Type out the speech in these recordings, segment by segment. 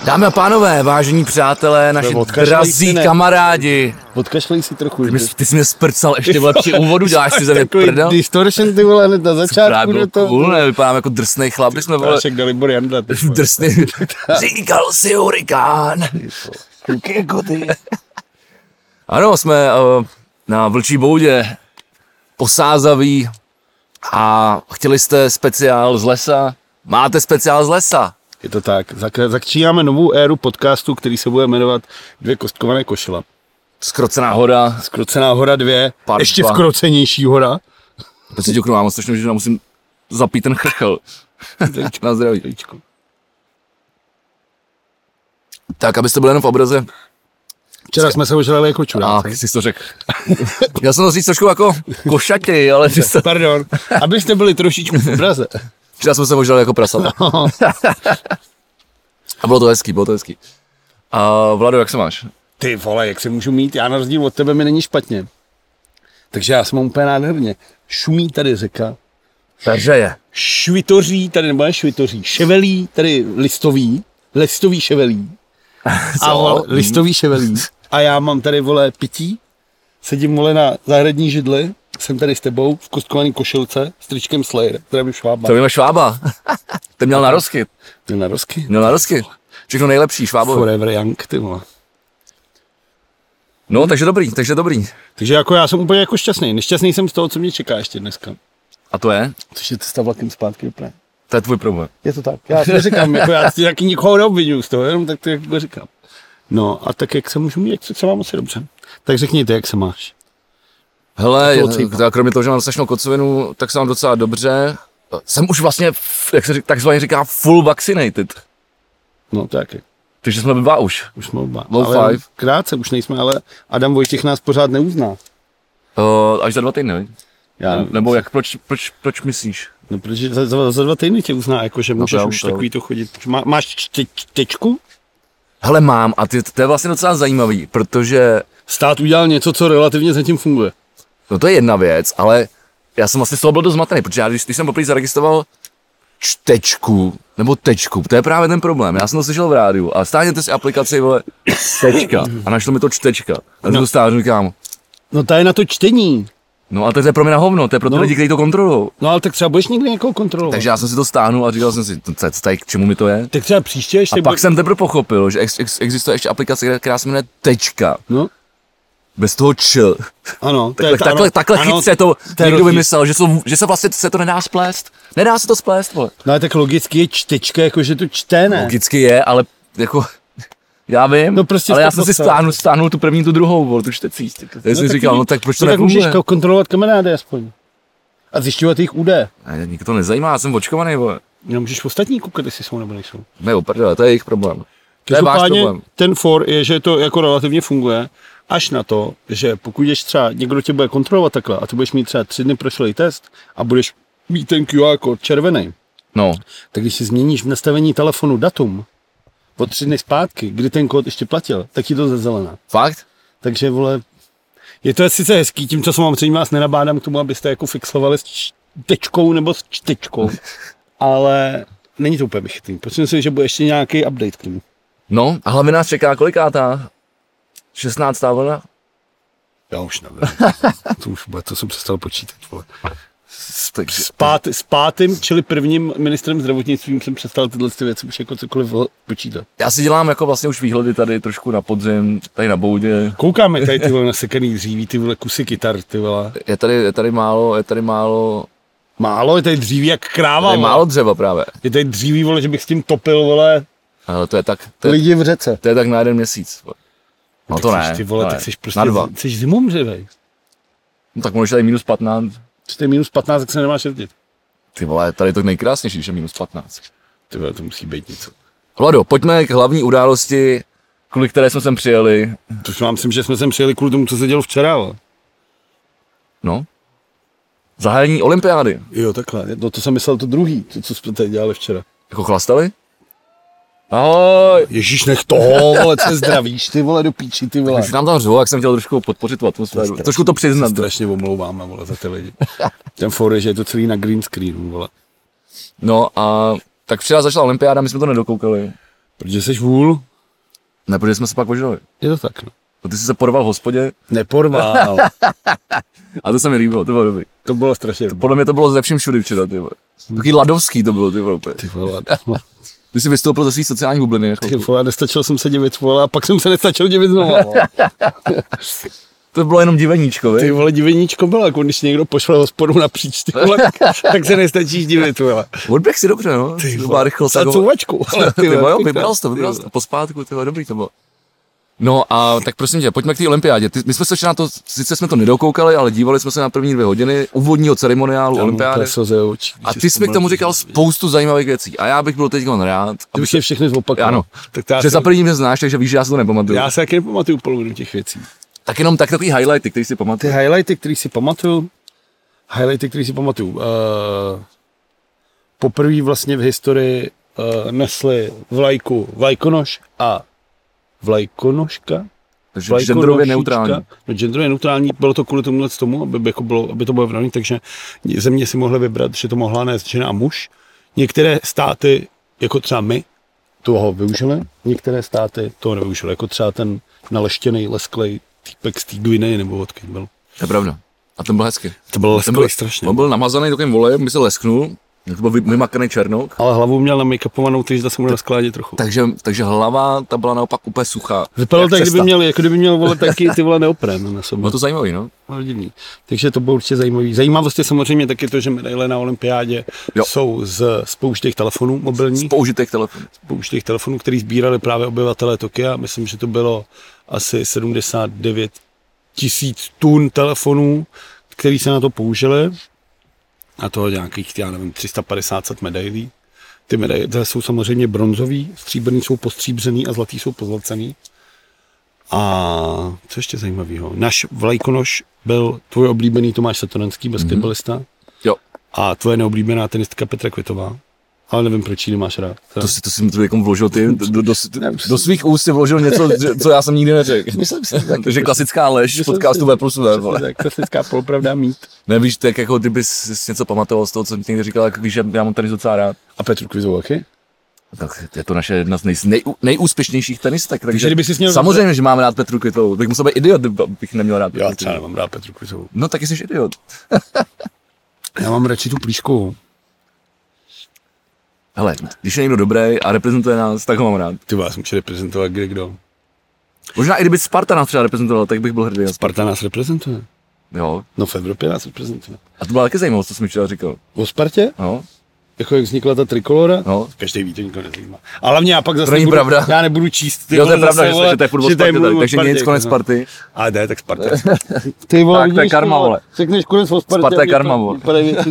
Dámy a pánové, vážení přátelé, naši drazí kamarádi. Odkašlej si trochu. Ty jsi mě sprcal ještě vole při úvodu, děláš si ze mě prdel. Distortion ty vole hned na začátku. Právě bylo cool, ne, vypadám jako drsnej chlap, jsme vole. Prášek Dalibor Janda. Drsnej, říkal si hurikán. Kluky jako ty. Ano, jsme na Vlčí boudě, posázaví a chtěli jste speciál z lesa. Máte speciál z lesa. Je to tak. Začínáme novou éru podcastu, který se bude jmenovat Dvě kostkované košile. Skrocená hora. Skrocená hora 2. Part Ještě 2. skrocenější hora. Teď si děkuju, mám strašně, že musím zapít ten chrchl. Na zdraví. Tak, abyste byli jenom v obraze. Včera jsme se ožrali jako čuráci. Jsi to řekl. Já jsem to říct trošku jako košatě, ale ty jste... Pardon, abyste byli trošičku v obraze. Včera jsme se ožrali jako prasata. A bylo to hezký. A Vlado, jak se máš? Ty vole, jak se můžu mít? Já na rozdíl od tebe mi není špatně. Takže já jsem mám úplně nádherně. Šumí tady řeka. Peřeje. Švitoří, tady nebo ne švitoří, ševelí, tady listový ševelí. A vole, listový ševelí. A já mám tady, vole, pití, sedím, vole, na zahradní židli, jsem tady s tebou v kostkovaný košilce s tričkem Slayer, zdravím Švába. To víme Švába. Ten měl narozky. Měl narozky. Všechno nejlepší, Švábovi. Forever young, ty vole. No, takže dobrý. Takže jako já jsem úplně jako šťastný. Nešťastný jsem z toho, co mě čeká ještě dneska. A to je? Což je cesta vlakem zpátky do Prahy. To je tvůj problém. Je to tak. Já si neříkám, jako já si taky nikoho neobvinuju z toho, jenom tak to jako říkám. No a tak jak se můžu mít, jak se mám asi dobře. Tak řekněte, jak se máš. Hele, kromě toho, že mám strašnou kocovinu, tak se mám docela dobře. Jsem už vlastně, jak se takzvaně říká, full vaccinated. No taky. Takže jsme dva už. Už jsme oba. Ale krátce už nejsme, ale Adam Vojtěch nás pořád neuzná. Až za 2 týdny, nebo jak, proč myslíš? No, protože za 2 týdny tě uzná, jakože můžeš už takový to chodit. Máš tečku? Hele, mám a to je vlastně docela zajímavý, protože... Stát udělal něco, co relativně zatím funguje. No to je jedna věc, ale já jsem vlastně z toho byl dost zmatený, protože já když jsem poprvé zaregistroval čtečku, nebo tečku, to je právě ten problém. Já jsem to slyšel v rádiu a stáhněte si aplikaci, vole, tečka a našlo mi to čtečka. A to stáhnu, říkám. No to je na to čtení. No a to je pro mě na hovno, to je pro ty lidi, kteří to kontrolují. No ale tak třeba budeš někdy někoho kontrolovat. Takže já jsem si to stáhnul a říkal jsem si, k čemu mi to je? Tak třeba příště ještě... A pak jsem teprve pochopil, že existuje ještě aplikace, která se jmenuje tečka. No. Bez toho č. Ano. Takhle chytře to někdo vymyslel, že se vlastně se to nedá splést. Nedá se to splést, vole. No ale tak logicky je čtečka, jakože to čte, ne? Logicky je, ale jako... Já vím, no prostě ale já jsem si stáhnul tu první, tu druhou, vole, tu čtecí. Já jsem říkal, no tak proč to nefunguje? Tak můžeš kontrolovat kamarády aspoň. A zjišťovat jejich údaje. Nikdo to nezajímá, já jsem očkovaný, vole. No můžeš ostatní koukat, jestli jsou nebo nejsou. Ne, oprdele, to je jejich problém. To je váš problém. Ten for je, že to jako relativně funguje, až na to, že pokud jdeš třeba, někdo tě bude kontrolovat takhle a ty budeš mít třeba 3 dny prošlej test a budeš mít ten QR kód červený. No. Tak když si změníš v nastavení telefonu datum, o 3 dny zpátky, kdy ten kód ještě platil, tak ti to zazelená. Fakt? Takže, vole, je to sice hezký, tím časem mám vás nenabádám k tomu, abyste jako fixovali s tečkou nebo s čtečkou, ale není to úplně vychytný. Protože si, že bude ještě nějaký update k tomu. No, a hlavně nás čeká kolikátá? 16. vlna? Já už nevím. To už bude, to jsem přestal počítat, vole. S pátým, čili prvním ministrem zdravotnictvím jsem přestal tyhle věci už jako cokoliv počítat. Já si dělám jako vlastně už výhledy tady trošku na podzim, tady na boudě. Koukáme tady ty vole nasekaný dříví, ty vole kusy kytar, ty vole. Je tady málo. Málo? Je tady dříví jak kráva, je málo dřeva právě. Je tady dříví, vole, že bych s tím topil, vole. Ale to je tak. Lidi v řece. To je tak na 1 měsíc. Vole. No tak to ne. Ty vole, tak jsi prostě, jsi zimomřivej. No tak můžeš tady minus 15. Když to je minus 15, tak se nemáš jezdit. Ty vole, tady je to nejkrásnější, když je minus 15. Ty vole, to musí být něco. Vlado, pojďme k hlavní události, kvůli které jsme sem přijeli. To já myslím, že jsme sem přijeli kvůli tomu, co se dělo včera, ale. No. Zahájení olympiády. Jo, takhle. No to jsem myslel to druhý, co jsme tady dělali včera. Jako chlastali? Ahoj! Ježíš, nech toho, vole, co zdravíš, ty vole, do píči, ty vole. Když nám tam řvu, jak jsem chtěl trošku podpořit tu atmosféru. Trošku to přiznat. Strašně omlouváme, vole, za ty lidi. Ten for je, že je to celý na green screenu, vole. No a tak včera začala olympiáda, my jsme to nedokoukali. Protože jsi vůl. Ne, protože jsme se pak požili. Je to tak, no. Ty jsi se porval v hospodě. Neporval. A to se mi líbilo, to bylo dobrý. To bylo strašně. Podle mě to bylo ze vším všudy včera, ty vole. Takový ladovský to bylo, ty vole. Ty vole. Ty jsi vystoupil ze svých sociální bubliny. Ty vole, nestačil jsem se divit, vole, a pak jsem se nestačil divit znovu. To bylo jenom diveníčko, vej? Ty vole, diveníčko bylo, jako když někdo pošle hospodu napříč, ty vole, tak se nestačíš divit, vole. Odběh si dobře, no. Ty to byla rychlost. A couvačku. Ty vole, jo, vybral jsi to. Pospátku, ty vole, dobrý to bylo. No a tak prosím tě, pojďme k té olympiádě. My jsme se na to, sice jsme to nedokoukali, ale dívali jsme se na první 2 hodiny úvodního ceremoniálu olympiády. A ty jsi mi k tomu říkal spoustu zajímavých věcí. A já bych byl teď rád. Ty už je všechny zopakoval. Ano, že za první mě znáš, takže víš, že já si to nepamatuju. Já se taky nepamatuju polovinu těch věcí. Tak jenom takový highlighty, který si pamatuju. Ty highlighty, který si pamatuju. Poprvé vlastně v historii nesli vlajkonoš a vlajkonožka. Takže genderově neutrální. No, genderově neutrální, bylo to kvůli tomu, aby to bylo vravný, takže země si mohly vybrat, že to mohla nést žena a muž. Některé státy, jako třeba my, toho využili, některé státy toho nevyužili, jako třeba ten naleštěnej, lesklej týpek z té Guiney, nebo odkud byl. To je pravda. A ten byl hezky. To byl lesklej strašně. On byl namazaný takovým volejem, by se lesknul. To byl vymakaný černouk. Ale hlavu měl namakupovanou, takže se mu rozkládit trochu. Takže hlava, ta byla naopak úplně suchá. Vypadalo tak, kdyby měl vole taky ty vole neopren na sobě. Bylo to zajímavý, no. Divný. Takže to bylo určitě zajímavý. Zajímavost je samozřejmě taky to, že medaile na olympiádě jsou z použitých telefonů mobilních. Z použitých telefonů, který sbírali právě obyvatelé Tokia. Myslím, že to bylo asi 79 000 tun telefonů, který se na to použili. A to nějakých, já nevím, 350 medailí. Ty medaile jsou samozřejmě bronzový, stříbrný jsou postříbřený a zlatý jsou pozlacený. A co ještě zajímavého? Náš vlajkonoš byl tvůj oblíbený Tomáš Satoranský, basketbalista. Jo. A tvoje neoblíbená tenistka Petra Kvitová. Ale nevím, proč ji nemáš rád. To si mi to jako vložil ty, do svých úst si vložil něco, co já jsem nikdy neřekl. Myslím si. Takže klasická lež podcastu V+V, vole. Klasická polopravda mít. Nevíš, tak jako kdyby jsi něco pamatoval z toho, co mi někdy říkal, tak víš, že já mám tenis docela rád. A Petru Kvitovou taky? Tak je to naše jedna z nejúspěšnějších tenistek, takže měl samozřejmě, že mám rád Petru Kvitovou. Bych musel být idiot, bych neměl rád. Já třeba nemám rád Petru Kvitovou. No taky jsi idiot. Já mám radši tu Plíškovou. Hele, když je někdo dobrý a reprezentuje nás, tak ho mám rád. Ty vás může reprezentovat kdo. Možná i kdyby Sparta nás třeba reprezentoval, tak bych byl hrdý. Sparta nás reprezentuje. Jo. No v Evropě nás reprezentuje. A to byla taky zajímavost, co jsi mi včera říkal. O Spartě? No. Jako jak vznikla ta trikolora? No. Každý ví, to nikoho nezajímá. Ale hlavně já pak zase já nebudu číst. Jo, to je pravda, že to je furt o Spartě, takže nic, konec Sparty. Ale ne, tak Sparta. Ty vole, tak to je karma, vole. Řekneš konec o Spartě. Sparta je karma, vole.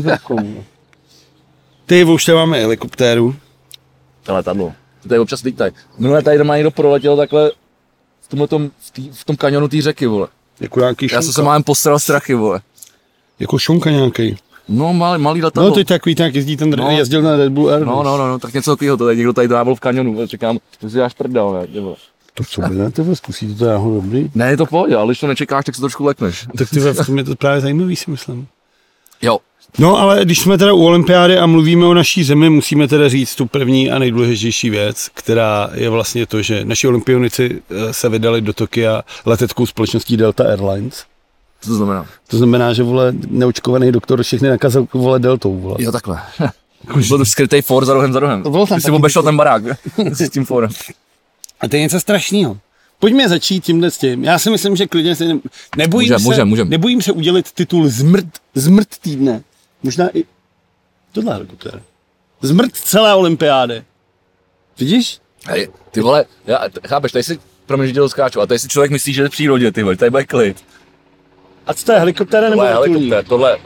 Ty, už tady máme helikoptéru. To letadlo. To tady občas lítají. Minulé tady doma někdo proletěl takhle v tom kanionu té řeky, vole. Jako nějaký šunka. Já jsem se málem postral strachy, vole. Jako šunka nějaký. No, malý letadlo. No, to je takový, tak jezdí ten, jezdil na Red Bull Air. No, tak něco takového, to tady někdo tady dával v kanionu, říkám, že si dáš prdel, ne, ty vole. To co by ne, ty zkusíte to jáho dobrý? Ne, je to v pohodě, ale když to nečekáš, tak se trošku lekneš. Tak ty v tom je to právě zajímavý, si myslím. Jo. No, ale když jsme teda u olympiády a mluvíme o naší zemi, musíme teda říct tu první a nejdůležitější věc, která je vlastně to, že naši olympionici se vydali do Tokia leteckou společností Delta Airlines. Co to znamená? To znamená, že vole neočkovaný doktor všechny nakazil vole Deltou, vole. Jo, takhle. Byl to skrytej for za rohem. Ty jsi obešel ten barák s tím forem. A to je něco strašného. Pojďme začít tímhle s tím. Já si myslím, že klidně se nebojím se udělit titul zmrt týdne. Možná i tohle helikoptéra. Zmrt celé olympiády. Vidíš? Hej, ty vole, chápeš, tady si, promiň, že tě skáču, a tady si člověk myslí, že je v přírodě, ty vole, tady bude klid. A co to je, helikoptéra nebo vrtulník? Tohle.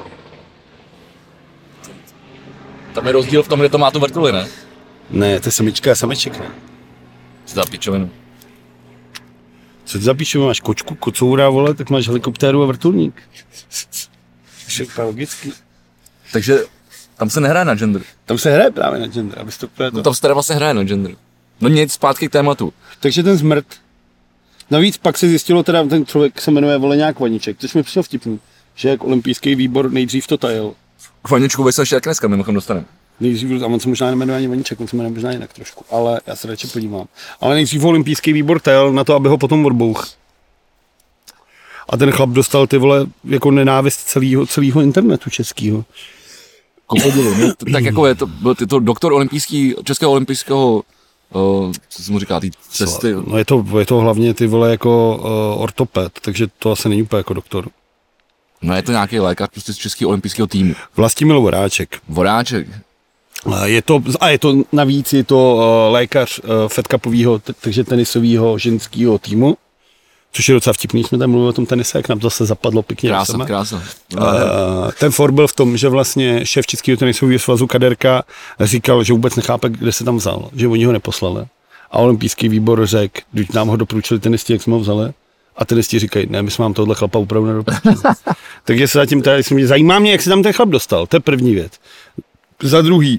Tam je rozdíl v tom, kde to má tu vrtuli, ne? Ne, to je samička a sameček, ne? Co za pičovinu? Co ty za pičovinu? Máš kočku, kocoura, vole, tak máš helikoptéru a vrtulník. Všechno logicky. Takže tam se nehraje na gender. Tam se hraje právě na gender, abys to úplně to... No tam se teda vlastně hraje na gender. No nic, zpátky k tématu. Takže ten zmrt. Navíc pak se zjistilo, teda ten člověk se jmenuje Voleňák Vaniček, což mi přišlo vtipný, že jak olympijský výbor nejdřív to tajil. K Vaničku se ještě jak dneska mimochodem dostaneme. Nejdřív, a on se možná nemenuje ani Vaníček, on se jmenuje možná jinak trošku, ale já se radši podívám. Ale nejdřív olympijský výbor tel na to, aby ho potom odbouch. A ten chlap dostal ty vole jako nenávist celého internetu českého. Tak jako je to doktor českého olympijského, co se mu říká, ty cesty. No je to hlavně ty vole jako ortoped, takže to asi není úplně jako doktor. No je to nějaký lékař prostě z českého olympijského týmu. Vlastimil Voráček. Voráček. Je to navíc je to lékař Fed Cupového, takže tenisového ženského týmu. Což je docela vtipný, jsme tam mluvili o tom tenise, jak nám to zase zapadlo pěkně. Krása. Ten for byl v tom, že vlastně šéf Českého tenisového svazu Kaderka říkal, že vůbec nechápe, kde se tam vzal, že oni ho neposlali. A olympijský výbor řekl, když nám ho doporučili tenisti, jak jsme ho vzali. A tenisti říkají, ne, my jsme vám tohle chlapa opravdu nedoporučili. Takže se zatím zajímá mě, jak se tam ten chlap dostal, to je první věc. Za druhý,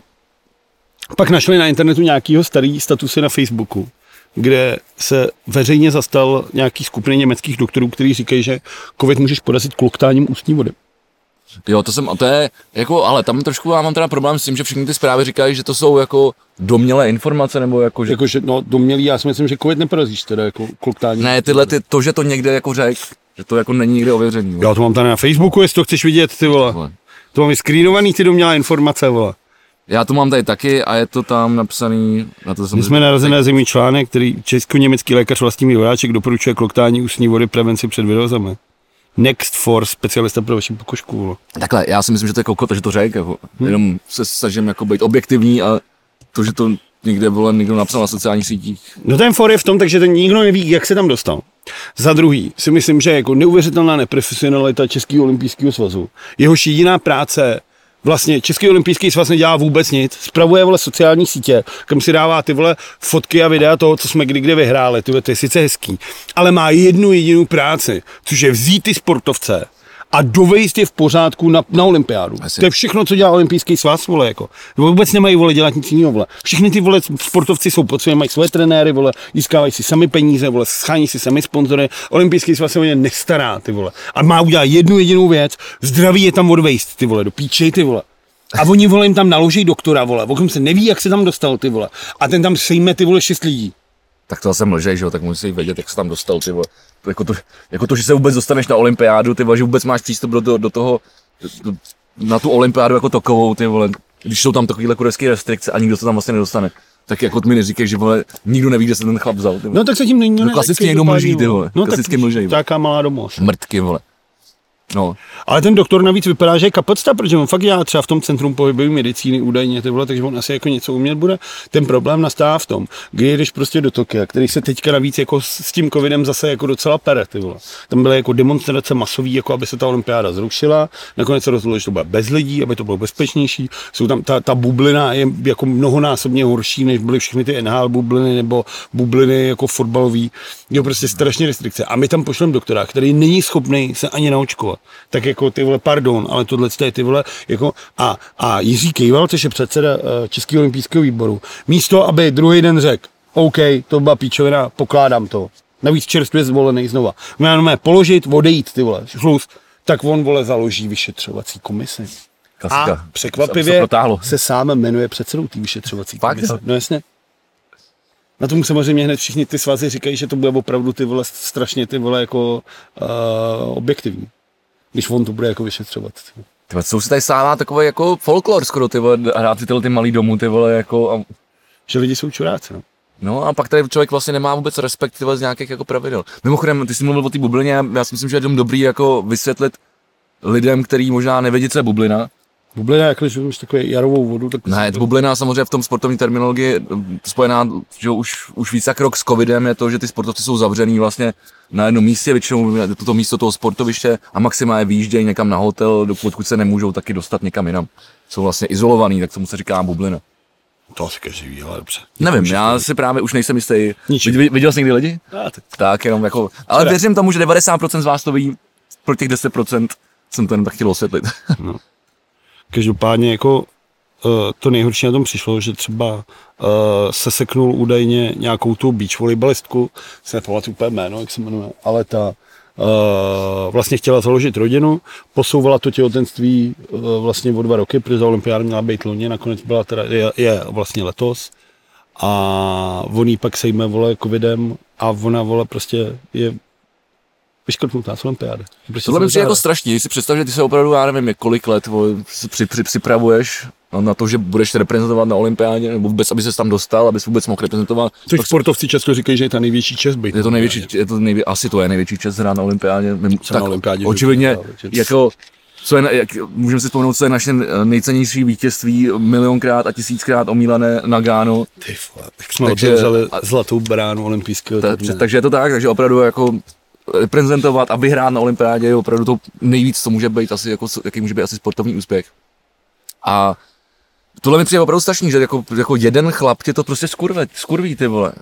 pak našli na internetu nějakýho starý statusy na Facebooku, kde se veřejně zastal nějaký skupiny německých doktorů, kteří říkají, že covid můžeš porazit kloktáním ústní vody. Jo, to je, jako, ale tam trošku mám teda problém s tím, že všechny ty zprávy říkají, že to jsou jako domnělé informace, nebo jako, že... Jakože, no, domnělý, já si myslím, že covid neporazíš teda, jako kloktáním. Ne, to, že to někde jako řek, že to jako není nikde ověřený. Já to mám tady na Facebooku, jestli to chceš vidět, ty vole. To mám vyskrýnovaný, ty domnělé informace, vole. Já to mám tady taky a je to tam napsaný... My jsme narazené zemí článek, který česko-německý lékař Vlastimil Voráček doporučuje kloktání ústní vody prevenci před virozami. Next for specialista pro vaši pokožku. Takhle, já si myslím, že to je kokot, že to řek, jako, jenom se snažím jako být objektivní a to, že to někde někdo napsal na sociálních sítích. No ten for je v tom, takže ten nikdo neví, jak se tam dostal. Za druhý si myslím, že jako neuvěřitelná neprofesionalita Českého olympijského svazu. Jehož jediná práce vlastně Český olympijský svaz nedělá vůbec nic, spravuje vole sociální sítě, kam si dává ty vole fotky a videa toho, co jsme kde vyhráli, to je sice hezký, ale má jednu jedinou práci, což je vzít ty sportovce a dovejst je v pořádku na olympiádu. Asi. To je všechno, co dělá olympijský svaz, vole, jako. Vůbec nemají, vole, dělat nic jiného, vole. Všichni ty, vole, sportovci jsou pod svým, mají své trenéry, vole, získávají si sami peníze, vole, schání si sami sponzory. Olympijský svaz se o ně nestará, ty vole. A má udělat jednu jedinou věc, zdraví je tam odvejst, ty vole, do píči, ty vole. A oni, vole, jim tam naloží doktora, vole, o kom se neví, jak se tam dostal, ty vole. A ten tam sejme, ty vole, 6 lidí. Tak to zase mlžej, že jo, tak musí vědět, jak se tam dostal, ty vole. Jako to, že se vůbec dostaneš na olympiádu, ty vole, že vůbec máš přístup do toho, na tu olympiádu jako takovou, ty vole, když jsou tam takovýhle kurevský restrikce a nikdo se tam vlastně nedostane. Tak jako mi neříkej, že vole, nikdo neví, kde se ten chlap vzal, ty vole. No tak se tím nikdo klasicky někdo mlží, ty vole, no, klasicky mlžej. Taká malá domož. Mrtky, vole. No. Ale ten doktor navíc vypadá, že je kapacita, protože on fakt dělá třeba v tom centrum pohybové medicíny údajně, ty vole, takže on asi jako něco umět bude. Ten problém nastává v tom, kdy jdeš prostě do Tokia, který se teďka navíc jako s tím covidem zase jako docela pere, ty vole. Tam byly jako demonstrace masový, jako aby se ta olympiáda zrušila, nakonec se rozhodlo, že to bude bez lidí, aby to bylo bezpečnější. Jsou tam ta bublina je jako mnohonásobně horší, než byly všechny ty NHL bubliny nebo bubliny jako fotbalový. Jo, prostě strašně restrikce. A my tam pošleme doktora, který není schopný se ani naočkovat. Tak jako ty vole, pardon, ale tohle je ty vole, jako a Jiří Kejval, což je předseda Českého olympijského výboru, místo, aby druhý den řekl, OK, to byla píčovina, pokládám to. Navíc čerstvě zvolený znova. Máme položit, odejít, ty vole, šluz, tak on, vole, založí vyšetřovací komisi. Klasika. A překvapivě se sám jmenuje předsedou té vyšetřovací komise. No jasně. Na tom samozřejmě hned všichni ty svazy říkají, že to bude opravdu ty vole strašně ty vole jako objektivní. Když on to bude jako vyšetřovat. Tyhle, co se tady stává takový jako folklor skoro, ty vole, hrát si ty malý domů, ty vole, jako... A... Že lidi jsou čuráci, no. No a pak tady člověk vlastně nemá vůbec respekt z nějakých jako pravidel. Mimochodem, ty jsi mluvil o té bublině, já si myslím, že je dobrý jako vysvětlit lidem, který možná nevědí, co je bublina. Bublina, jak když máš takovou jarovou vodu, tak... Ne, bublina samozřejmě v tom sportovní terminologii spojená, že už víc jak rok s covidem je to, že ty sportovci jsou zavřený vlastně na jednom místě, většinou toto místo toho sportoviště a maximálně vyjíždějí někam na hotel, dokud se nemůžou taky dostat někam jinam. Jsou vlastně izolovaný, tak tomu se říká bublina. To asi každý ví, ale dobře. Nevím, já si právě už nejsem jistý. Viděl jsi někdy lidi? Tak jenom jako, ale věřím tomu, že 90% z vás to ví, pro těch 10% jsem to jenom tak chtěl osvětlit. No. Každopádně jako to nejhorší na tom přišlo, že třeba se seknul údajně nějakou tu beach volejbalistku, se nepamatuji úplně jméno, jak se jmenuje, ale ta vlastně chtěla založit rodinu, posouvala to těhotenství vlastně o 2 roky, protože olympiáda měla být loni, nakonec byla teda, je vlastně letos. A on jí pak sejme, vole, covidem a ona, vole, prostě je vyškrtnutá z olympiády. Prostě tohle mi přijde jako strašný, když si představ, že ty se opravdu, já nevím, kolik let připravuješ na to, že budeš reprezentovat na olympiádě, nebo vůbec, aby ses tam dostal, abys vůbec mohl reprezentovat. Což sportovci často říkají, že je ta největší čest být. Je to největší, asi to je největší čest hrát na olympiádě. Tak očividně, jako, můžeme si vzpomenout, co je naše nejcennější vítězství, milionkrát a 1000krát omílané Nagano. Ty vole, tak jsme otevřeli zlatou bránu olympijského. Takže je to tak, takže opravdu jako reprezentovat a vyhrát na olympiádě je opravdu to nejvíc, co může být asi, jako, jaký může být asi sportovní úspěch. A tohle mi přijde opravdu strašný, že jako jeden chlap tě to prostě skurví, ty vole.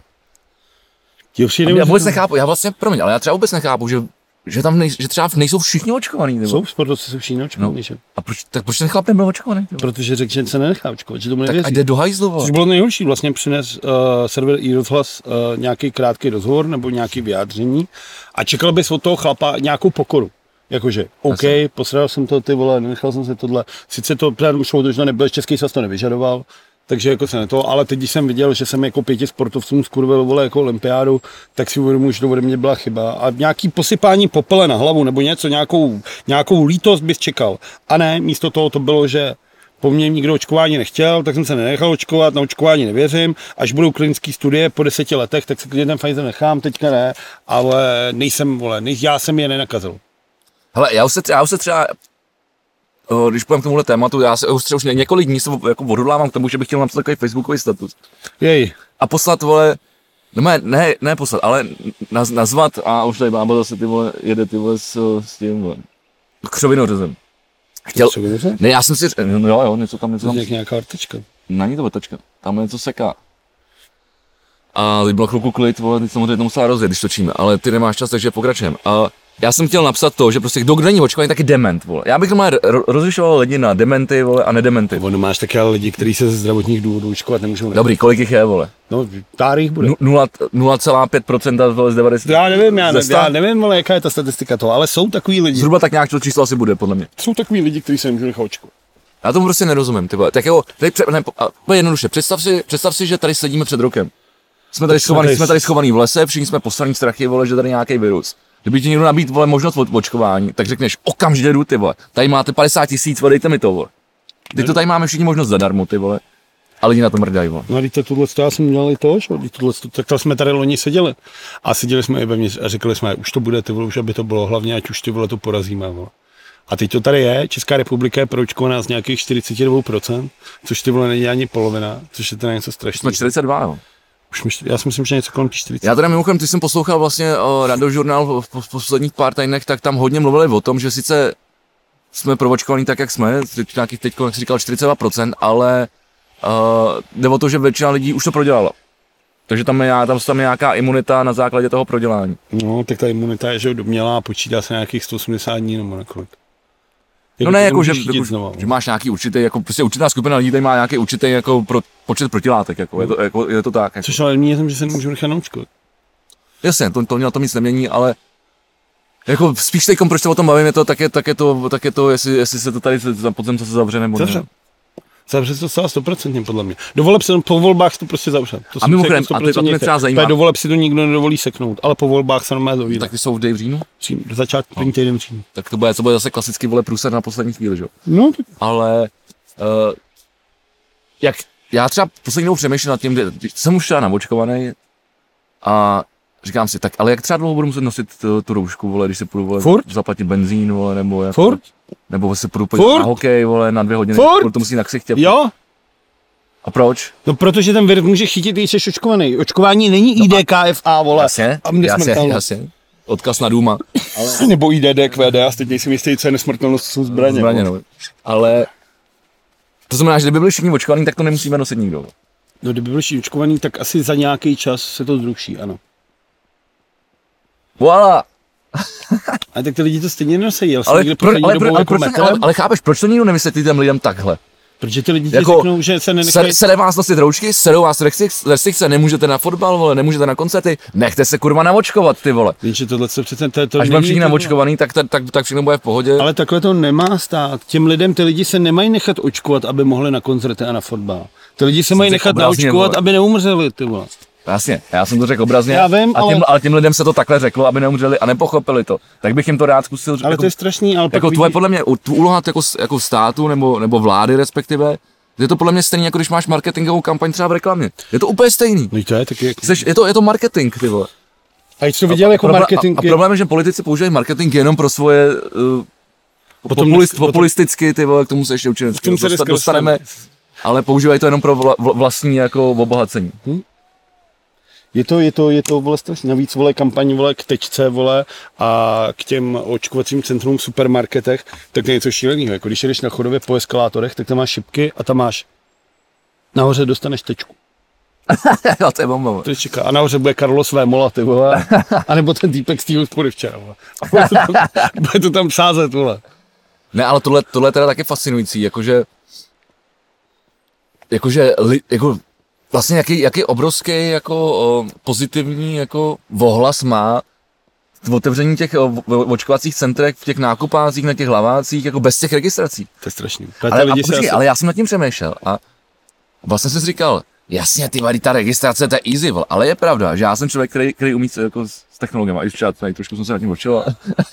Já vůbec nechápu, promiň, ale já třeba vůbec nechápu, že tam že třeba nejsou všichni očkovaný. Jsou sportovci, jsou všichni očkovaný, že? A proč ten chlap nebyl očkovaný? Protože řekl, že se nenechá očkovat, že tomu nevěří. Tak a jde do hajzlu, vole. Což bylo nejhorší, vlastně přines server iRozhlas nějaký krátký rozhovor nebo nějaký vyjádření a čekal bys od toho chlapa nějakou pokoru. Jakože, OK, posral jsem to, ty vole, nenechal jsem se tohle. Sice to šlo, že to nebyl, Český svaz to nevyžadoval, takže jako se ne to, ale teď, když jsem viděl, že jsem jako 5 sportovcům skurvil, vole, jako olympiádu, tak si uvědomuji, že to ode mě byla chyba. A nějaký posypání popele na hlavu nebo něco, nějakou lítost bys čekal. A ne, místo toho to bylo, že po mně nikdo očkování nechtěl, tak jsem se nenechal očkovat, na očkování nevěřím, až budou klinické studie po 10 letech, tak se klidně ten Pfizer nechám, teďka ne, ale nejsem, vole, já jsem je nenakazil. Hele, já už se třeba, když půjdem k tomuhle tématu, já se už několik dní se jako odhodlávám k tomu, že bych chtěl napsat takový facebookový status. Jej. A poslat, vole, no ne poslat, ale nazvat, a už tady bába zase ty vole, jede ty vole s tím, vole, křovinořezem. Ne, já jsem si, jo, něco tam. Nějaká vrtačka. Není to vrtačka, tam něco seká. A teď bylo chvilku klid, vole, teď samozřejmě to musela rozjet, když točíme, ale ty nemáš čas, takže pokračujeme. A já jsem chtěl napsat to, že prostě kdo není očkovaný, tak je dement, vole. Já bych normálně rozlišoval lidi na dementy, vole, a nedementy. Ono máš také lidi, kteří se ze zdravotních důvodů očkovat nemůžou. Dobrý, kolik jich je, vole? No, pár jich bude. 0,5% z 90. Já nevím, vole, jaká je ta statistika toho, ale jsou takový lidi. Zhruba tak nějak to číslo asi bude, podle mě. Jsou takový lidi, kteří se nemůžou nechat očkovat. Já tomu prostě nerozumím, ty vole. Tak jo, jednoduše, představ si, že tady sedíme před rokem. Jsme tady schovaný v lese, všichni jsme poslaní strachy, vole, že tady nějaký virus. Kdyby ti někdo nabít, vole, možnost očkování, tak řekneš, okamžitě jdu, ty vole. Tady máte 50 000, vole, dejte mi to, vole. Teď to tady máme všichni možnost zadarmo, ty vole. A lidi na to mrdají, vole. No a teď tohle já jsem měl i to, tak to jsme tady loni seděli. A seděli jsme i vevnitř a řekli jsme, už to bude, ty vole, už aby to bylo, hlavně ať už ty vole to porazíme, vole. A teď to tady je, Česká republika je proočkovaná z nějakých 42%, což ty vole není ani polovina, což je teda něco strašného. Jsme 42, jo. Já si myslím, že něco kolem 40. Já teda mimochodem, když jsem poslouchal vlastně radiožurnál v posledních pár týdnech, tak tam hodně mluvili o tom, že sice jsme proočkovaní tak, jak jsme, nějakých teď, jak jsi říkal, 42%, ale jde o to, že většina lidí už to prodělala. Takže tam je nějaká imunita na základě toho prodělání. No, tak ta imunita je, že domělá, počítá se nějakých 180 dní nebo nakolik. No ne, jako, že máš nějaký určitý, jako prostě určitá skupina lidí tady má nějaký určitý jako počet protilátek, jako, je to tak. Jako. Což ale není, že se nemůžu nechat naočkovat. Jasně, to na tom nic nemění, ale jako spíš teďkom, proč se o tom bavím, je to, tak je to, jestli se to tady za podzem se zavře nebo ne. Zavře to zcela 100% podle mě. Do voleb se po volbách to prostě zavře. A mimochodem, a to mě třeba zajímá. Do voleb si to nikdo nedovolí seknout, ale po volbách se normálně dovíde. Tak ty jsou v říjnu? Do začátku první týden v říjnu. Tak to bude zase klasický vole průser na poslední chvíli, že jo? No. Ale jak já třeba poslední dobou přemýšlím nad tím, že jsem už třeba naočkovaný a říkám si, tak ale jak třeba dlouho budu muset nosit tu roušku, vole, když se půjdu, vole, zaplatit benzín, vole, nebo jako, Furt? Nebo se půjdu podívat na hokej, vole, na 2 hodiny, to musí na ksichtě. Jo? A proč? No protože ten virus může chytit, když jsi očkovaný. Očkování není IDKFA, vole. Jasně. Odkaz na Duma. Ale... Nebo IDDQD, já teď nejsem jistý, co je nesmrtelnost, jsou zbraně. No. Ale to znamená, že kdyby byli všichni očkovaní, tak to nemusíme nosit nikdo. No kdyby byli všichni očkovaní, tak asi za nějaký čas se to zruší, ano. Voilà. A tak ty lidi to stejně nosí, ale chápeš, proč to nikdo nevysvětlí těm lidem takhle? Protože ty lidi jako, řeknou, že se nenechají... Sere vás nosit roušky, serou vás restrikce, nemůžete na fotbal, vole, nemůžete na koncerty, nechte se kurva navočkovat, ty vole. Víš, že tohle se přece... To až budeme všichni navočkovaný, tak všechno bude v pohodě. Ale takhle to nemá stát. Těm lidem, ty lidi se nemají nechat očkovat, aby mohli na koncerty a na fotbal. Ty lidi se mají nechat naočkovat, aby neumřeli, ty vole. Jasně, já jsem to řekl obrazně, já vím, ale těm lidem se to takhle řeklo, aby neumřeli a nepochopili to. Tak bych jim to rád zkusil. Ale jako, to je strašný, ale jako tvoje podle mě, tu úloha jako státu nebo vlády respektive, je to podle mě stejný, jako když máš marketingovou kampaň třeba v reklamě. Je to úplně stejný. No to je taky. Je to marketing, ty vole. A jsi to viděl jako marketing? A problém je, že politici používají marketing jenom pro svoje populisticky, ty vole, k tomu se ještě určitě dostaneme, ale používají to jenom pro vlastní jako obohacení. Je to vole strašně. Navíc vole kampaň vole k tečce vole a k těm očkovacím centrům v supermarketech, tak to je něco šíleného. Jako když jdeš na Chodově po eskalátorech, tak tam máš šipky a tam máš nahoře dostaneš tečku. Jo, to je bomba. To čeká. A nahoře bude Carlos Vémola, ty vole. A nebo ten týpek z té hospody včera, vole. A bude to tam sázet, vole. Ne, ale tohle je teda taky fascinující, jakože vlastně jaký obrovský jako pozitivní jako ohlas má v otevření těch očkovacích centrech v těch nákupácích, na těch hlavácích, jako bez těch registrací. To je strašný. Ale já jsem nad tím přemýšlel a vlastně jsem si říkal, jasně, ty vady, ta registrace, to je easy, ale je pravda, že já jsem člověk, který umí jako s technologiemi, i třeba trošku jsem se nad tím učil,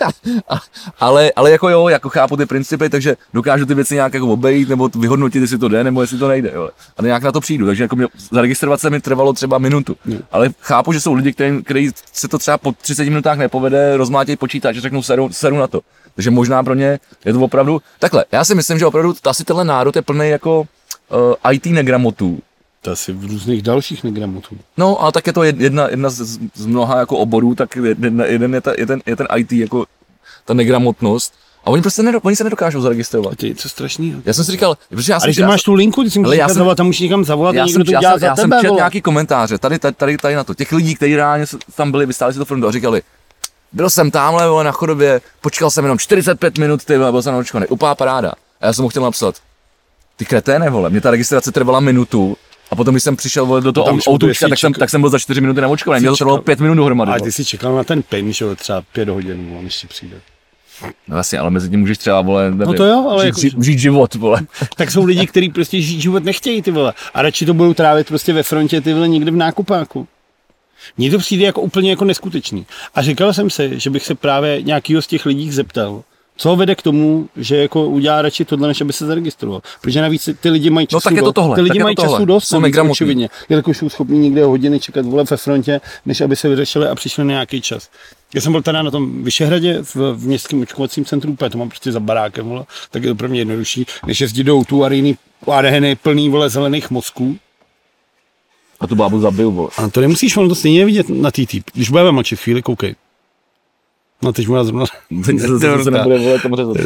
ale jako jo, jako chápu ty principy, takže dokážu ty věci nějak jako obejít, nebo vyhodnotit, jestli to jde, nebo jestli to nejde, jo. A nějak na to přijdu, takže jako zaregistrovat se mi trvalo třeba minutu, ale chápu, že jsou lidi, kteří se to třeba po 30 minutách nepovede, rozmlátějí počítač, řeknou seru na to. Takže možná pro ně je to opravdu takhle. Já si myslím, že opravdu asi tenhle národ je plný jako IT negramotů. To asi v různých dalších negramotů. No, ale tak je to jedna z mnoha jako oborů, tak jeden je ten IT, jako ta negramotnost. A oni prostě oni se nedokážou zaregistrovat. To je něco strašného. Já jsem si říkal, protože já jsem... Ale ty máš tu linku, ty si musíš zavolat, tam musíš někam zavolat a někdo to dělá za tebe. Já jsem četl nějaký komentáře, tady na to. Těch lidí, kteří reálně tam byli, vystáli si to frontu a říkali, byl jsem tamhle, vole, na Chodově, počkal jsem jenom 45 minut, ty byl jsem naočkovaný, úplná paráda. A já jsem mu chtěl napsat, ty kreténe, vole, mě ta registrace trvala minutu. A potom, když jsem přišel vole, do toho autočka, tak jsem byl za 4 minuty naočkovaný. Mě to trvalo 5 minut dohromady. Ale ty si čekal na ten PIN, že třeba 5 hodin, než ti přijde. No vlastně, ale mezi tím můžeš třeba, vole, nevím, no to jo, ale žít život, vole. Tak jsou lidi, kteří prostě žít život nechtějí, ty vole. A radši to budou trávit prostě ve frontě, ty vole, někde v nákupáku. Mně to přijde jako úplně jako neskutečný. A říkal jsem si, že bych se právě nějakýho z těch lidí zeptal, co vede k tomu, že jako udělá radši tohle, než aby se zaregistroval. Protože navíc ty lidi mají času dost. Ty lidi mají času dost, očividně. Jelikož jsou schopni někde hodiny čekat vole ve frontě, než aby se vyřešili a přišli na nějaký čas. Já jsem byl tady na tom Vyšehradě v městském očkovacím centru, úplně to mám prostě za barákem, vole, tak je to pro mě jednodušší, než jezdit do tu arény plný vole zelených mozků. A tu bábu zabil, vole. A to nemusíš, ono to stejně vidět na TT. Když budeme mlčet chvíli, koukej. No teď mu já zrovna... se nebude volet tomu řezat.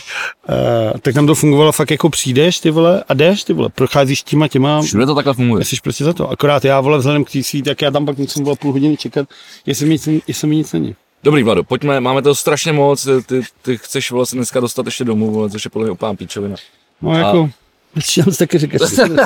Tak tam to fungovalo fakt jako přijdeš ty vole a jdeš ty vole, procházíš těma... Všude to takhle funguje. Jsi prostě za to. Akorát já vole vzhledem k týsí, tak já tam pak musím vole půl hodiny čekat, jestli mi nic není. Dobrý, Vlado, pojďme, máme to strašně moc, ty chceš vole se dneska dostat ještě domů, vole, což je podle mě úplná píčovina. No jako, já taky říkat.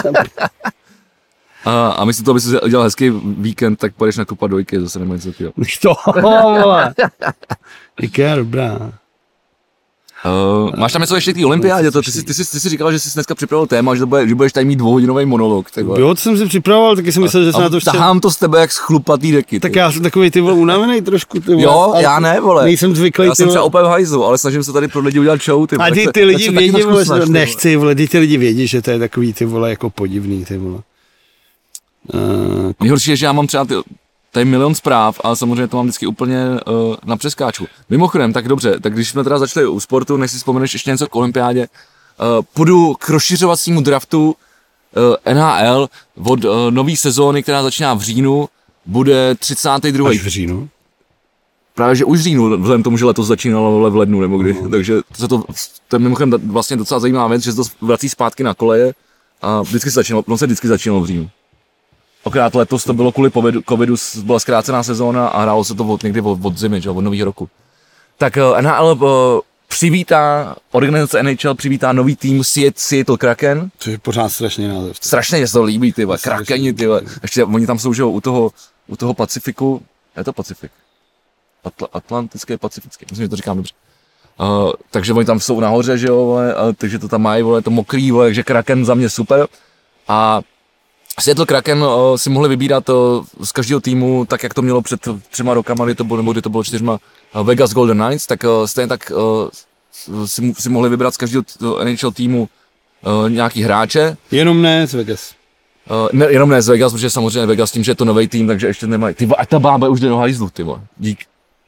A místo toho, aby si udělal hezký víkend, tak půjdeš nakopat do IKEA, zase nemají co tyjo. To, vole. IKEA dobrá. Máš tam něco ještě k té olympiádě? Ty jsi říkal, že jsi dneska připravil téma, že budeš tady mít 2hodinový monolog. Jo, to jsem si připravoval, taky jsem myslel, že se na to ještě... Tahám to z tebe jak z chlupatý deky. Tak já jsem takový ty vole unavený trošku. Ty vole. Jo, já ne, vole. Nejsem zvyklý. Já jsem třeba úplně v hajzlu, ale snažím se tady pro lidi udělat show. Ty vole. A ty lidi vědí, vole, že nechci, vole, ty lidi vědí, že to je takový ty vole jako podivný, ty vole. Nejhorší je, že já mám třeba tady milion zpráv, ale samozřejmě to mám vždycky úplně na přeskáčku. Mimochodem, tak dobře, tak když jsme teda začali u sportu, než si vzpomeneš ještě něco k olympiádě, půjdu k rozšiřovacímu draftu NHL od nové sezóny, která začíná v říjnu, bude 32. Až v říjnu? Právě, že už v říjnu, vzhledem tomu, že letos začínalo v lednu nebo kdy, takže to je mimochodem vlastně docela zajímavá věc, že se to vrací zpátky na koleje a vždycky se začínalo v říjnu. Okrát letos to bylo kvůli covidu, byla zkrácená sezóna a hrálo se to někdy od zimy, od nového roku. Tak NHL organizace NHL přivítá nový tým Seattle Kraken. Což je pořád strašný název. Strašně mě se to líbí, ty vole, Krakeni, ty vole. Ještě oni tam jsou, že u toho Pacifiku, je to Pacifik? Atlantický, pacifický, myslím, že to říkám dobře. Takže oni tam jsou nahoře, že jo, vole, takže to tam mají, vole, to mokrý, vole, takže Kraken za mě super. A Seattle Kraken si mohli vybírat z každého týmu, tak jak to mělo před 3 rokama, kdy to bylo 4 Vegas Golden Knights, tak stejně tak si mohli vybrat z každého NHL týmu nějaký hráče. Jenom ne z Vegas. Jenom ne z Vegas, protože samozřejmě Vegas tím, že je to nový tým, takže ještě nemají. Ty a ta bába už jde do hajzlu, ty vole. Dík.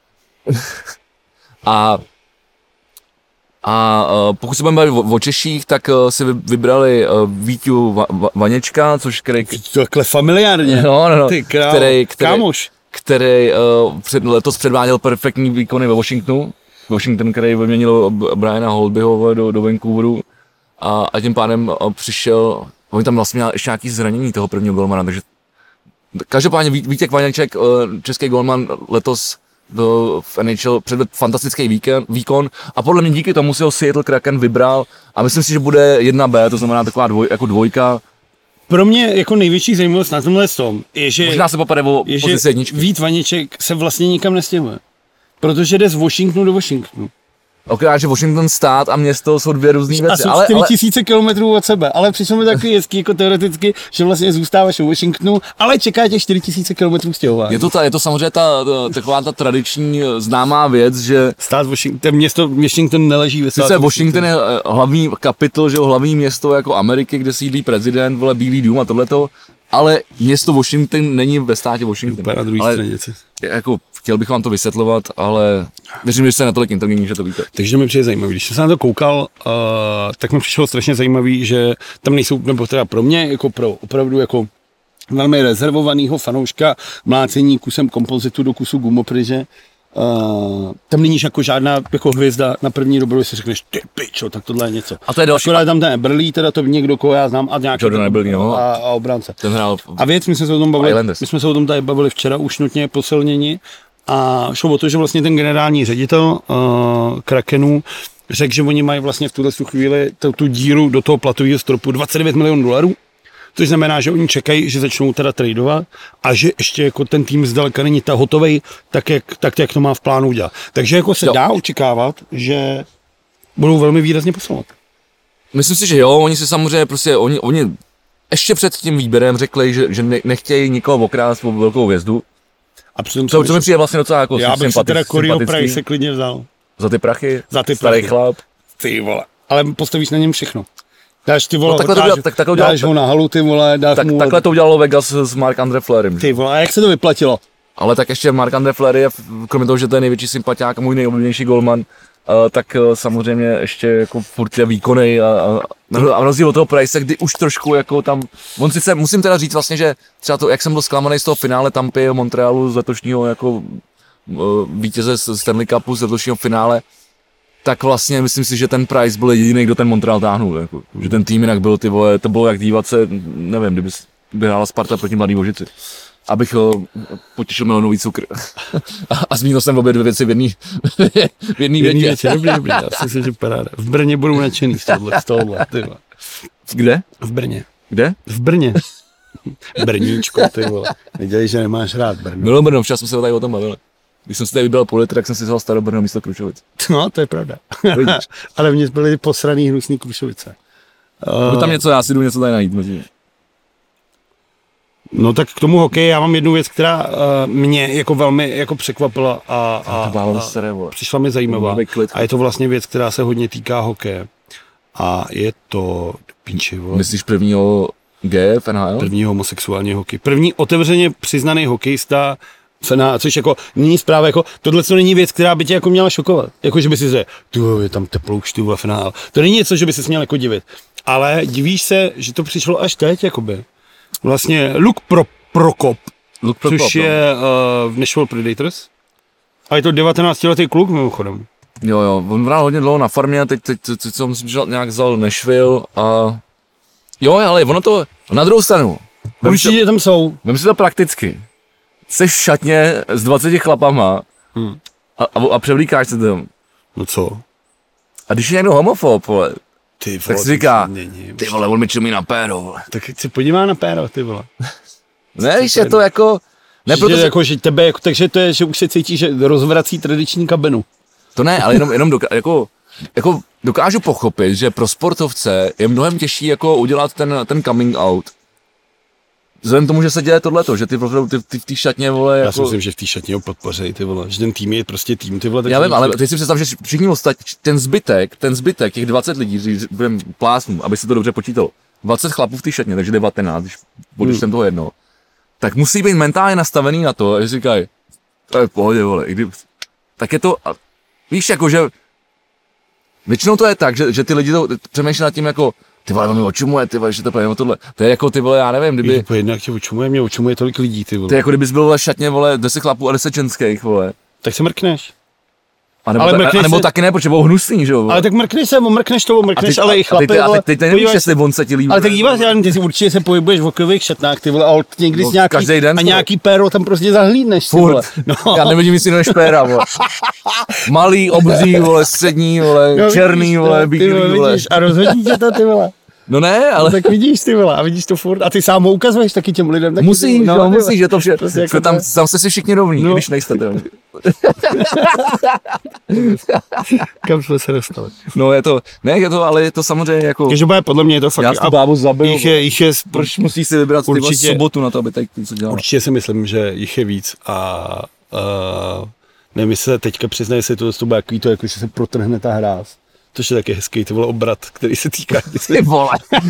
A pokud se budeme bavit o Češích, tak si vybrali Víťu Vaněčka, což který... Takhle familiárně. No. Ty král, kámoš. Který letos předváděl perfektní výkony ve Washingtonu. Washington, který vyměnil Briana Holtbyho do Vancouveru a tím pádem přišel... Oni tam vlastně měli ještě nějaký zranění toho prvního golmana, takže... Každopádně Vítěk Vaněček, český golman, letos v NHL předvedl fantastický výkon a podle mě díky tomu si ho Seattle Kraken vybral a myslím si, že bude 1B, to znamená taková dvojka. Pro mě jako největší zajímavost na tomhle tom je, že... Možná se popade o pozici jedničky. Vít Vaněček se vlastně nikam nestěhuje, protože jde z Washingtonu do Washingtonu. Okrát, že Washington stát a město jsou dvě různé věci. A jsou 4000 km od sebe, ale přišlo mi takový hezký jako teoreticky, že vlastně zůstáváš v Washingtonu, ale čeká tě 4000 km stěhování. Je to samozřejmě taková ta tradiční známá věc, že... Stát Washington neleží ve státu. Washington je hlavní kapitol, že hlavní město jako Ameriky, kde sídlí prezident, vole Bílý dům a tohleto, ale město Washington není ve státě Washington. Úplně na druhé straně. Jako chtěl bych vám to vysvětlovat, ale věřím, že jste natolik inteligentní, že to víte. Takže mi přijde zajímavý. Když jsem se na to koukal, tak mi přišlo strašně zajímavý, že tam nejsou, nebo teda pro mě, jako pro opravdu jako velmi rezervovanýho fanouška mlácení kusem kompozitu do kusu gumopryže, tam není jako žádná jako hvězda na první dobrou, si řekneš, ty pičo, tak tohle je něco. A to je další. Akorát tam ten Eberle, teda to někdo, koho já znám, a nějaký a obránce. Ten hrál a věc, my jsme se o tom tady bavili včera už nutně posilněni a šlo o to, že vlastně ten generální ředitel Krakenu řekl, že oni mají vlastně v tuhle chvíli tu díru do toho platového stropu $29 milionů. Což znamená, že oni čekají, že začnou teda tradovat a že ještě jako ten tým zdaleka není ta hotovej, tak jak to má v plánu udělat. Takže jako se dá očekávat, že budou velmi výrazně posilovat. Myslím si, že jo, oni si samozřejmě prostě, oni ještě před tím výběrem řekli, že nechtějí nikoho okrást o velkou hvězdu. A přitom to mi přijde vlastně docela jako já bych si teda Coreyho Price klidně vzal. Za ty prachy? Za ty starý chlap. Ty vole, ale postavíš na něm všechno. Dáš ty vole, dáš ho na halu, ty vole, takhle to udělalo Vegas s Marc-André Fleurym. Ty vole, a jak se to vyplatilo? Ale tak ještě Marc-André Fleury je, kromě toho, že to je největší sympatiák a můj nejoblíbenější golman, tak samozřejmě ještě jako furt je výkonnej a rozdíl od toho Price, kdy už trošku jako tam, on sice, musím teda říct vlastně, že třeba to, jak jsem byl zklamaný z toho finále Tampy Montrealu z letošního jako vítěze z Stanley Cupu z letošního finále, tak vlastně myslím si, že ten Price byl jediný, kdo ten Montreal táhnul, jako, že ten tým jinak byl, ty vole, to bylo jak dívat se, nevím, kdyby hrála Sparta proti Mladý Vožici. Abych potěšil milonový cukr. A zmínil jsem obě dvě věci v jedné větě. Dobrý, já si myslím, že paráda. V Brně budou nadšený z tohohle, ty vole. Kde? V Brně. Kde? V Brně. Brníčko, ty vole. Nedělej, že nemáš rád Brno. Bylo Brno, včas jsme se tady o tom bavili. Když jsem si tady vybral půl litr, tak jsem si vzal Starobrno místo Krušovic. No, to je pravda. Ale v ní byly posraný hnusný Krušovice. Tam něco, já si jdu něco tady najít. Mezi. No tak k tomu hokeji já mám jednu věc, která mě jako velmi jako překvapila a přišla mi zajímavá. A je to vlastně věc, která se hodně týká hokeje. A je to pinče, vole. Myslíš prvního GF NHL? Prvního homosexuálního hokej. První otevřeně přiznaný hokejista, což jako není zpráva, jako tohle to není věc, která by tě jako měla šokovat. Jako že by si řekl, je tam teplo už ty vole finál. To není něco, že by se měl jako divit. Ale divíš se, že to přišlo až teď, jakoby. Vlastně Luke Prokop, což je v Nashville Predators. A je to 19letý kluk mimochodem. Jo, on hrál hodně dlouho na farmě, teď jsem myslím, že nějak vzal Nashville a... Jo, ale ono to, na druhou stranu. Určitě tam jsou. Vem si to prakticky. Jsi v šatně s 20 chlapama a převlíkáš se tam. No co? A když je někdo homofob, vole, Ty vole, tak si říká, není, ty vole, on mi čumí na péro, vole. tak se podívá na péro, ty vole. Ne, víš, je to jako... Ne, Že, jako, že tebe, jako, takže to je, že už se cítí, že rozvrací tradiční kabinu. To ne, ale jenom jako dokážu pochopit, že pro sportovce je mnohem těžší jako udělat ten coming out. Vzhledem tomu, že se děje tohleto, že ty v té šatně, vole, jako... Já si myslím, že v té šatně ho podpořejí, ty vole, že ten tým je prostě tým, ty vole. Já vím, ale teď si představ, že všichni ostatní, ten zbytek, těch 20 lidí, když budeme plásnu, aby se to dobře počítalo, 20 chlapů v té šatně, takže 19, když jsem toho jednoho, tak musí být mentálně nastavený na to, že si říkají, to je v pohodě, vole, tak je to, víš, jako, že většinou to je tak, že ty lidi to přemýšlí nad tím jako, ty vole, mi očumuje, ty vole, že to plně tohle. To je jako, ty vole, já nevím, kdyby... Po jednak tě očumuje, mě očumuje tolik lidí, ty vole. To je jako, kdybys byl, vole, šatně, vole, 10 chlapů a 10 ženských, vole. Tak se mrkneš. A nebo taky ne, protože budou hnusný, že jo. Ale tak mrkneš, ale i chlapy, a teď nevíš, jestli on se ti líbí. Ale tak díváš, já nevím, ty si určitě se pohybuješ v hokejových šatnách, ty vole, ale někdy s nějaký, den, a nějaký péro tam prostě zahlídneš, ty vole. No. Já nevidím nic jiného než péra, vole. Malý, obří, vole, střední, vole, no, černý, vole, bílý, vole. Vidíš, a rozhodí tě to, ty vole. No ne, ale... No, tak vidíš, ty vole, a vidíš to furt. A ty sám ho ukazuješ taky těm lidem. Taky musíš, no, musíš, že to vše. Prostě jako tam jste si všichni rovní, no. Když nejste to. Kam jsme se dostali? No je to, ale je to samozřejmě jako... Každopádně podle mě je to fakt... Já tu bábu zabil. Proč musíš si vybrat určitě, sobotu na to, aby tady co dělal? Určitě si myslím, že jich je víc a... nevím, jestli se teďka přiznají, jestli to bude jako že se protrhne ta hráz. Což je taky hezký, ty vole, obrat, který se týká. Ty vole.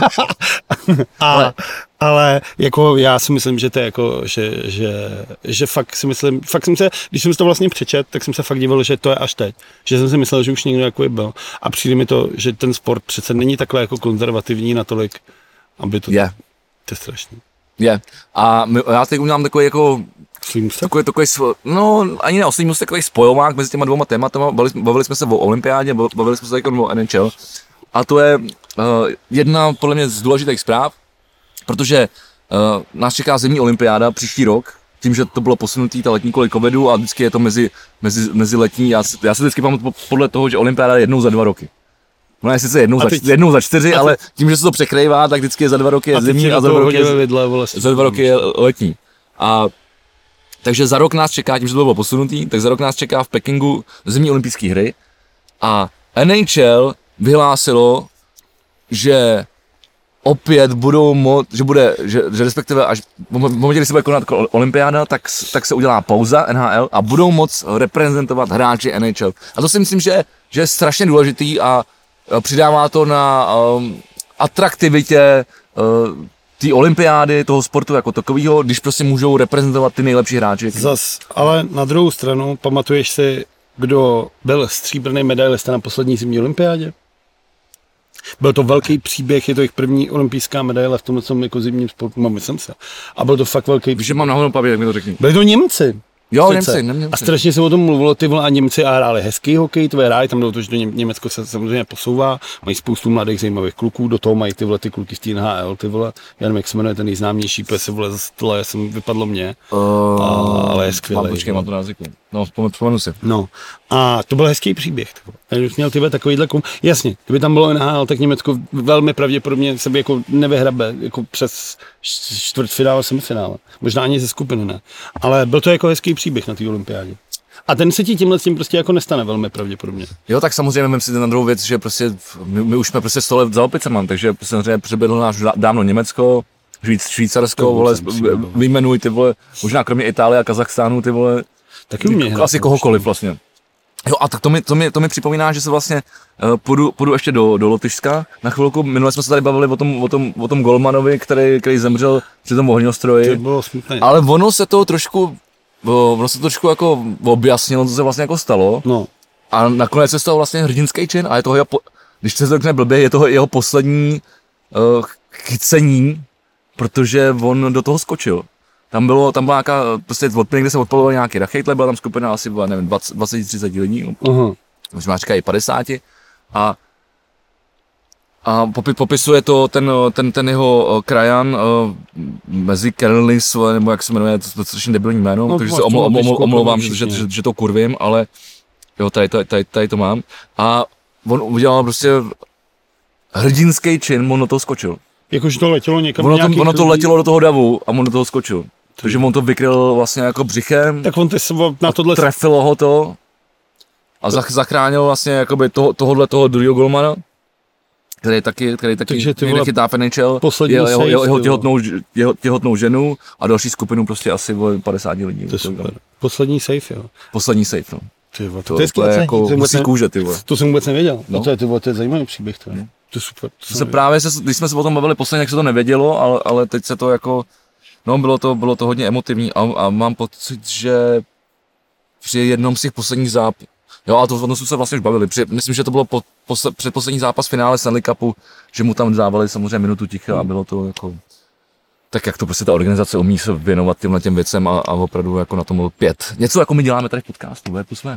Ale jako já si myslím, že to je jako, že fakt jsem se, když jsem si to vlastně přečet, tak jsem se fakt divil, že to je až teď. Že jsem si myslel, že už někdo jako byl. A přijde mi to, že ten sport přece není takhle jako konzervativní natolik, aby to... Je. To je strašný. Je. A já teď udělám takový jako... Takový, no ani ne oslý můstek, takový spojovák mezi těma dvouma tématama. Bavili jsme se o olympiádě, bavili jsme se o NHL. A to je jedna podle mě z důležitých zpráv, protože nás čeká zimní olympiáda příští rok, tím, že to bylo posunutý ta letní kvůli covidu a vždycky je to mezi letní. Já si vždycky pamatuju podle toho, že olympiáda je jednou za 2 roky. No je sice jednou za 4, ale tím, že se to překrývá, tak vždycky je za 2 roky je zimní a za 2 roky je letní. A takže za rok nás čeká, tím, že to bylo posunutý, tak za rok nás čeká v Pekingu zimní olympijské hry a NHL vyhlásilo, že opět budou že respektive až v momentě, kdy se bude konat olympiáda, tak se udělá pauza NHL a budou moc reprezentovat hráči NHL. A to si myslím, že je strašně důležitý a přidává to na atraktivitě té olympiády, toho sportu jako takového, když prostě můžou reprezentovat ty nejlepší hráči. Ale na druhou stranu, pamatuješ si, kdo byl stříbrný medailista na poslední zimní olympiádě? Byl to velký příběh, je to jejich první olympijská medaile v tomhle jako zimním sportu, myslím se. A byl to fakt velký příběh. Že mám nahoru paměť, tak mi to řekni. Byli to Němci. Jo, Němci. A strašně se o tom mluvilo, ty vole, a Němci a hráli hezký hokej, tvoje hráli, tam bylo to, že Německo se samozřejmě posouvá, mají spoustu mladých zajímavých kluků, do toho mají ty vole, ty kluky z té NHL, ty vole, já nevím, jak se jmenuje ten nejznámější, protože se vole, tohle vypadlo mě, ale je skvělý. Počkej, mám to na jazyku. No, vzpomenu si. No, a to byl hezký příběh, ten už měl takovýhle jasně, kdyby tam bylo NHL, tak Německo velmi pravděpodobně se by jako nevyhrabe, jako přes čtvrtfinále, semifinále, možná ani ze skupiny ne, ale byl to jako hezký příběh na té olympiádě. A ten se ti tímhle s tím prostě jako nestane velmi pravděpodobně. Jo, tak samozřejmě mám si na druhou věc, že prostě my už jsme prostě 100 let za opicema, takže samozřejmě přeběhlo nás dávno Německo, Švýcarsko, vole, vyjmenuj ty vole, možná kromě Itálie a Kazachstánu, ty vole, taky umějí asi kohokoliv vlastně. Jo, a tak to mi připomíná, že se vlastně půjdu ještě do Lotyšska na chvilku. Minule jsme se tady bavili o tom golmanovi, který zemřel při tom ohňostroji. To bylo smutné. Ale ono se to trošku jako objasnilo, co se vlastně jako stalo. No. A nakonec je z toho vlastně hrdinský čin a je to když se to řekne blbě, je to jeho poslední chycení, protože on do toho skočil. Tam byla nějaká, prostě kde se odpalovali nějaký rachejtle, byla tam skupina asi, nevím, 20-30 lidí, možná říkají i 50 a popisuje to ten jeho krajan mezi Kerlis, nebo jak se jmenuje, to je strašně debilní jméno, no, takže se omlouvám, že to kurvím, ale jo, tady to mám. A on udělal prostě hrdinský čin, on do toho skočil. Jakože to letělo někam Ono to letělo do toho davu a on do toho skočil. Takže on to vykryl vlastně jako břichem, tak on na tohle trefilo ho to a zachránil vlastně jakoby toho druhého golmana, který taky někde chytá v NHL, jeho těhotnou ženu a další skupinu prostě asi 50 lidí. To je super. Poslední save, jo. Poslední save, no. To je jako husí kůže, ty vole. To jsem vůbec nevěděl. No. To je zajímavý příběh. To je super. Když jsme se o tom bavili posledně, jak se to nevědělo, ale teď se to jako, no bylo to hodně emotivní a mám pocit, že při jednom z těch posledních zápasů, jo, a to jsme se vlastně už bavili, myslím, že to bylo předposlední zápas finále Stanley Cupu, že mu tam dávali samozřejmě minutu ticha a bylo to jako, tak jak to prostě ta organizace umí se věnovat těm věcem a opravdu jako na tom byl 5. Něco jako my děláme tady v podcastu,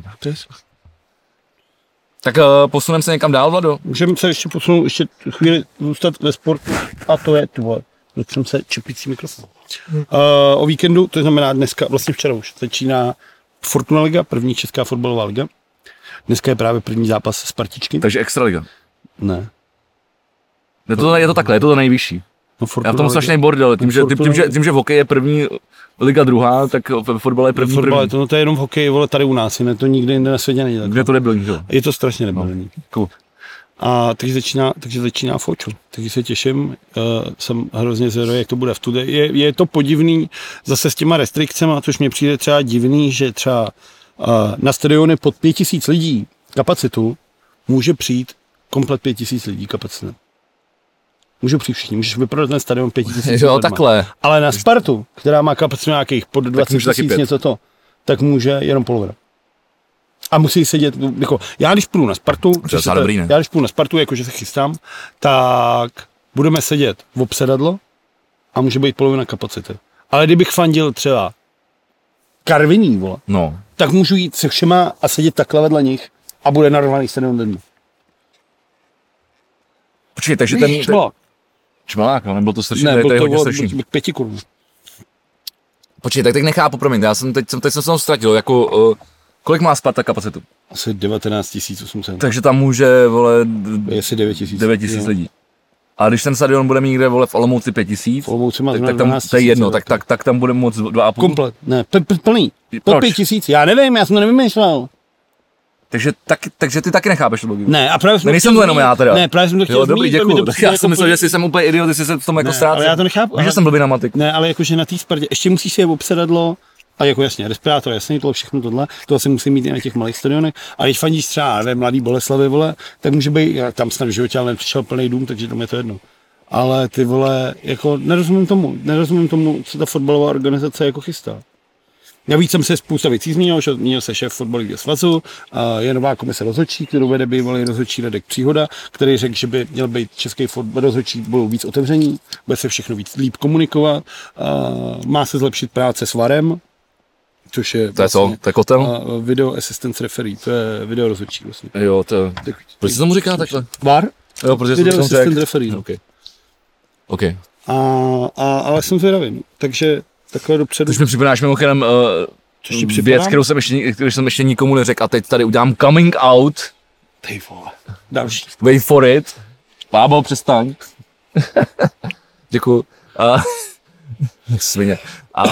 Tak posuneme se někam dál, Vlado? Můžeme se ještě posunout, ještě chvíli zůstat ve sportu a to je tvoje. Začneme se čepící mikrofon. O víkendu, to znamená dneska, vlastně včera už, začíná Fortuna Liga, první česká fotbalová liga. Dneska je právě první zápas Spartičky. Takže Extraliga? Ne. Je to takhle, je to nejvyšší. No, já v tom strašný bordel, tím, že v hokeji je první liga druhá, tak v fotbale je první. To je jenom v hokeji, vole, tady u nás, jiné to nikdy jinde na světě není. Kde to debilní, jo? Je to strašně debilní. No, cool. A takže začíná Fočo. Takže se těším, jsem hrozně zvědavý, jak to bude v tude. Je to podivný zase s těma restrikcemi, což mě přijde třeba divný, že třeba na stadiony pod 5000 lidí kapacitu může přijít komplet 5000 lidí kapacitu. Můžou přijít všichni, můžeš vyprodat ten stadion 5000 lidí. Jo, takhle. Ale na Spartu, která má kapacitu nějakých pod 20 000 něco to, tak může jenom polovina. A musí sedět, jako, já když půjdu na Spartu, jakože se chystám, tak budeme sedět v obsedadlo a může být polovina kapacity. Ale kdybych fandil třeba Karviní, vole, tak můžu jít se všema a sedět takhle vedle nich a bude narvaný stadion den. Počkej, takže ten Čmalák, ale nebylo to strašný, ne, to je hodně strašný. 5 korun. Počkej, tak teď nechápu, promiň, teď jsem se tam ztratil, jako, kolik má Sparta kapacitu? Asi 19 800. Takže tam může, vole, asi 9 000 lidí. A když ten stadion bude mít někde, vole, v Olomouci 5 000, tak tam, to je jedno, tak tam bude moc 2,5. Komplet, ne, plný, pod 5 000, já nevím, já jsem to nevymýšlel. Takže ty taky nechápeš tu logiku. Ne, a právě jsem nejsem to jenom já teda. Ne, právě jsem to chtěl dobrý, děkuju. Já jsem myslel, že jsi jsem úplně idiot, jestli se v tom jako ztrácel. Ale já to nechápu. Víš, že jsem blbý na matik. Ne, ale jakože na té Spartě ještě musíš si je obsedadlo a jako jasně, respirátor, jasně, tohle všechno tohle, to asi musí mít i na těch malých stadionech. A když fandíš třeba, nevím, Mladý Boleslavi, vole, tak může být, já tam snad v životě ale nepřišel plný dům, takže tam je to jedno. Ale ty vole, jako nerozumím tomu, co ta fotbalová organizace jako chystá. Navíc jsem se spousta věcí zmínil, že zmínil se šéf fotbalového svazu, je nová komise rozhodčí, kterou vede bývalý rozhodčí Radek Příhoda, který řekl, že by měl být český rozhodčí, budou víc otevření, bude se všechno víc líp komunikovat, má se zlepšit práce s VARem, což je to je co? To je kotel? Video assistance referee, to je video rozhodčí vlastně. Jo, to proč se tomu říká takhle? VAR? Jo, protože video assistant referee. No. Okay. Ale jsem zvědavý, takže takhle dopředu. Což mi připomínáš mimochodem věc, kterou jsem ještě nikomu neřekl a teď tady udělám coming out. Ty vole. Další. Wait for it. Pábo, přestaň. Děkuju. Svině. A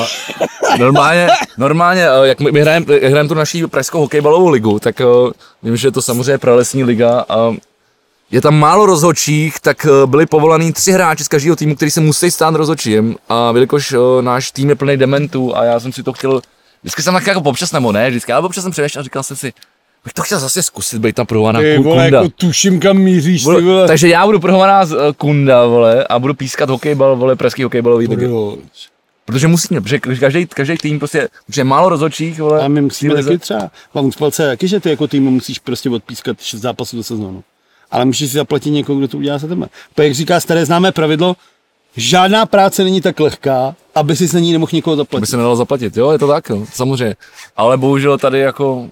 normálně, jak my hrajeme tu naší pražskou hokejbalovou ligu, tak vím, že je to samozřejmě pralesní liga a je tam málo rozhodčích, tak byli povolaný 3 hráči z každého týmu, který se musí stát rozhodčím. A jelikož náš tým je plný dementů a já jsem si to chtěl, vždycky jsem tak jako občas nebo ne, vždycky, ale občas jsem přemýšlel a říkal jsem si, bych to chtěl zase zkusit, být tam prohovaná kunda. Jako tuším, kam míříš, ty vole. Takže já budu prohovaná kunda, vole, a budu pískat hokejbal, vole, pražský hokejbalový ligy. Protože musíme, protože každý tým prostě, protože je málo rozhodčích, vole. A my musíme taky třeba, mám spalce taky, že ty jako tým musíš prostě odpískat 6 zápasů do sezónu. Ale můžeš si zaplatit někoho, kdo to udělá za tebe. Jak říká staré známé pravidlo, žádná práce není tak lehká, aby si na ní nemohl někoho zaplatit. Aby se nedalo zaplatit, jo, je to tak, jo, samozřejmě. Ale bohužel tady jako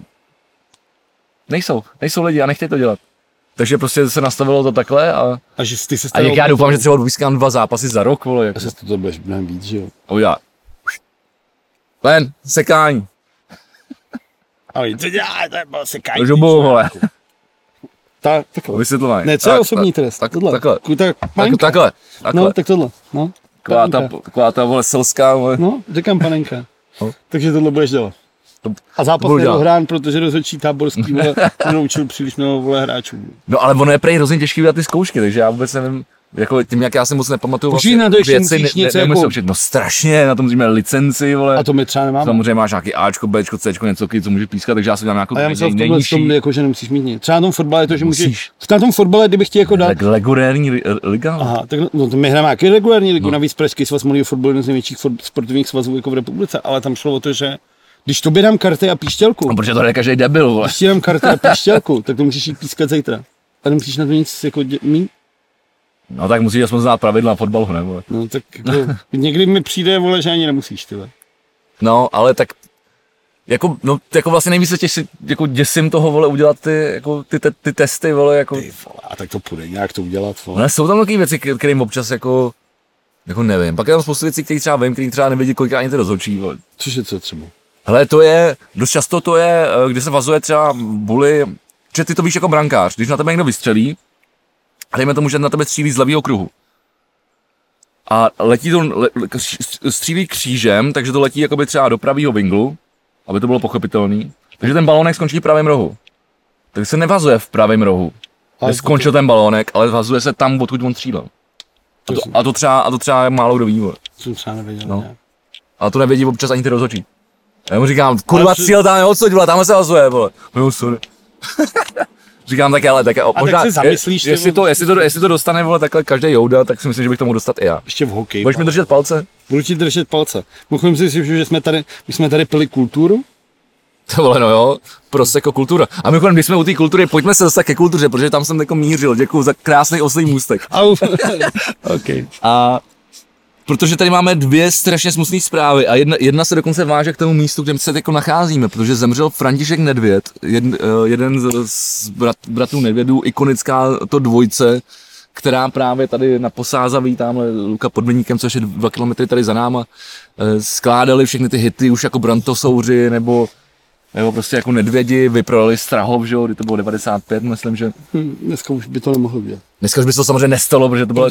nejsou lidi a nechtějí to dělat. Takže prostě se nastavilo to takhle a že ty se já doufám, že třeba vyskám 2 zápasy za rok, vole. Jako. Zase to budeš mnohem víc, že jo. Já. Len, sekání. Ale co dělá, to bylo sekání. Žubu, vole. Takhle. Vysvětlování. Ne, co je osobní trest? Takhle. Takhle. Takhle. No, tak tohle. No. Taková ta vole selská, vole. No, říkám panenka. No. Takže tohle budeš dělat. A zápas nedohrán, protože rozhodčí Táborský nenaučil příliš mnoho vole hráčů. No ale ono je prej hrozně těžký udělat ty zkoušky, takže já vůbec nevím, jako tím, jak já si moc nepamatuju vlastně na to věci, jako... No strašně, na tom musíme licenci, vole. A to my třeba nemáme. Samozřejmě máš nějaký Ačko, Bčko, Cčko, něco, co může pískat, takže já si dělám nějakou nejnižší. Jako, že nemusíš mít nic. Třeba na tom fotbale je to, že musíš. Na tom fotbale, kdybych ti jako dal. Regulérní liga? Aha, tak no, to my hrajeme jaký regulérní ligu, navíc Pražský svaz malého fotbalu, jeden z největších sportovních svazů jako v republice, ale tam šlo o to, že když tobě dám karty a píšťalku. No, protože to je každý debil, vole. Když ti dám karty a píšťalku, tak to můžeš jít pískat zítra. A nemusíš na to nic jako mít. No tak musíš aspoň znát pravidla fotbalu, ne, vole. No tak jako, někdy mi přijde, vole, že ani nemusíš, tyhle. No, ale tak jako vlastně nejvíc se jako děsím toho, vole, udělat ty testy, vole, jako. Ty vole, a tak to půjde nějak to udělat, vole. Ale jsou tam takové věci, kterým občas jako nevím. Pak je tam spoustu věcí, které třeba vím, který třeba nevědí, kolik ani ty rozhodčí, vole. Což je co třeba? Hele, to je, dost často to je, když se vazuje třeba buly, že ty to víš jako brankář, když na tebe někdo vystřelí, a dejme tomu, že na tebe střílí z levého kruhu. A střílí křížem, takže to letí jakoby třeba do pravého vinglu, aby to bylo pochopitelný. Takže ten balónek skončí v pravém rohu. Takže se nevazuje v pravém rohu, kde skončil ten balónek, ale vazuje se tam, odkud on střílel. A to třeba málo kdo ví, vole. Jsem třeba nevěděl, no. Ale to nevědí občas ani ty rozhodčí. Já mu říkám, kurva cíl tam neodsuď, vole, tam se vazuje, vole. No, sorry. Říkám tak, ale možná, jestli to dostane, vole, takhle každý jouda, tak si myslím, že bych to mohl dostat i já. Ještě v hokeji. Budeš mi držet palce? Budu ti držet palce. Můžeme si říct, že my jsme tady pili kulturu. To vole, no jo, prostě jako kultura. A mimochodem, když jsme u té kultury, pojďme se dostat ke kultuře, protože tam jsem jako mířil. Děkuju za krásný oslý můstek. Okay. A protože tady máme dvě strašně smutné zprávy a jedna se dokonce váže k tomu místu, kde se jako nacházíme, protože zemřel František Nedvěd, jeden z bratrů Nedvědů, ikonická to dvojce, která právě tady na Posázaví, tamhle Luka pod Viníkem, což je 2 kilometry tady za náma, skládali všechny ty hity už jako Brantosouři nebo prostě jako Nedvědi, vyprodali Strahov, že jo, kdy to bylo 95, myslím, že. Dneska už by to nemohlo být. Dneska už by to samozřejmě nestalo, protože to bylo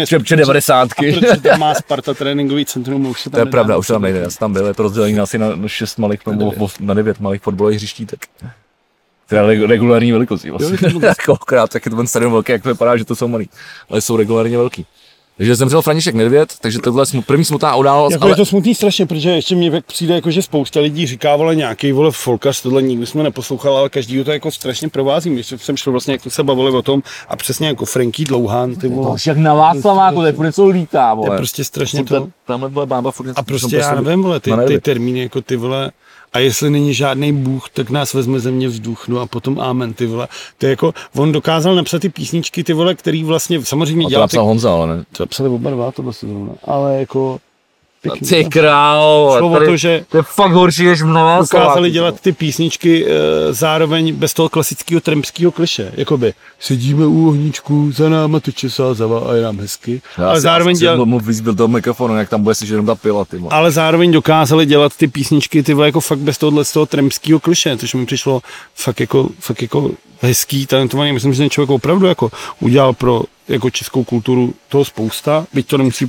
90. A protože tam má Sparta tréninkový centrum, už se tam to je pravda, už tam nejde, já jsem tam byl, je to rozdělení asi na 6 malých, na 9 malých fotbalových hřiští, tak. Teda regulární velikosti vlastně. Akorát tak je to ten stadion velký, jak to vypadá, že to jsou malý, ale jsou regulárně velký. Takže zemřel František Nedvěd, takže tohle je první smutná událost. Jako ale... Je to smutný strašně, protože ještě mě přijde, jako, že spousta lidí říká, vole, nějaký vole folkař, tohle nikdy jsme neposlouchali, ale každý to jako strašně provází. Když jsem šel vlastně, jak to se bavili o tom, a přesně jako Franky Dlouhán, ty vole. To však na Václaváku, to něco lítá, vole. Je prostě strašně to. Tamhle byla bába furt. A prostě já nevím, vole, ty termíny, jako ty vole. A jestli není žádný Bůh, tak nás vezme země vzduch, no a potom amen, ty vole. To je jako, on dokázal napsat ty písničky, ty vole, který vlastně samozřejmě dělal. To napsal Honza, ale ne? To napsali oba dva, to vlastně zrovna, ale jako... Pěkný, ty král, to je fakt horší než mnoha. Dokázali dělat ty písničky zároveň bez toho klasického trampského kliše, jakoby sedíme u ohníčku, za náma teče Sázava a je nám hezky. Ale zároveň byl toho mikrofonu, jak tam bude slyšet jenom ta pila, ty. Ale zároveň dokázali dělat ty písničky, ty jako fakt bez tohohle z toho trampského kliše, což mi přišlo fakt jako hezký, talentovaný. Myslím, že ten člověk opravdu jako udělal pro jako českou kulturu toho spousta, byť to nemusí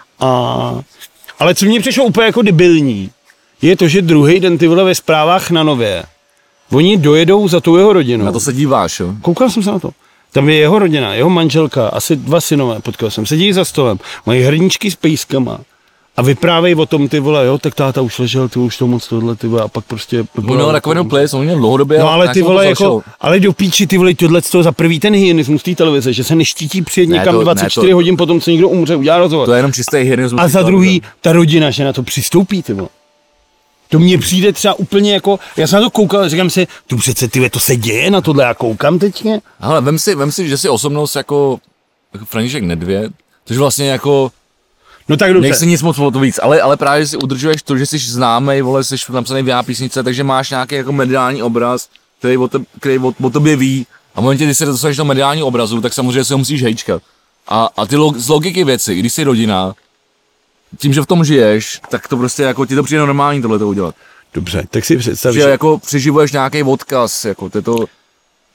ale co mě přišlo úplně jako debilní, je to, že druhý den ty vole ve zprávách na Nově, oni dojedou za tou jeho rodinou. Na to se díváš, jo? Koukal jsem se na to. Tam je jeho rodina, jeho manželka, asi 2 synové, potkal jsem, sedí za stolem, mají hrníčky s pejskama a vyprávějí o tom, ty vole, jo, tak táta už ležel, ty už to moc tohle, ty vole, a pak prostě... No, takový ples, on měl dlouhodobě... No, ale ty vole, jako, ale do píči, ty vole, tohle z toho za prvý ten hyenismus té televize, že se neštítí přijet někam 24 hodin potom, co někdo umře, udělá rozhovor. To je jenom čistý hyenismus. A za druhý, ta rodina, že na to přistoupí, ty vole. To mně přijde třeba úplně jako, já jsem na to koukal, říkám si, tu přece, ty to se děje na tohle, já koukám teďně. Ale vem si, že jsi osobnost jako František Nedvěd, což vlastně jako... No tak dobře. Nechci nic moc o to víc, ale právě si udržuješ to, že jsi známej, vole, jsi napsaný v písnice, takže máš nějaký jako mediální obraz, který o tobě ví. A v momentě, kdy se dostaneš do mediálního obrazu, tak samozřejmě si ho musíš hejčkat. A ty z logiky věci, když jsi rodina, tím, že v tom žiješ, tak to prostě jako ti to přijde normální tohle to udělat. Dobře, tak si představ, že jako přiživuješ nějaký odkaz, jako to.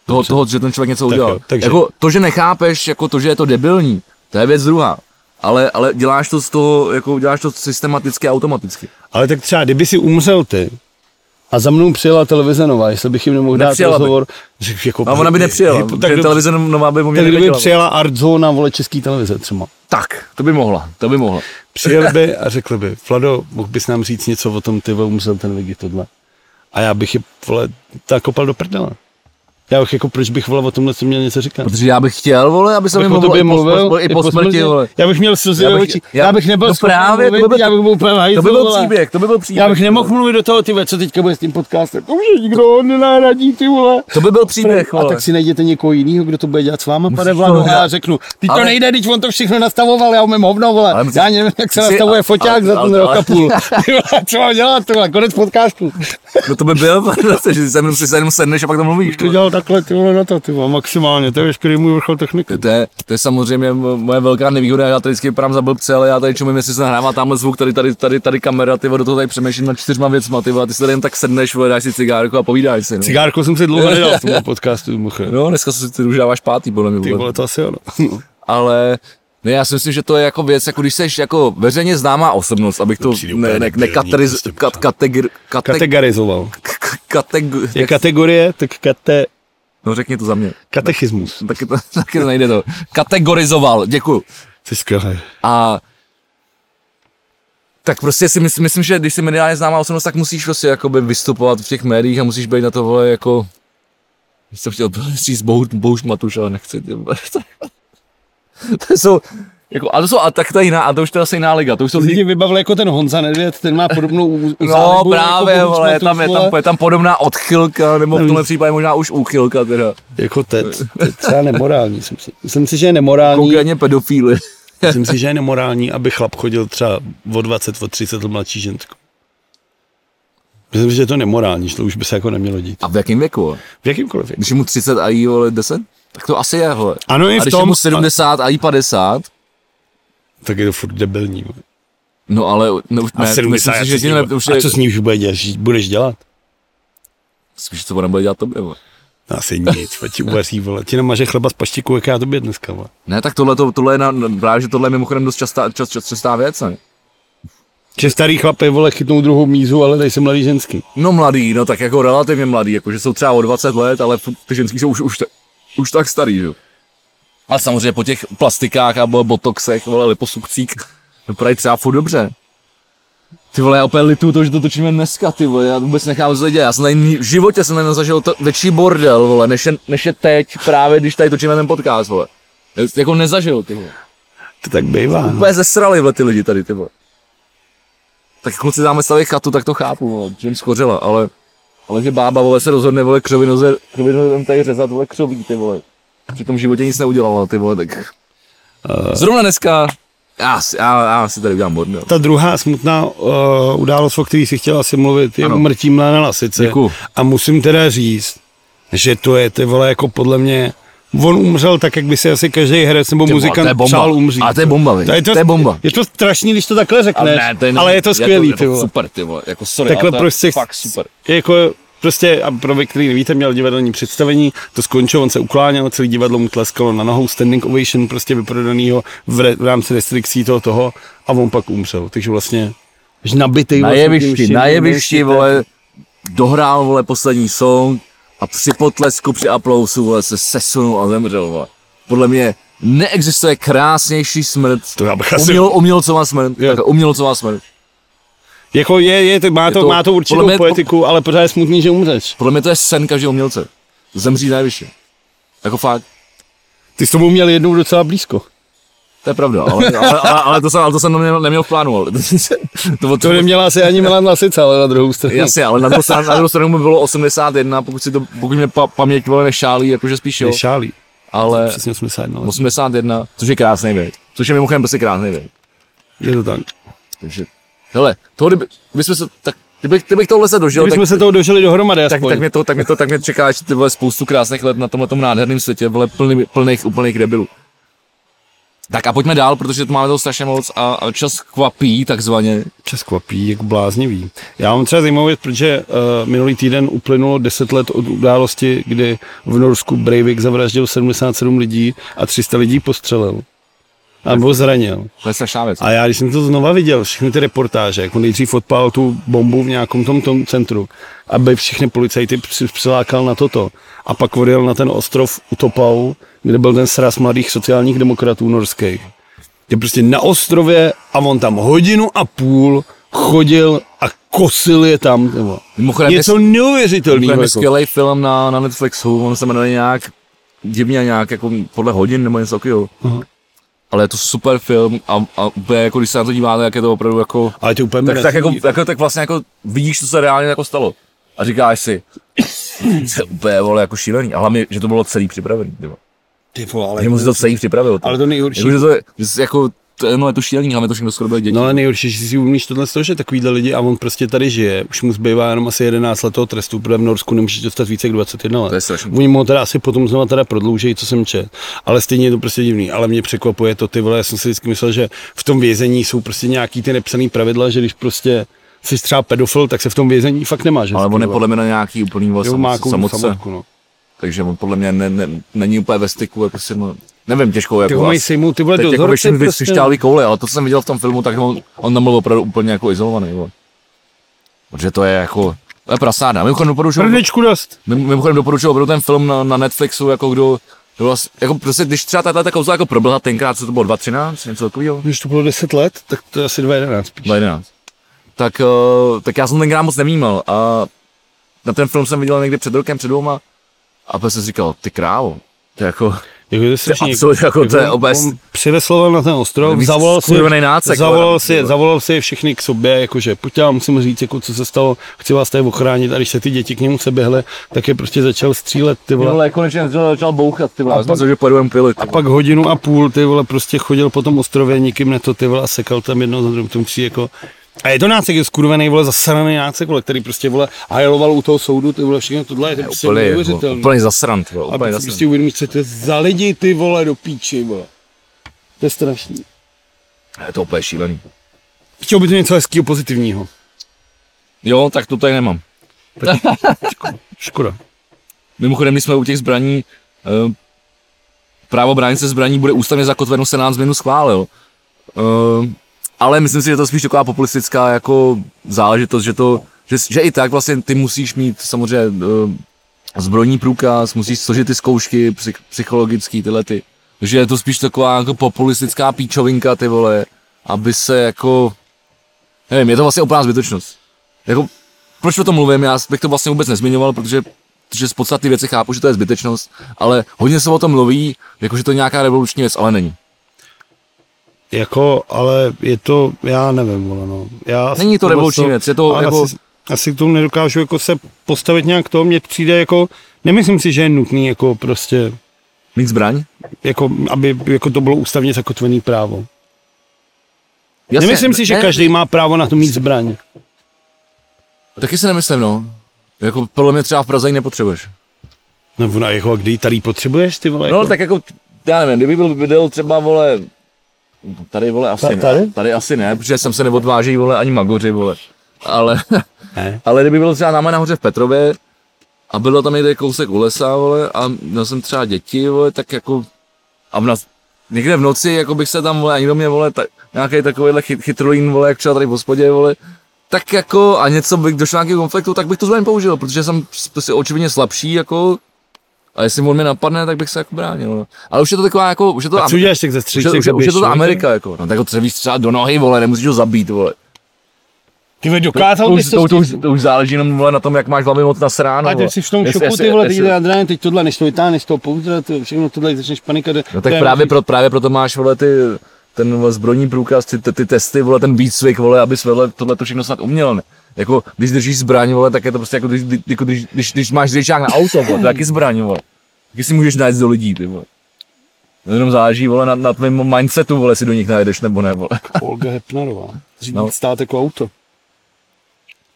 toho, že ten člověk něco udělal. Jo, takže... Jako to, že nechápeš, jako to, že je to debilní, to je věc druhá. Ale děláš to z toho, jako děláš to systematicky a automaticky. Ale tak třeba, kdyby si umřel ty a za mnou přijela televize Nova, jestli bych jim nemohl dát rozhovor, jako, a ona by nepřijela, tak televize Nová by mě kdyby přijela Artzona, vole, Český televize třeba. Tak, to by mohla. Přijeli by a řekli by, Vlado, mohl bys nám říct něco o tom, ty umřel ten lidi tohle. A já bych je, vole, tak kopal do prdele. Já bych jako, proč bych, vole, o tomhle měl něco říkat? Protože já bych chtěl, vole, aby se mi mluvil i po smrti, vole. Já bych měl slzy do očí, já bych nebyl právě, mluvit, já bych byl úplně hajzl, to by byl příběh. Já bych nemohl mluvit do toho, ty co teďka bude s tím podcastem, to už nikdo nenahradí, ty vole. To by byl příběh, vole. A tak si najděte někoho jiného, kdo to bude dělat s váma, pane Vlado, a já řeknu, ty to nejde, když on to všechno nastavoval, já umím hovno, vole. Já nevím, jak se nastavuje foťák za ten rok a půl. Co mám dělat, tohle, konec podcastu. No to by byl, že si se jenom sedneš a pak tam mluvíš. To dělal takhle, ty vole, na to, ty vole, maximálně, to je veškerý můj vrchol techniky. To je samozřejmě moje velká nevýhoda, já tady vždycky vypadám za blbce, ale já tady čumím, jestli se nahrává tamhle zvuk, tady kamera, ty vole, do toho tady přemýšlím nad 4 věcma, ty vole, ty se tady jen tak sedneš, vole, dáš si cigárku a povídáš si. No. Cigárku jsem si dlouho nedal v tom podcastu, no, dneska si už dáváš pátý, podle mě. Ty vole, to asi ono. Ale ne, já si myslím, že to je jako věc, jako když jsi jako veřejně známá osobnost, abych to kategorizoval. Je kategorie, tak No řekni to za mě. Katechismus. Taky to nejde to. Kategorizoval, děkuju. Jsi skvělý. A tak prostě si myslím, že když jsi mediálně známá osobnost, tak musíš prostě jakoby vystupovat v těch médiích a musíš být na to, vole, jako... Jsem chtěl říct Bohuš Matuš, ale nechci. To jsou... Jako, a tak to je jiná, a to už to je asi jiná liga. To už jsou lidi vybavili jako ten Honza Nedvěd, ten má podobnou no právě, jako vole, je tam podobná odchylka, nebo v tomhle případě možná už úchylka teda. Jako to je třeba nemorální, myslím si, že je nemorální. Konkrétně pedofíly. Myslím si, že je nemorální, aby chlap chodil třeba o 20, o 30 mladší ženskou. Myslím si, že je to nemorální, že to už by se jako nemělo dít. A v jakém věku? V jakýmkoliv věku. Když je mu 30 a jí, vole, 10? Tak to asi je, vole. Ano, i v tom. A když je mu 70 a jí 50? Tak je to furt debilní. No ale no, už ne, myslím si, že a co s ní už budeš dělat? Spíš co ona bude dělat tobě, vole. No, asi nic, ti uvaří, vole. Ti namaže chleba z paštiku, jak já tobě dneska, vole. Ne, tak tohle je právě, že tohle je mimochodem dost častá věc, ne? Že starý chlapy, vole, chytnou druhou mízu, ale tady se mladý ženský. No mladý, no tak jako relativně mladý, jako že jsou třeba o 20 let, ale ty ženský jsou už tak starý, jo. Ale samozřejmě po těch plastikách a botoxech, vole, liposukcích, vypadají třeba furt dobře. Ty vole, já opět lituju to, že to točíme dneska, ty vole, já vůbec nechám, co se děje. Já jsem tady v životě jsem nezažil větší bordel, vole, než je teď právě, když tady točíme ten podcast, vole. Jako nezažil, ty vole. To tak bývá. Úplně zesrali, vole, ty lidi tady, ty vole. Tak kluci dáme stavit chatu, tak to chápu, vole, že jim schořela, ale že bába, vole, se rozhodne, vole, křovinoze tady řezat, vole, křoví, ty vole. Při tom životě nic neudělala, ty vole, tak... Zrovna dneska, já si tady udělám bordel. Ta druhá smutná událost, o který si chtěl asi mluvit, je umrtí Mlana Lasice. Děkuju. A musím teda říct, že to je, ty vole, jako podle mě, on umřel tak, jak by si asi každý herec nebo muzikant přál umřít. A to je bomba, to je bomba. Je to strašný, když to takhle řekneš, ale je to skvělý, ty vole. Super, ty vole, jako sorry, takhle ale to prostě je fakt super. Jako prostě, a pro vy, který nevíte, měl divadelní představení, to skončilo, on se ukláněl, celý divadlo mu tleskalo na nohou, standing ovation prostě vyprodanýho v rámci restrikcí toho a on pak umřel, takže vlastně nabitej. Na jevišti, vole, dohrál, vole, poslední song a při potlesku, při aplausu, vole, se sesunul a zemřel, vole. Podle mě neexistuje krásnější smrt, umělcová smrt, umělcová smrt. Jako má to určitou poetiku, ale pořád je smutný, že umřeš. Podle mě to je sen každého umělce. Zemřít nejvyšší. Jako fakt. Ty jsi tomu měl jednou docela blízko. To je pravda, ale to jsem neměl v plánu. Ale to neměla asi ani Milan Lasica, ale na druhou stranu. Jasně, ale na druhou stranu by bylo 81, pokud mě paměť vole nešálí, jakože spíš jo. Nešálí. Ale přesně 81, což je krásný věc. Což je mimochodem prostě krásný věc. Je to tak. Takže, hele, kdybych tohle se dožil, kdybychom se toho dožili dohromady aspoň. Tak mě čeká, že ty vole spoustu krásných let na tomhletom nádherném světě, vole plných úplných debilů. Tak a pojďme dál, protože tu máme toho strašně moc a čas kvapí takzvaně. Čas kvapí, jako bláznivý. Já mám třeba zajímavou věc, protože minulý týden uplynulo 10 let od události, kdy v Norsku Breivik zavraždil 77 lidí a 300 lidí postřelil. A nebo zranil. To je strašná věc. A já, když jsem to znova viděl, všechny ty reportáže, jak on nejdřív odpálil tu bombu v nějakom tom centru, aby všechny policajty přilákal na toto. A pak odjel na ten ostrov Utopau, kde byl ten sraz mladých sociálních demokratů norských. Je prostě na ostrově a on tam 1,5 hodiny chodil a kosil je tam. Mimochodem, něco neuvěřitelného. Je skvělý film na Netflixu, on se jmenuje nějak divně nějak jako podle hodin nebo něco takového. Ale je to super film a úplně jako když se na to díváte, jak je to opravdu jako... Ale to úplně tak vlastně jako vidíš, co se reálně jako stalo. A říkáš si, to je úplně vole jako šílený. A hlavně, že to bylo celý připravený. Ty vole, ale... Že mu si to celý připravil. Ale to nejhorší... Jako, že to je, jako, no je to šílený, hlavně to všechno skoro bylo děti. No ale nejhorší, že si uvědomíš tohle z toho, že takovýhle lidi a on prostě tady žije. Už mu zbývá jenom asi 11 let toho trestu, protože v Norsku nemůže dostat více jak 21 let. To je strašný. Oni mu teda asi potom znova teda prodlouží, co jsem čet. Ale stejně je to prostě divný. Ale mě překvapuje to, ty vole, já jsem si vždycky myslel, že v tom vězení jsou prostě nějaký ty nepsaný pravidla, že když prostě jsi třeba pedofil, tak se v tom vězení fakt nemá. Ale on je podle mě na nějaký úplný samotce. No. Takže on podle mě není úplně ve styku, jako si, nevím, těžko jako mají sejmout, ty vole, teď dozor, jako většinou křišťálový koule, ale to, co jsem viděl v tom filmu, tak on tam byl opravdu úplně jako izolovaný, vole. Protože to je jako, to je prasáda. Mimochodem doporučil opravdu ten film na Netflixu, jako kdo jako prostě, když třeba tato kouzla jako proběhla tenkrát, co to bylo 2013, něco takového? Když to bylo 10 let, tak to je asi 2011 spíš. 2011. Tak já jsem tenkrát moc nevnímal a na ten film jsem viděl někdy před rokem, před 2 a pak jsem si říkal, ty krávo, to je jako... to je obecně. Přivesloval na ten ostrov, zavolal si je všechny k sobě, jakože pojďte, já musím říct, jako, co se stalo, chci vás tady ochránit, a když se ty děti k němu se běhly, tak je prostě začal střílet, ty vole. Ale konečně začal bouchat, ty vole, že pojedu pilit. A pak 1,5 hodiny, ty vole, prostě chodil po tom ostrově, nikým ne to, ty vole, a sekal tam jedno za druhým, přijde jako... A je to nácek, je skurvený, vole, zasraný nácek, vole, který prostě, vole, hajloval u toho soudu, ty vole, všechno tohle je to prostě neuvěřitelné. Úplně zasrant, vole, úplně zasrant. A prostě uvědomíš, co to je za lidi, ty vole, do píči, vole. To je strašný. Je to úplně šílený. Chtěl by to něco hezkého, pozitivního. Jo, tak to tady nemám. Škoda. Mimochodem, když jsme u těch zbraní, právo bránit se zbraní bude ústavně zakotveno, Senát změnu schválil. Ale myslím si, že to je spíš taková populistická jako záležitost, že i tak vlastně ty musíš mít samozřejmě zbrojní průkaz, musíš složit ty zkoušky psychologický tyhle ty. Takže je to spíš taková jako populistická píčovinka, ty vole, aby se jako, nevím, je to vlastně úplná zbytečnost. Jako, proč o tom mluvím, já bych to vlastně vůbec nezmiňoval, protože z podstaty věci chápu, že to je zbytečnost, ale hodně se o tom mluví, jakože to je nějaká revoluční věc, ale není. Jako, ale je to, já nevím, vole, no. Není to revoluční věc, je to jako... Asi k tomu nedokážu jako se postavit nějak to, mně přijde jako, nemyslím si, že je nutný jako prostě... Mít zbraň? Jako, aby jako to bylo ústavně zakotvený právo. Jasně, nemyslím si, že každý má právo na to mít zbraň. Taky si nemyslím, no. Jako podle mě třeba v Praze ji nepotřebuješ. No, jako, kdy tady potřebuješ, ty vole? No, jako... tak jako, já nevím, kdyby byl video třeba, vole... Tady, vole, asi ne. Tady asi ne, protože sem se neodvážejí, vole, ani magoři, vole. Ale kdyby byl třeba náma nahoře v Petrově a bylo tam někde kousek u lesa, vole, a měl jsem třeba děti, vole, tak jako... A někde v noci, jako bych se tam, vole, a někdo mě, vole, nějaký takovýhle chytrolín, vole, jak třeba tady v hospodě, vole, tak jako, a něco bych došlo nějakého konfliktu, tak bych to zbraň použil, protože jsem prostě očividně slabší, jako... A jestli on mě napadne, tak bych se jako bránil. No. Ale už je to taková jako, už je to... A co děláš tak ze střiček? Už je to ta Amerika, jako. No tak ho třeba třeba do nohy, vole, nemusíš ho zabít, vole. Ty vole, dokázal bys to už záleží jenom, vole, na tom, jak máš hlavě moc nasráno. A ty jsi v tom šoku, ty vole, teď jde adrenalin, teď tohle, než to vytáhneš z toho pouzdra, všechno tohle, začneš panika. No tak právě proto máš, vole, ten zbrojní průkaz, ty testy, vole, ten výcvik, vole, abys, vole, tohle to všechno snad uměl, ne? Jako, když držíš zbraň, vole, tak je to prostě jako, když máš řidičák na auto, vole, to je taky zbraň, vole. Taky si můžeš najít do lidí, ty vole. Jenom záleží, vole, na tvém mindsetu, vole, si do nich najdeš nebo ne, vole. Olga Hepnerová. Řídit stát jako auto.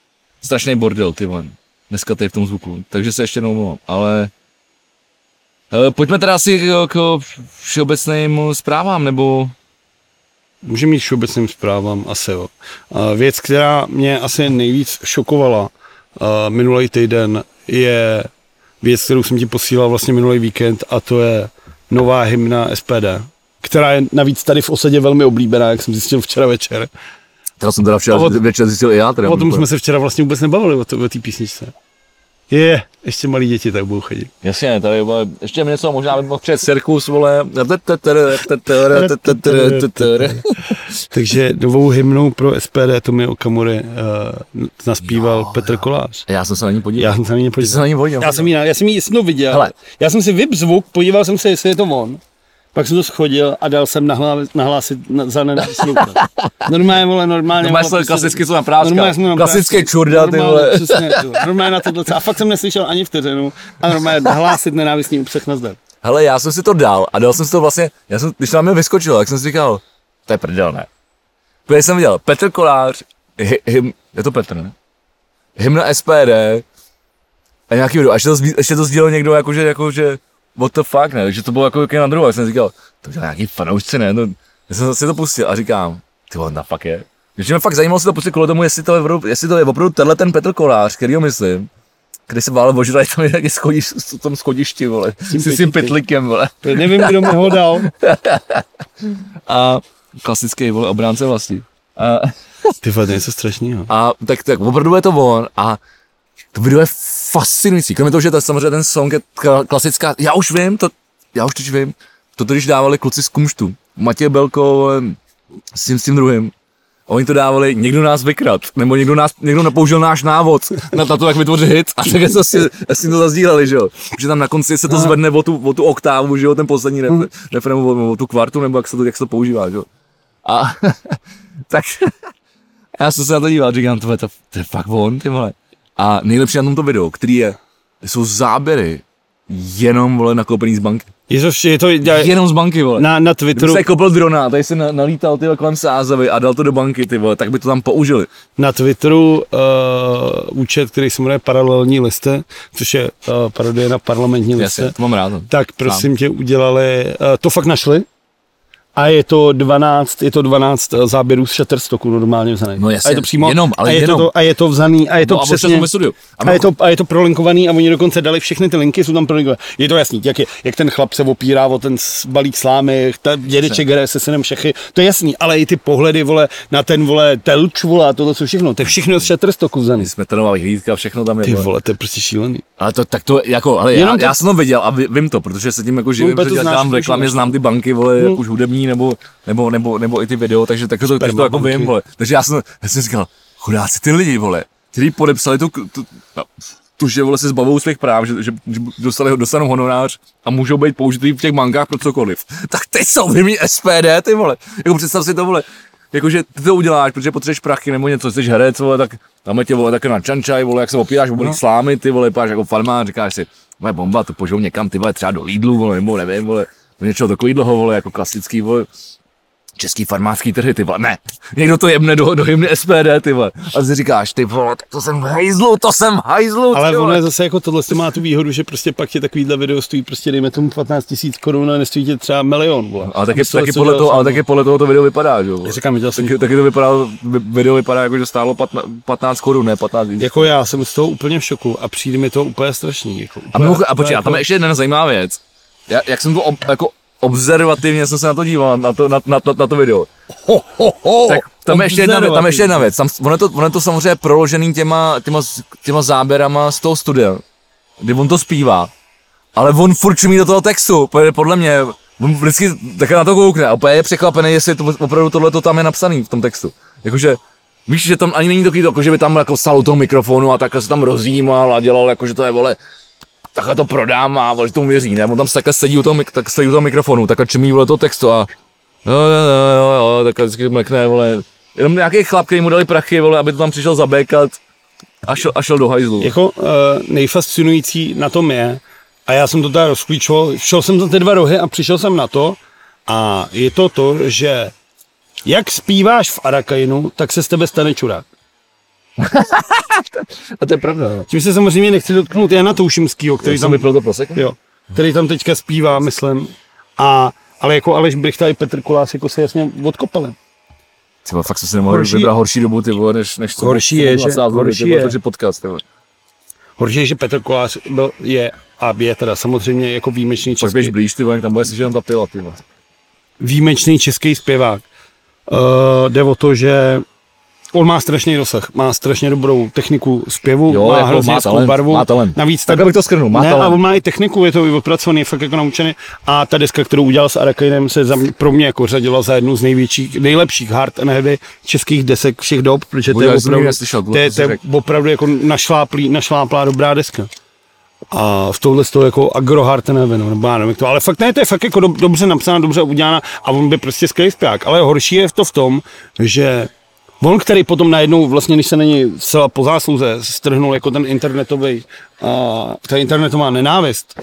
Strašný bordel, ty vole. Dneska tady v tom zvuku, takže se ještě neumluvám, ale Pojďme teda asi k všeobecným zprávám, nebo... Můžeme mít všeobecným zprávám, asi jo. Věc, která mě asi nejvíc šokovala minulý týden, je věc, kterou jsem ti posílal vlastně minulý víkend, a to je nová hymna SPD, která je navíc tady v Osadě velmi oblíbená, jak jsem zjistil včera večer. Teda jsem včera večer zjistil i já. O tom jsme se včera vlastně vůbec nebavili, o té písničce. Ještě malí děti tak budou chodit. Jasně, tady ještě něco, možná by mohl přijet cirkus, vole. Takže novou hymnou pro SPD Tomio Okamury naspíval Petr Kolář. Já jsem se na ní podíval. Já jsem ji jednou viděl. Hele. Já jsem si vypl zvuk, podíval jsem se, jestli je to on. Pak jsem to schodil a dal jsem nahlásit za nenávistný útok. Normálně, vole, normálně. Normálně klasicky co na práska. Klasický čurda, ty vole. Přesně, normálně na tohle. A fakt jsem neslyšel ani vteřinu. A normálně nahlásit nenávistný útok nazdar. Hele, já jsem si to dal a dal jsem si to vlastně, když to na mě vyskočilo, tak jsem si říkal, to je prdel, ne? Protože jsem viděl, Petr Kolář, je to Petr, ne? Hymna SPD a nějaký video. A ještě to sdílel někdo jakože what the fuck, ne, takže to bylo jako na druhou, jak jsem říkal, to dělá nějaký fanoušci, ne, no, já jsem si to pustil a říkám, ty vole, na fakt je. Když mě fakt zajímalo se to pustit kvůli tomu, jestli to je opravdu tenhle ten Petr Kolář, kterýho myslím, když se válel ožrali tam nějaký schodišti, vole, s tím pytlikem, vole. Nevím, kdo mi ho dal. A klasický, vole, obránce vlastní. Ty vole, to je něco strašného. A tak opravdu je to on a to video je fascinující, kromě toho, že to samozřejmě ten song je klasická, já už teď vím, to když dávali kluci z Kumštu, Matěj Belko s tím druhým, oni to dávali, někdo nás vykrad, nebo někdo nepoužil náš návod na to, jak vytvořit hit, a tak asi to zazdíleli, že jo, že tam na konci se to zvedne o tu oktávu, že jo, ten poslední refren, o tu kvartu, nebo jak se to používá, že jo. A tak já jsem se na to díval, říkám, to je fakt on, ty vole. A nejlepší na tomto videu, jsou záběry jenom, vole, nakoupený z banky. Jenom z banky, vole. Na Twitteru. Kdyby se koupil drona, tady si nalítal, ty kolem Sázavy a dal to do banky, ty vole, tak by to tam použili. Na Twitteru účet, který se jmenuje Paralelní listy, což je parodie na Parlamentní listy. Jasně, to mám rád. Tak prosím tě, udělali, to fakt našli. A je to 12 záběrů z Shutterstocku normálně vzaný. No jasně, a je to přímo, jenom. A je to vzaný, a je to no, přesně, a je to prolinkovaný a oni dokonce dali všechny ty linky, jsou tam prolinkované. Je to jasný, jak ten chlap se opírá o ten balík slámy, ta dědeček hraje se synem šachy, to je jasný, ale i ty pohledy, vole, na ten, vole, telč, vole, a tohle jsou všechno, to je všechno z Shutterstocku vzaný. Smetanová vyhlídka, všechno tam je. Ty vole, to je prostě šílený. Ale já jsem to viděl a vím to, protože se tím jako živím, protože dělám v reklamě, znám ty banky, vole, jak už hudební nebo i ty video, takže to jako vím, vole. Takže já jsem říkal, chudáci ty lidi, vole, kteří podepsali tu, že vole se zbavou svých práv, že dostanou honorář a můžou být použitý v těch bankách pro cokoliv. Tak teď jsou hymny SPD, ty vole. Jako představ si to, vole. Jakože ty to uděláš, protože potřebuješ prachy nebo něco, jsi herec, vole, tak dáme tě, vole, tak na čančaj, vole, jak se opíráš o bolík slámy, ty vole, páš jako farmář, říkáš si, vole, bomba, to požou někam, ty vole, třeba do Lidlu, vole, nebo nevím, vole, něčeho takového, vole, jako klasický, vole, český farmářský trhy, ty vole, ne, někdo to jebne do hymny SPD, ty vole, a si říkáš, ty vole, to jsem v hajzlu, ale ono je zase jako tohle má tu výhodu, že prostě pak tě takovýhle video stojí prostě dejme tomu 15 000 korun a nestojí tě třeba milion, vole. Ale taky podle toho to video vypadá, že jo. Říkám, taky to video vypadá jako, že stálo 15 korun, ne 15 000. Jako já jsem z toho úplně v šoku a přijde mi to úplně strašný. Jako, a počkej, a tam je ještě jedna zajímavá věc. Jak jsem to jako observativně jsem se na to díval, na to video. Tak tam je ještě jedna věc. Ono je to samozřejmě proložený těma záběrama z toho studia, kdy on to zpívá. Ale on furt čumí do toho textu, podle mě, on vždycky takhle na to koukne a úplně je překvapený, jestli to, opravdu tohleto tam je napsaný v tom textu. Jakože, víš, že tam ani není takový to, jako, že by tam jako stál u toho mikrofonu a takhle se tam rozjímal a dělal, jako, že to je, vole, takhle to prodám a vole, že tomu věří, ne? On tam takhle sedí u toho mikrofonu, takhle čumí, vole, toho textu a jo, takhle vždycky mlekne, vole. Jenom nějaký chlap, který mu dali prachy, vole, aby to tam přišel zabékat a šel do hajzlu. Jako nejfascinující na tom je, a já jsem to tady rozklíčoval, šel jsem za ty 2 rohy a přišel jsem na to, a je to, že jak zpíváš v Arakainu, tak se z tebe stane čurák. A to je pravda. Tím se samozřejmě nechci dotknout Jana Toušimskýho, který tam vypil to prosek. Jo. který tam teďka zpívá, myslím. Ale jako Aleš Brychta i Petr Kolář jako se jasně odkopali. Třeba fakt se nemohli vybrat horší dobu, ty vole, než co. Horší je, podcast, tyhle. Horší je, že Petr Kolář je teda samozřejmě jako výjimečný český. Pak běž blíž, ty vole, tam bude slyšet tam ta pila, ty vole. Výjimečný český zpěvák. Jde o to, že on má strašný rozsah, má strašně dobrou techniku zpěvu, jo, má jako hrozně hezkou barvu. Má talent. Navíc tak abych to skrnul, má talent. A on má i techniku, je to i odpracovaný, fakt jako naučený. A ta deska, kterou udělal s Arakainem, se pro mě jako řadila za jednu z nejlepších hard and heavy českých desek všech dob, protože to je opravdu jako našláplá dobrá deska. A v tohle z toho jako agro hard and heavy, nebo já nevím jak to, ale fakt ne, to je fakt jako dobře napsána, dobře udělána a on by prostě skvělý zpěvák. Ale horší je to v tom, že on, který potom najednou, vlastně, když se na něj zcela po zásluze strhnul jako ten ta internetová nenávist,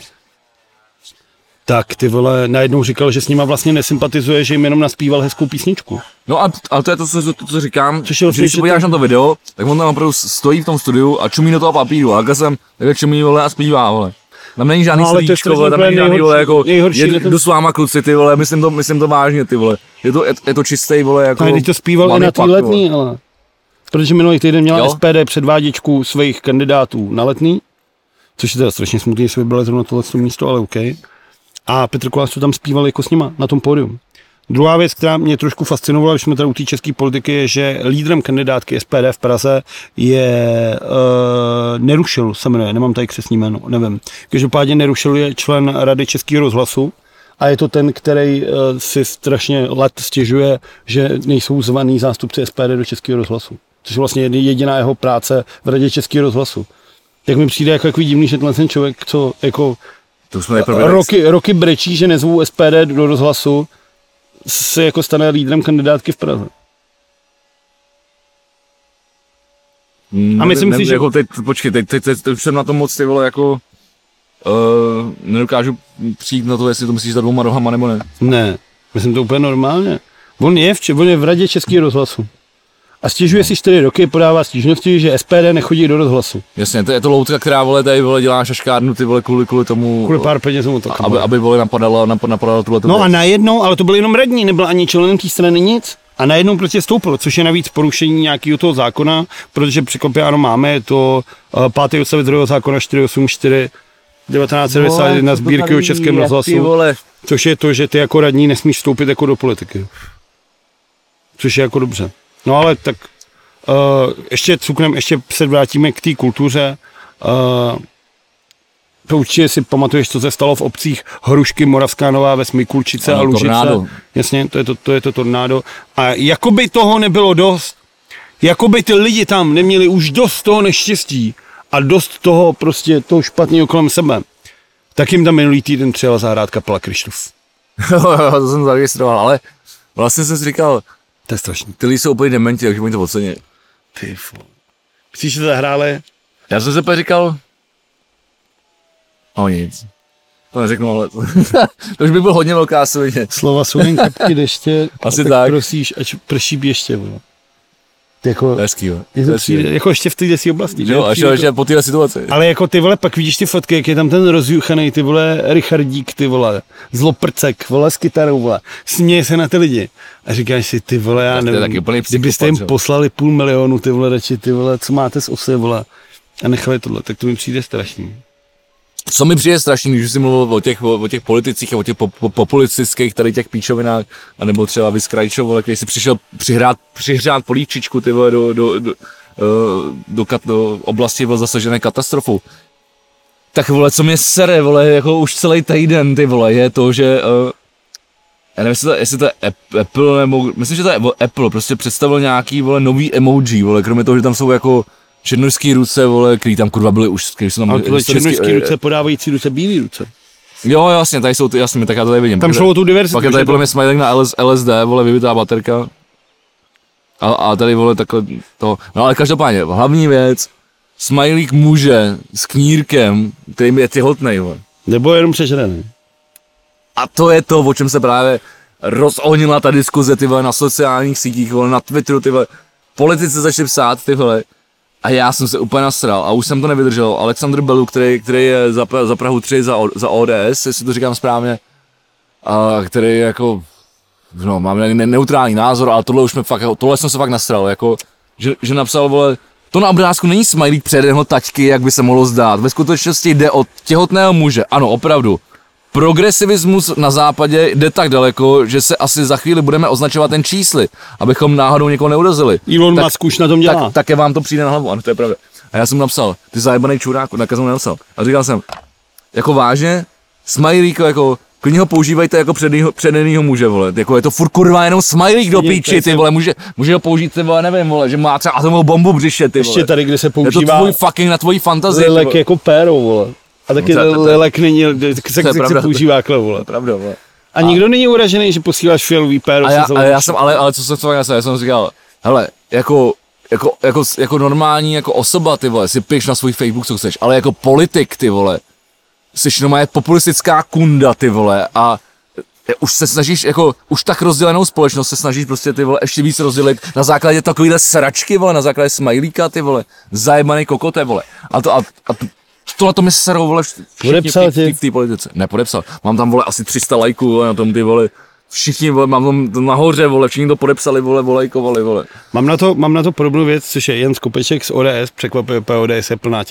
tak ty vole najednou říkal, že s nima vlastně nesympatizuje, že jim jenom naspíval hezkou písničku. No ale to je to, co říkám, že když se podíváš na to video, tak on tam opravdu stojí v tom studiu a čumí do toho papíru, a jsem takhle čumí, vole, a zpívá, vole. Tam není žádný slíčko, vole, tam není žádný, vole, jako, jdu s váma kluci, ty vole, myslím to vážně, ty vole. Je to čistý, vole, jako... A teď to zpíval i na tý Letný, ale... Protože minulý týden měla SPD předváděčku svých kandidátů na Letný, což je teda strašně smutný, že se vybrali zrovna tohle místo, ale OK. A Petr Kolář to tam zpíval jako s nima na tom pódiu. Druhá věc, která mě trošku fascinovala, když jsme tady u té české politiky, je, že lídrem kandidátky SPD v Praze je Nerušil, se jmenuje, nemám tady křestní jméno, nevím. Každopádně Nerušil je člen Rady Českého rozhlasu a je to ten, který si strašně let stěžuje, že nejsou zvaný zástupci SPD do Českého rozhlasu. Což je vlastně jediná jeho práce v Radě Českého rozhlasu. Tak mi přijde jako takový divný, že ten člověk, co jako roky brečí, že nezvou SPD do rozhlasu, se jako stane lídrem kandidátky v Praze. A myslím si, že... Jako teď už jsem na tom moc, ty vole, jako... nedokážu přijít na to, jestli to myslíš za 2 rohama nebo ne. Ne, myslím to úplně normálně. On je v Radě Českého rozhlasu. A stěžuje si 4 roky, podává stížnosti, že SPD nechodí do rozhlasu. Jasně, to je to loutka, která, vole, tady, vole, dělá šaškárnu, ty vole, kvůli tomu... Kvůli pár penězům to. Aby vole, napadala tuhle. No a najednou, ale to byl jenom radní, nebyl ani členem té strany nic. A najednou prostě stoupil, což je navíc porušení nějakého toho zákona, protože překvapě ano, máme to 5. odstavec 2. zákona 484 1991 sbírky o Českém rozhlasu, což je to, že ty jako radní nesmíš vstoupit jako do politiky. Což je jako dobře. No ale tak ještě se vrátíme k té kultuře. To určitě si pamatuješ, co se stalo v obcích Hrušky, Moravská Nová Ves, Mikulčice a Lužice. Tornádo. Jasně, to je to tornádo. A jakoby toho nebylo dost, jakoby ty lidi tam neměli už dost toho neštěstí a dost toho prostě toho špatného kolem sebe, tak jim tam minulý týden přijela zahrát kapela Krištof. To jsem zaregistroval, ale vlastně jsem si říkal, to je strašný. Ty lidi jsou úplně dementi, takže oni to ocení. Ty fo. Myslíš, že to zahráli? Já jsem se říkal... Nic. To neřeknu, ale to už by byl hodně velká svině. Slova jsou jen kapky deště. Asi tak. Prosíš, ať prší běště. Jako, hezký, jako ještě v té desí oblasti. Jo, až ještě po téhle situaci. Ale jako ty vole, pak vidíš ty fotky, jak je tam ten rozjuchaný, ty vole, Richardík, ty vole, Zloprcek, vole, s kytarou, vole, směje se na ty lidi. A říkáš si, ty vole, já nevím, kdybyste jim poslali 500 000, ty vole, radši, ty vole, co máte z osy, vole, a nechali tohle, tak to mi přijde strašný. Co mi přijde strašný, když jsi mluvil o těch politicích a o těch populistických tady těch píčovinách, anebo třeba Vyskrajčov, vole, který si přišel přihřát polívčičku, ty vole, do oblasti byl zasažené katastrofou. Tak vole, co mě sere, vole, jako už celý týden, ty vole, je to, že já nevím, jestli to je Apple, nebo myslím, že to je Apple, prostě představil nějaký, vole, nový emoji, vole, kromě toho, že tam jsou jako černošský ruce, vole, který tam kurva byly už, který jsou tam... Ale tyhle černošský ruce, podávající ruce, bílý ruce. Jo, jasně, tady jsou ty, jasně, tak já to tady vidím. Tam šlo o tu diverzitu. Pak je tady podle mě smajlek na LSD, vole, vybitá baterka. A tady, vole, takhle to... No ale každopádně, hlavní věc, smajlík muže s knírkem, který je těhotnej, vole. Nebo jenom přežraný. A to je to, o čem se právě rozohnila ta diskuze, ty vole, na sociálních sítích, vole, na Twitteru, ty vole. Politici začali psát, ty vole. A já jsem se úplně nasral a už jsem to nevydržel. Alexandr Belu, který je za Prahu 3 za ODS, jestli to říkám správně, a který jako, no, mám neutrální názor, ale tohle jsem se fakt nasral, jako, že napsal, vole, to na obrázku není smajlík před jeho taťky, jak by se mohlo zdát. Ve skutečnosti jde o těhotného muže, ano, opravdu. Progresivismus na západě jde tak daleko, že se asi za chvíli budeme označovat ten čísly, abychom náhodou někoho neurazili. Elon Musk už na tom dělá. Tak vám to přijde na hlavu, ano, to je pravda. A já jsem napsal, ty zajebanej čuráku, tak jsem napsal. A říkal jsem, jako vážně, smajlík, jako, klidně ho používajte jako předenýho muže, vole. Jako je to furt kurva jenom smajlík do píči, ty vole, může ho použít, ty vole, nevím, vole, že má třeba atomovou bombu v břiše, ty vole. Ještě tady, kde se používá. Je to tvůj fucking na tvojí fantazii. Lilek jako péro, vole. A taky lilek není, se používá kle, vole. Pravda, vole. A nikdo není uražený, že posíláš fialový péro. Ale co jsem já jsem říkal, hele, jako normální jako osoba, ty vole, si piš na svůj Facebook, co chceš, ale jako politik, ty vole, jsi normálně populistická kunda, ty vole, a už se snažíš, jako, už tak rozdělenou společnost se snažíš prostě, ty vole, ještě víc rozdělit na základě takovýhle sračky, vole, na základě smajlíka, ty vole, zajebanej kokote, vole, a to na to mi serou, vole, všichni v té politice. Nepodepsal. Mám tam, vole, asi 300 lajků, vole, na tom, ty vole, všichni, vole, mám tam nahoře, vole, všichni to podepsali, vole, volejkovali, vole. Mám na to podobnou věc, což je Jan Skopeček z ODS, překvapuje, ODS je plná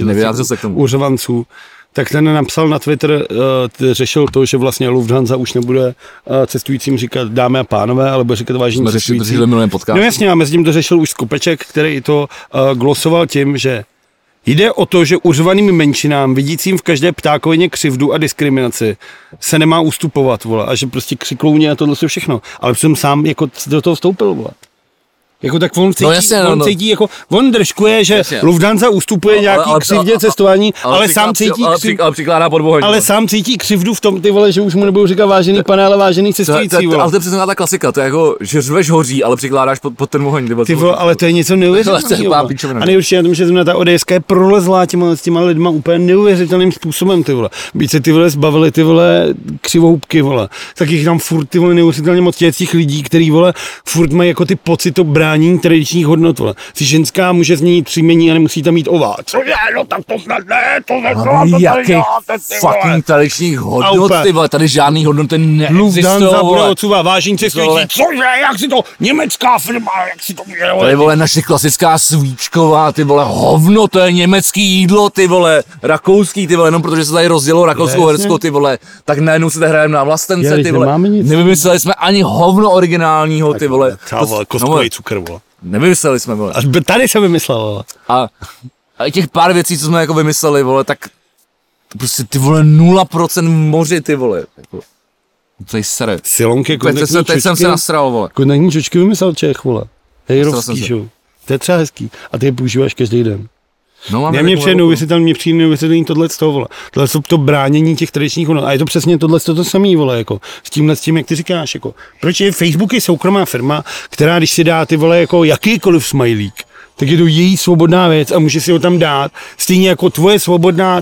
uřvanců. Tak ten napsal na Twitter, řešil to, že vlastně Lufthansa už nebude cestujícím říkat dámy a pánové, ale bude říkat vážení cestující. No jasně, a mezi tím to řešil už Skopeček, který to glosoval tím, že jde o to, že uřvaným menšinám, vidícím v každé ptákovině křivdu a diskriminaci, se nemá ustupovat, vole, a že prostě křiklouně a tohle všechno. Ale jsem sám jako do toho vstoupil, vole. Jako tak on cítí, jako, on držkuje, že Lufthansa ustupuje nějaký křivdě cestování, ale sám cítí přikládá podbohoň. Ale sám cítí křivdu v tom, ty vole, že už mu nebudou říkat vážený pane, ale vážený cestující, vole. Ale to je přesně ta klasika, to je jako, že řveš hoří, ale přikládáš pod ten oheň. Ty vole, ale to je něco neuvěřitelného. A nejhorší na tom, že na ta ODS je prolezlá těma lidma úplně neuvěřitelným způsobem, ty vole. Byť se ty vole zbavili, ty vole, křivohubky, vole. Tak jich tam furt ty vole neuvěřitelně moc těch lidí, kteří vole furt mají jako ty pocity brání tradičních hodnot, vole. Si ženská může změnit příjmení a nemusí tam mít ová. Cože, no tak to snad ne, to jakých fucking tradičních hodnot, ty vole, tady žádný hodnoty neexistují, vole. Vážení cestující, cože, jak si to, německá firma, jak si to mělo. Tady, vole, naše klasická svíčková, ty vole, hovno, to je německý jídlo, ty vole, rakouský, ty vole, jenom protože se tady rozdělo Rakousko-Uhersko, ty vole, tak najednou si tady hrajeme na vlastence, ty vole. Nevymysleli jsme ani hovno originálního, ty vole. Kostkový cukr, vole. Nevymysleli jsme, vole. Tady jsem vymyslel, vole. A těch pár věcí, co jsme jako vymysleli, vole, tak to prostě ty vole 0% moři, ty vole. Jako, to je sere. Silonky, teď jsem se nasral, vole. Kontaktní čočky vymyslel Čech, vole. Hejrovský, že jo. To je třeba hezký. A ty je používáš každý den. No, mě přijde neuvěřitelný tohle z toho, vole. Tohle to bránění těch tradičních hodnot. A je to přesně tohle to samý, vole, jako. S tímhle, jak ty říkáš, jako. Proč je Facebook je soukromá firma, která když si dá ty vole jako jakýkoliv smajlík, tak je to její svobodná věc a může si ho tam dát. Stejně jako moje svobodná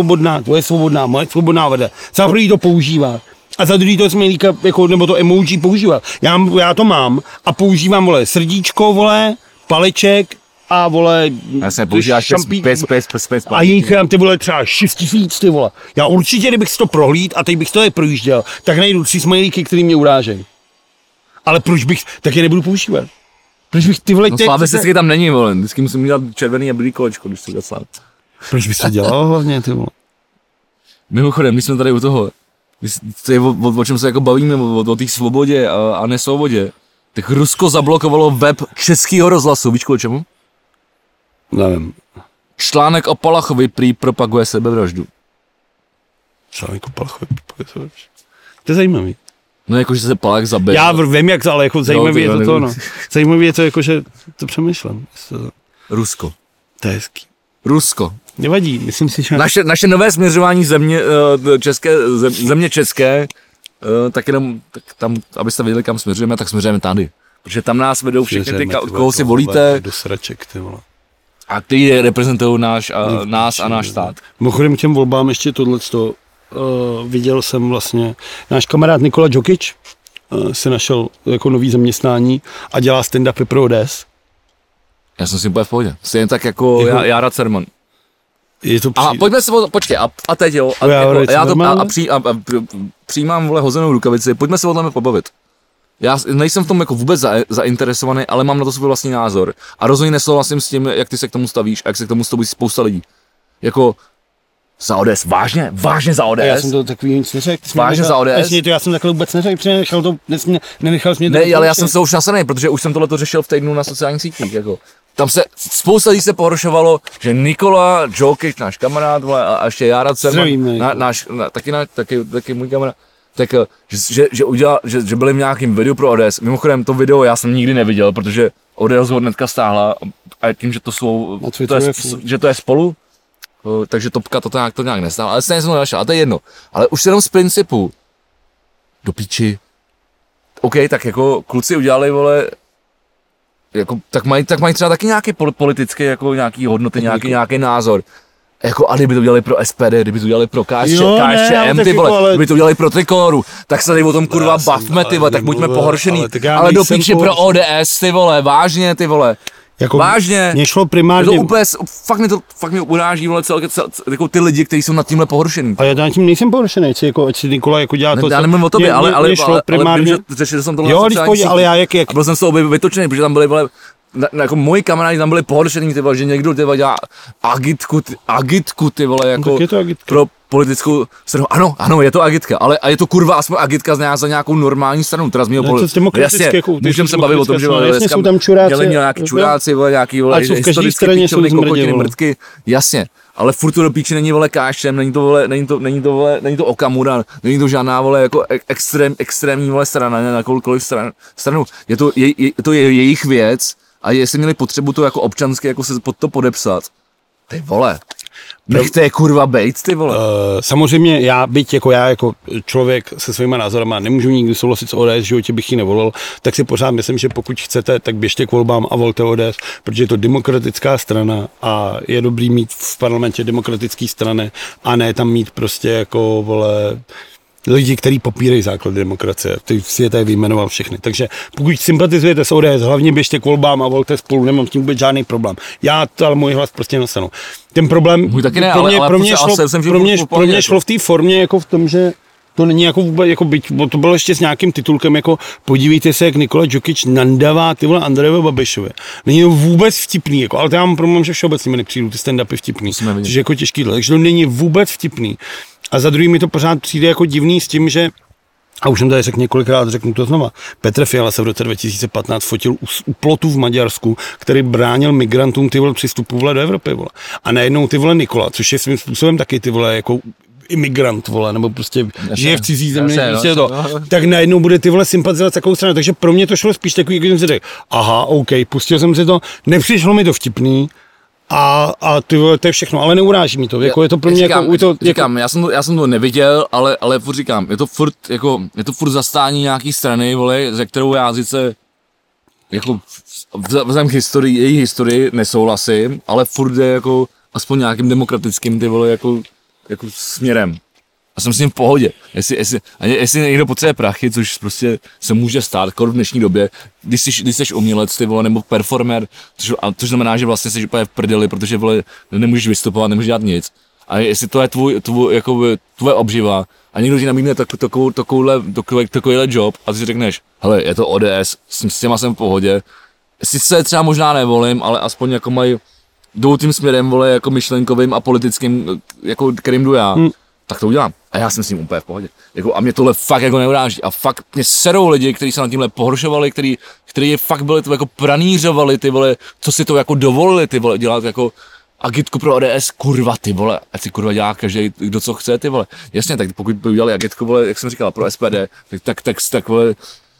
vede. Za první to používá. A za druhý to smajlíka, jako, nebo to emoji používá. Já to mám a používám, vole, srdíčko, vole, paleček, a vole, jasně, používáš pes. A jich tam ty vole třeba 6 000, ty vole. Já určitě, kdybych si to prohlíd a teď bych to projížděl, tak najdu 3 smajlíky, který mě urážejí. Ale proč bych, tak je nebudu používat. Proč bych ty vole... No slavisticky tam není, vole, vždycky musím dělat červený a bílý kolečko, když to dělat. Proč bys to dělal hlavně, ty vole? Mimochodem, my jsme tady u toho, o čem se jako bavíme, o té svobodě a nesvobodě, tak Rusko zablokovalo web Českého rozhlasu, víš kvůli čemu? Nevím. Článek o Palachovi prý propaguje sebevraždu. Článek o Palachovi propaguje sebevraždu. To je zajímavý. No jakože se Palach zabil. Já vím jak, ale jako zajímavý je to, no. Zajímavý je to jako, že to přemýšlím. Rusko. To je hezký. Rusko. Nevadí, myslím si, že... Naše nové směřování země české, tak jenom tak tam, abyste věděli, kam směřujeme, tak směřujeme tady. Protože tam nás vedou všechny ty, koho si volíte. Do sraček, ty vole. A ty reprezentují nás a náš stát. Mimochodem k těm volbám ještě tohleto. Viděl jsem vlastně, náš kamarád Nikola Djokic se našel jako nový zaměstnání a dělá stand-upy pro ODS. Já jsem si úplně v pohodě. Stejně tak jako Jára Cerman. A pojďme se, počkej, a teď jo, přijímám, vole, hozenou rukavici, pojďme se o tom pobavit. Já nejsem v tom jako vůbec zainteresovaný, ale mám na to svůj vlastní názor. A rozhodně nesouhlasím s tím, jak ty se k tomu stavíš a jak se k tomu staví spousta lidí. Jako, za ODS, vážně za ODS. Já jsem to takový nic neřekl. Vážně za ODS. Já jsem takhle vůbec neřekl, nenechal jsi mě to. Ne, ale já jsem se už nasanej, protože už jsem tohleto řešil v týdnu na sociálních sítích, jako. Tam se spousta lidí se pohoršovalo, že Nikola Jokic, náš kamarád, a ještě Jára Cerman, taky můj kamarád, tak že byli v nějakém videu pro ODS. Mimochodem to video já jsem nikdy neviděl, protože ODS ho hnedka stáhla a tím, že že to je spolu, takže Topka to nějak nestála, ale stejně jsem to našel, a to je jedno. Ale už jenom z principu, do píči, OK, tak jako kluci udělali, vole, jako, tak mají třeba taky nějaký politický, jako nějaký hodnoty, nějaký názor. Jako, a kdyby to udělali pro SPD, kdyby to udělali pro KSČM, ty vole, kdyby to udělali pro Trikoloru, tak se tady o tom kurva bavme, ty vole, tak buďme pohoršený. Ale do píči pro ODS, ty vole, vážně, ty vole. Jako vážně, mě šlo primárně. To úplně, fakt mě uráží, vole, jako ty lidi, kteří jsou nad tímhle pohoršený. A já nad tím nejsem pohoršený, ať si Nikola jako dělá to, já nemluvím o tobě, ale primárně. Řešil jsem tohle. Jo, když pojď, ale já jak. A byl jsem z toho vytočený, protože tam byli, vole, jako moji kamarádi tam byli pohoršený, ty vole, že někdo ty vole dělá agitku, ty vole, jako pro politickou stranu. Ano, je to agitka, ale a je to kurva aspoň agitka za nějakou normální stranu, teda z mého pohledu. Jasně, můžeme se bavit o tom, že jsou tam čuráci, nějaký čuráci, vole, nějaký, vole, historicky píčovny, kokotiny, mrtky, jasně. Ale furt to do píči není, vole, KSČM, není to Okamura, není to žádná, vole, jako extrémní, vole, strana, na jakoukoliv stranu. To je jejich věc a jestli měli potřebu to jako občansky, jako se pod to podepsat, ty vole. Nechte je kurva bejt, ty vole. Samozřejmě já jako člověk se svýma názorama nemůžu nikdy souhlasit s ODS, v životě bych ji nevolil, tak si pořád myslím, že pokud chcete, tak běžte k volbám a volte ODS, protože je to demokratická strana a je dobrý mít v parlamentě demokratické strany a ne tam mít prostě jako, vole, lidi, kteří popírají základy demokracie. Ty si je tady vyjmenoval všechny. Takže pokud sympatizujete s ODS, hlavně běžte k volbám a volte spolu, nemám s tím vůbec žádný problém. Ale můj hlas prostě nastanu. Ten problém pro mě šlo v té formě jako v tom, že to není jako vůbec, jako byť, to bylo ještě s nějakým titulkem, jako podívejte se, jak Nikola Jokic nandává ty vole Andrejovi Babišovi. Není to vůbec vtipný, jako, ale já mám problém, že všeobecně mi nepřijdu ty stand-upy vtipný, což je jako těžký, takže to není vůbec vtipný. A za druhý mi to pořád přijde jako divný s tím, že, a už jsem tady řekl několikrát, řeknu to znova, Petr Fiala se v roce 2015 fotil u plotu v Maďarsku, který bránil migrantům ty vole přístupu vole do Evropy, vole. A najednou ty vole Nikola, což je svým způsobem taky ty vole jako imigrant, vole, nebo prostě žije v cizí zemi, prostě to, tak najednou bude ty vole sympatizovat s takovou stranou. Takže pro mě to šlo spíš takový, když jsem si řekl, aha, OK, pustil jsem si to, nepřišlo mi to vtipný, a ty vole, to je všechno, ale neuráží mi to, jako je to pro mě říkám, já jsem to neviděl, ale furt říkám, je to furt zastání nějaký strany, vole, ze kterou já sice jako vzhledem k její historii nesouhlasím, ale furt je jako aspoň nějakým demokratickým, ty vole, jako směrem. A jsem s ním v pohodě. Jestli někdo potřebuje prachy, což prostě se může stát v dnešní době, když jsi umělec, ty vole, nebo performer, což znamená, že vlastně jsi úplně v prdeli, protože, vole, nemůžeš vystupovat, nemůžeš dělat nic. A jestli to je tvoje obživa a někdo ti nabídne takovýhle job a ty si řekneš, hele, je to ODS, s těma jsem v pohodě, sice třeba možná nevolím, ale aspoň jako jdou tím směrem, vole, jako myšlenkovým a politickým, jako kterým jdu já, tak to udělám. A já jsem s ním úplně v pohodě. Jako, a mě tohle fakt jako neuráží. A fakt mě serou lidi, kteří se na tímhle pohoršovali, kteří fakt byli to jako pranířovali, ty vole, co si to jako dovolili, ty vole, dělat jako agitku pro ODS, kurva, ty vole, ať si kurva dělá každý, kdo co chce, ty vole. Jasně, tak pokud by udělali agitku, vole, jak jsem říkal, pro SPD, tak vole,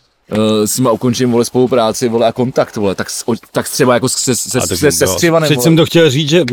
s nima ukončím, vole, spolupráci, vole, a kontakt, vole, tak třeba jako se Skřivanem, teď jsem to chtěl říct, že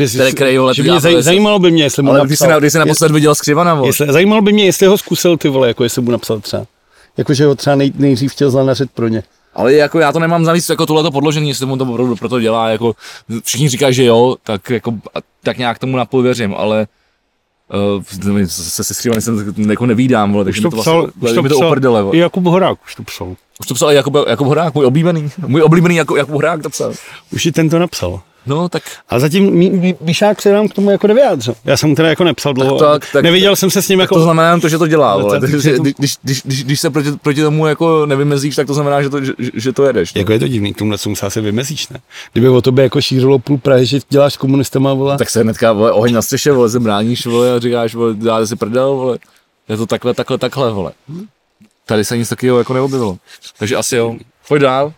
mě zajímalo by mě, jestli mu napsal. Ale když jsi naposled viděl Skřivana, vole. Zajímalo by mě, jestli ho zkusil, ty vole, jako jestli mu napsal třeba. Jakože ho třeba nejdřív chtěl zlanařit pro ně. Ale jako já to nemám navíc jako tohleto podložený, jestli mu to opravdu proto dělá, jako všichni říkají, že jo, tak jako tak nějak tomu napůl věřím, ale se sestřívaný jsem jako nevídám, vole, takže to psal, mi to oprdele, vole. I Jakub Horák už to psal. Už to psal i Jakub Horák, můj oblíbený Jakub Horák to psal. Už i ten to napsal. No, tak... A zatím Míšák se nám k tomu jako nevyjádřil. Já jsem mu teda jako nepsal dlouho. Tak, neviděl jsem se s ním jako... To znamená to, že to dělá, vole. Když se proti tomu jako nevymezíš, tak to znamená, že to jedeš. Jako je to divný, k tomu se asi vymezíš, ne? Kdyby o tobě jako šířilo půl Prahy, že děláš s komunistama, vole. Tak se hnedka, vole, oheň na střeše, vole, se bráníš, vole, a říkáš, vole, dáte si prdel, vole. Je to takhle, vole. Tady se nic takového jako neobjevilo. Takže asi jo. Pojď dál.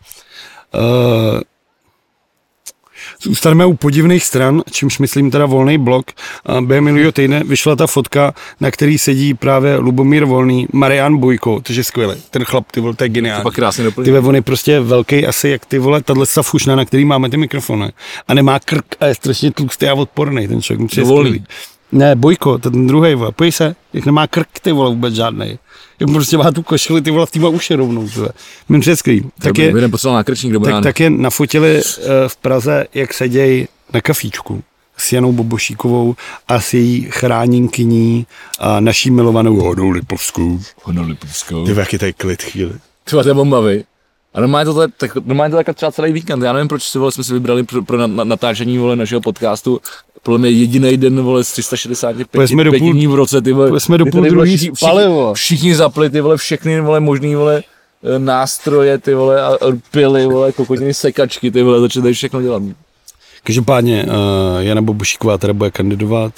Zůstaneme u podivných stran, čímž myslím teda Volný blok. Během minulého týdne vyšla ta fotka, na který sedí právě Lubomír Volný, Marian Bojko, což je skvělý. Ten chlap, ty vole, to je geniální. To pak krásně doplní. Ty on je prostě velký asi jak ty vole, tahle fušna, na který máme ty mikrofony. A nemá krk a je strašně tlustý a odporný ten člověk. Volný. Ne, Bojko, ten druhej, vole, pojď se, jak nemá krk, ty vole, vůbec žádnej. Jak prostě má tu košili, ty vole, v týma uši rovnou, ty vole. Mým přesklý. Tak je nafotili v Praze, jak sedějí na kafíčku s Janou Bobošíkovou a s její chráninkyní a naší milovanou Honou Lipovskou. Ty jak je tady klid chvíli. Třeba to je bomba, vy. A normálně to takhle třeba celý víkend. Já nevím, proč jsme si vybrali pro natáčení, vole, našeho podcastu. Podle mě jediný den, vole, z 365 dní v roce, ty vole. Jsme do půl druhý spali, vole. Všichni zapli, ty vole, všechny, vole, možný, vole, nástroje, ty vole, a pily, vole, kokotiny, sekačky, ty vole, začali všechno dělat. Každopádně Jana Bobošíková teda bude kandidovat.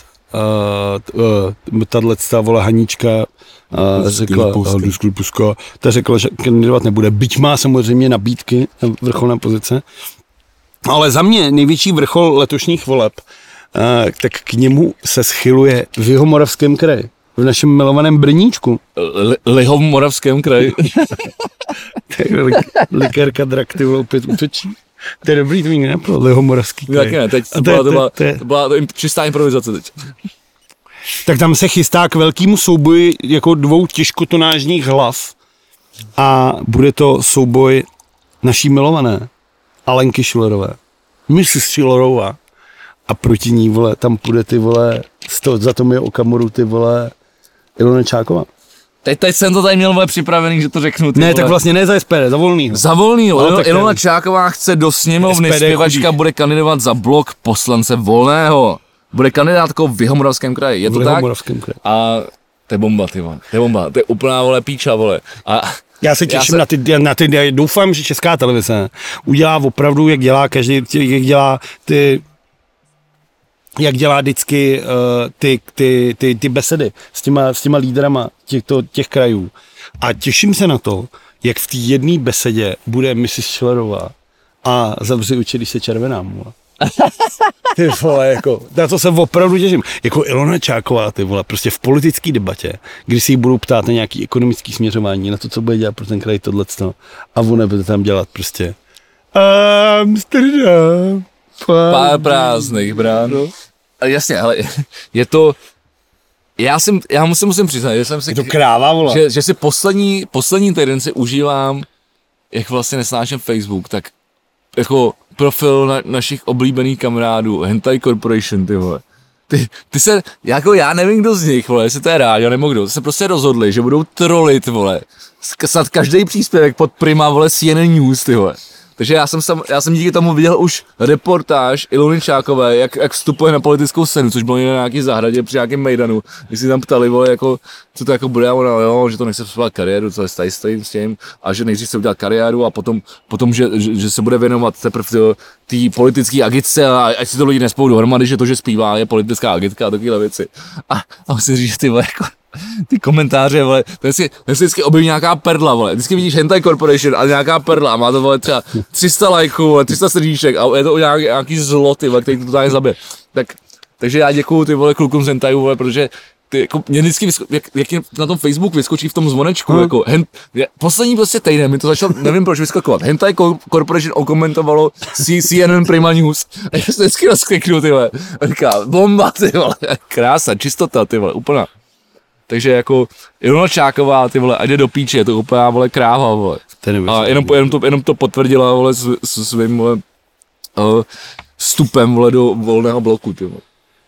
Tato vole Haníčka ta řekla, že kandidovat nebude, byť má samozřejmě nabídky na vrcholné pozice. Ale za mě největší vrchol letošních voleb, tak k němu se schyluje v Jihomoravském kraji, v našem milovaném Brníčku. Lihomoravském kraji. Likérka drak, ty vole, opět útočí. To je dobrý, to mi nenapadlo, Lihomoravský kraj. Tak ne, teď to byla čistá improvizace teď. Tak tam se chystá k velkému souboji jako dvou těžkotonážních hlav a bude to souboj naší milované Alenky Schillerové. Mrs. Schillerová. A proti ní, vole, tam půjde ty vole, za Tomio Okamuru, ty vole, Ilona Čáková. Teď jsem to tady měl, vole, připravený, že to řeknu. Ty, ne, vole. tak vlastně ne za SPD, za Volnýho. Za Volnýho. Ilona Čáková chce do sněmovny, zpěvačka bude kandidovat za blok poslance Volného. Bude kandidátkou v Jihomoravském kraji, je to tak? Kraji. A to je bomba, ty vole. To je bomba, to je úplná, vole, píča, vole. A já se těším na ty, já doufám, že Česká televize udělá opravdu, jak dělá každý, jak dělá vždycky ty besedy s těma lídrama těch krajů. A těším se na to, jak v té jedné besedě bude Mrs. Schillerová a zavři oči, když se červená mula. Ty vole, jako, na to se opravdu těším. Jako Ilona Čáková, ty vole, prostě v politické debatě, kdy si jí budou ptát na nějaký ekonomický směřování, na to, co bude dělat pro ten kraj tohleto, a ona bude tam dělat prostě Amsterdam. Pár prázdných bránů. Jasně, ale je to... Já musím přiznat, že jsem si... Je to kráva, vole. Že si poslední týden si užívám, jak vlastně nesnáším Facebook, tak jako profil našich oblíbených kamarádů, Hentai Corporation, ty vole. Ty se, jako já nevím, kdo z nich, vole, jestli to je rádio, nebo kdo, se prostě rozhodli, že budou trolit, vole, snad každý příspěvek pod prima, vole, CNN News, ty vole. Takže já jsem díky tomu viděl už reportáž Ilony Čákové, jak vstupuje na politickou scénu, což bylo na nějaký zahradě při nějakém mejdanu, když si tam ptali, vole, jako, co to jako bude, a ona, jo, že to nechce zpívat kariéru, co je stojím s tím, a že nejdřív se udělat kariéru a potom že se bude věnovat teprve té politické agitce a ať si to lidi nespou dohromady, že to, že zpívá, je politická agitka a takovéhle věci. A musím říct, že ty vole, jako, ty komentáře, vole, to se vždycky objeví nějaká perla, vole, vždycky vidíš Hentai Corporation a nějaká perla a má to, vole, třeba 300 lajků, vole, 300 srdíček a je to nějaký zlo, ty vole, který to totálně zabije. Takže já děkuju, ty vole, klukům z Hentaiu, vole, protože ty, jako, mě vždycky jak na tom Facebook vyskočí v tom zvonečku, jako, poslední prostě týden mi to začal, nevím proč vyskakovat, Hentai Corporation okomentovalo CNN Prima News a já se vždycky rozkliknu, ty vole, a říká, bomba, ty vole, krása, čistota, ty vole, úplná. Takže jako Ilona Čáková, ty vole, a jde do píče, je to úplná, vole, kráva, vole. A jenom to potvrdila, vole, s svým, vole, vstupem, vole, do Volného bloku, ty vole.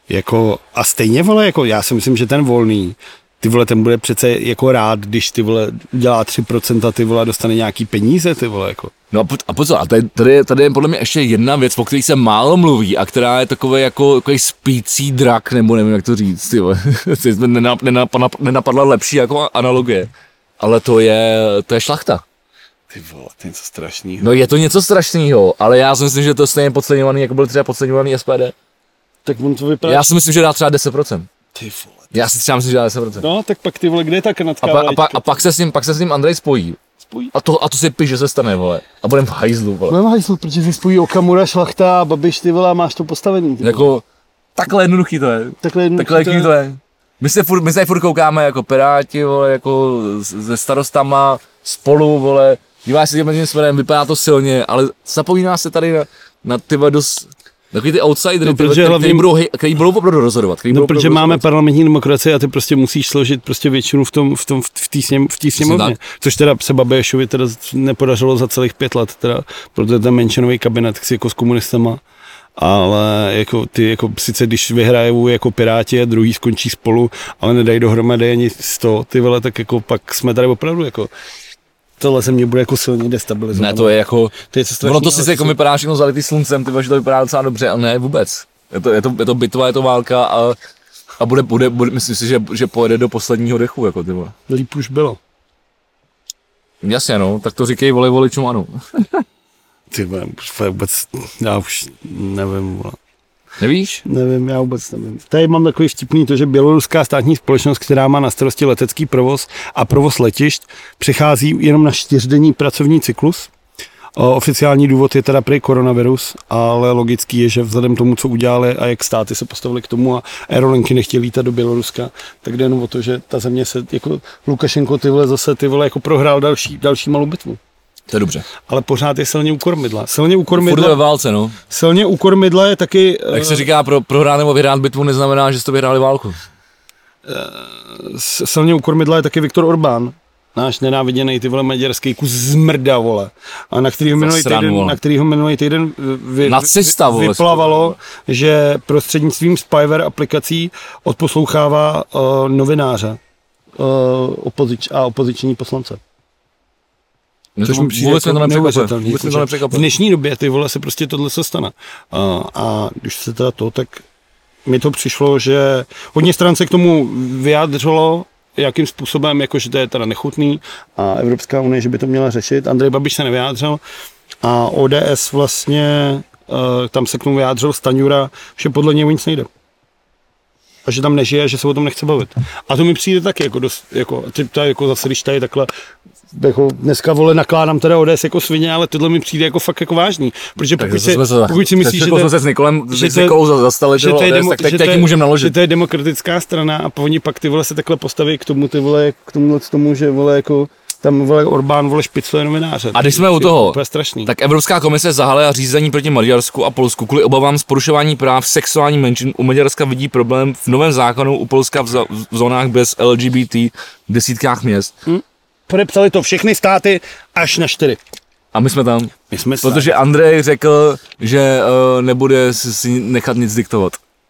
Jako, a stejně, vole, jako já si myslím, že ten Volný, ty vole, ten bude přece jako rád, když ty vole dělá 3%, ty vole dostane nějaký peníze, ty vole, jako. No a pozor, a tady je podle mě ještě jedna věc, o které se málo mluví a která je takový jako spící drak, nebo nevím, jak to říct, ty vole. Nenapadla lepší jako analogie, ale to je šlachta. Ty vole, to je něco strašného. No je to něco strašného, ale já si myslím, že to je stejně podceňovaný, jako byl třeba podceňovaný SPD. Tak on to vypadá. Já si myslím, že dá třeba 10%. Ty vole. Já si třeba myslím, že dá 10%. No, tak pak ty vole, kde je ta kanadská a pak se s ním Andrej spojí. A to si píš, že se stane, vole. A budem v hajzlu, vole. Budem v hajzlu, protože se spojí Okamura, Šlachta a Babiš, ty vole, máš to postavený. Jako, takhle jednoduchý to je. Takhle jednoduchý to je. My se furt koukáme jako Piráti, vole, jako se starostama, spolu, vole. Díváš se tím směrem, vypadá to silně, ale zapomíná se tady na ty dost takový ty outsidery, který budou opravdu rozhodovat. Protože máme parlamentní demokracii a ty prostě musíš složit prostě většinu v té sněmovně. Což teda se Babišovi teda nepodařilo za celých 5 let, teda, protože ten menšinový kabinet jako s komunistama. Ale jako ty jako sice když vyhrajou jako Piráti a druhý skončí spolu, ale nedají dohromady ani 100, ty vole, tak jako pak jsme tady opravdu jako tohle se mě bude jako silně destabilizovat. Ne, to je jako, ono to sice jako vypadá všechno zalitý sluncem, ty že to vypadá docela dobře, ale ne vůbec. Je to bitva, je to válka a bude myslím si, že pojede do posledního dechu, jako ty vole. Líp už bylo. Jasně no, tak to říkej voličům ano. Ty vůbec, já už nevím, vole. Nevíš? Nevím, já vůbec nevím. Tady mám takový vtipný to, že běloruská státní společnost, která má na starosti letecký provoz a provoz letišť, přechází jenom na 4denní pracovní cyklus. Oficiální důvod je teda prý koronavirus, ale logický je, že vzhledem tomu, co udělali a jak státy se postavili k tomu a aerolinky nechtějí lítat do Běloruska, tak jde jenom o to, že ta země se jako Lukašenko ty vole jako prohrál další malou bitvu. To je dobře. Ale pořád je silně u kormidla. Furt ve válce, no. Silně u kormidla je taky... Jak se říká, prohrát nebo vyhrát bitvu neznamená, že jste vyhráli válku. Silně u kormidla je taky Viktor Orbán. Náš nenáviděný ty vole maďarský kus zmrda, vole. A na kterýho minulý týden vyplavalo, že prostřednictvím spyware aplikací odposlouchává novináře a opoziční poslance. Což mi přijde jako neuvěřitelný. V dnešní době ty vole se prostě tohle se stane. A když se teda tak mi to přišlo, že hodně stran se k tomu vyjádřilo, jakým způsobem, jakože to je teda nechutný a Evropská unie, že by to měla řešit. Andrej Babiš se nevyjádřil a ODS vlastně, tam se k tomu vyjádřil Staňura, že podle něj nic nejde. A že tam nežije, že se o tom nechce bavit. A to mi přijde taky jako dost, jako zase, když tady takhle jako dneska vole nakládám teda ODS jako svině, ale tohle mi přijde jako fakt jako vážný, protože pokud si myslíš, že to je demokratická strana a oni pak ty vole se takhle postaví k tomu ty vole, k tomu, že vole jako tam vole Orbán vole špicluje novináře. A když jsme u toho, tak Evropská komise zahájila řízení proti Maďarsku a Polsku kvůli obavám z porušování práv sexuální menšin. U Maďarska vidí problém v novém zákonu, u Polska v zónách bez LGBT v desítkách měst. Podepsali to všechny státy až na 4. A my jsme tam. Protože Andrej řekl, že nebude si nechat nic diktovat.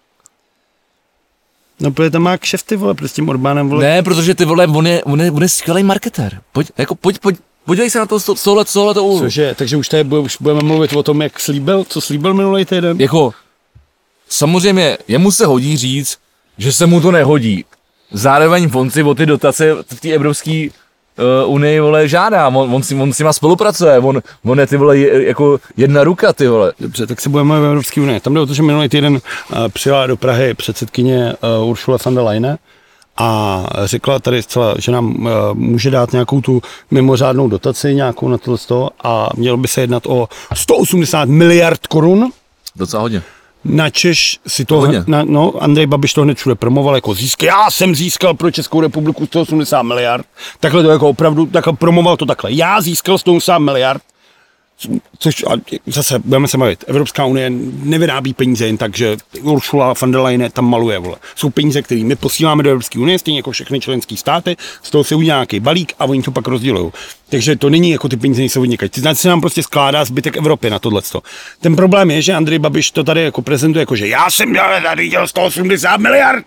No, protože tam má kšefty, vole, prostě s tím Orbánem, vole. Ne, protože ty vole, on je skvělý marketér. Podívej se na to z tohoto úhlu. Cože, takže už budeme mluvit o tom, co slíbil minulý týden. Jako, samozřejmě, jemu se hodí říct, že se mu to nehodí. Zároveň on si o ty dotace v té Evropské unii, vole, žádá, on s nima spolupracuje, on je ty vole jako jedna ruka, ty vole. Dobře, tak se budeme v Evropské unii. Tam jde o to, že minulý týden přijela do Prahy předsedkyně Ursula von der Leyen a řekla tady zcela, že nám může dát nějakou tu mimořádnou dotaci, nějakou na tohle a mělo by se jednat o 180 miliard korun. Docela hodně. Načež si to, Andrej Babiš to hned všude promoval jako já jsem získal pro Českou republiku 180 miliard, takhle to jako opravdu, takhle promoval to takhle, já získal 180 miliard Což zase budeme se bavit, Evropská unie nevyrábí peníze jen tak, že Ursula von der Leyen tam maluje, vole. Jsou peníze, které my posíláme do Evropské unie, stejně jako všechny členské státy, z toho se udělá nějaký balík a oni to pak rozdělují. Takže to není jako ty peníze nejsou odněkaď. Ty se nám prostě skládá zbytek Evropy na tohleto. Ten problém je, že Andrej Babiš to tady jako prezentuje, jako že já jsem tady dělal 180 miliard.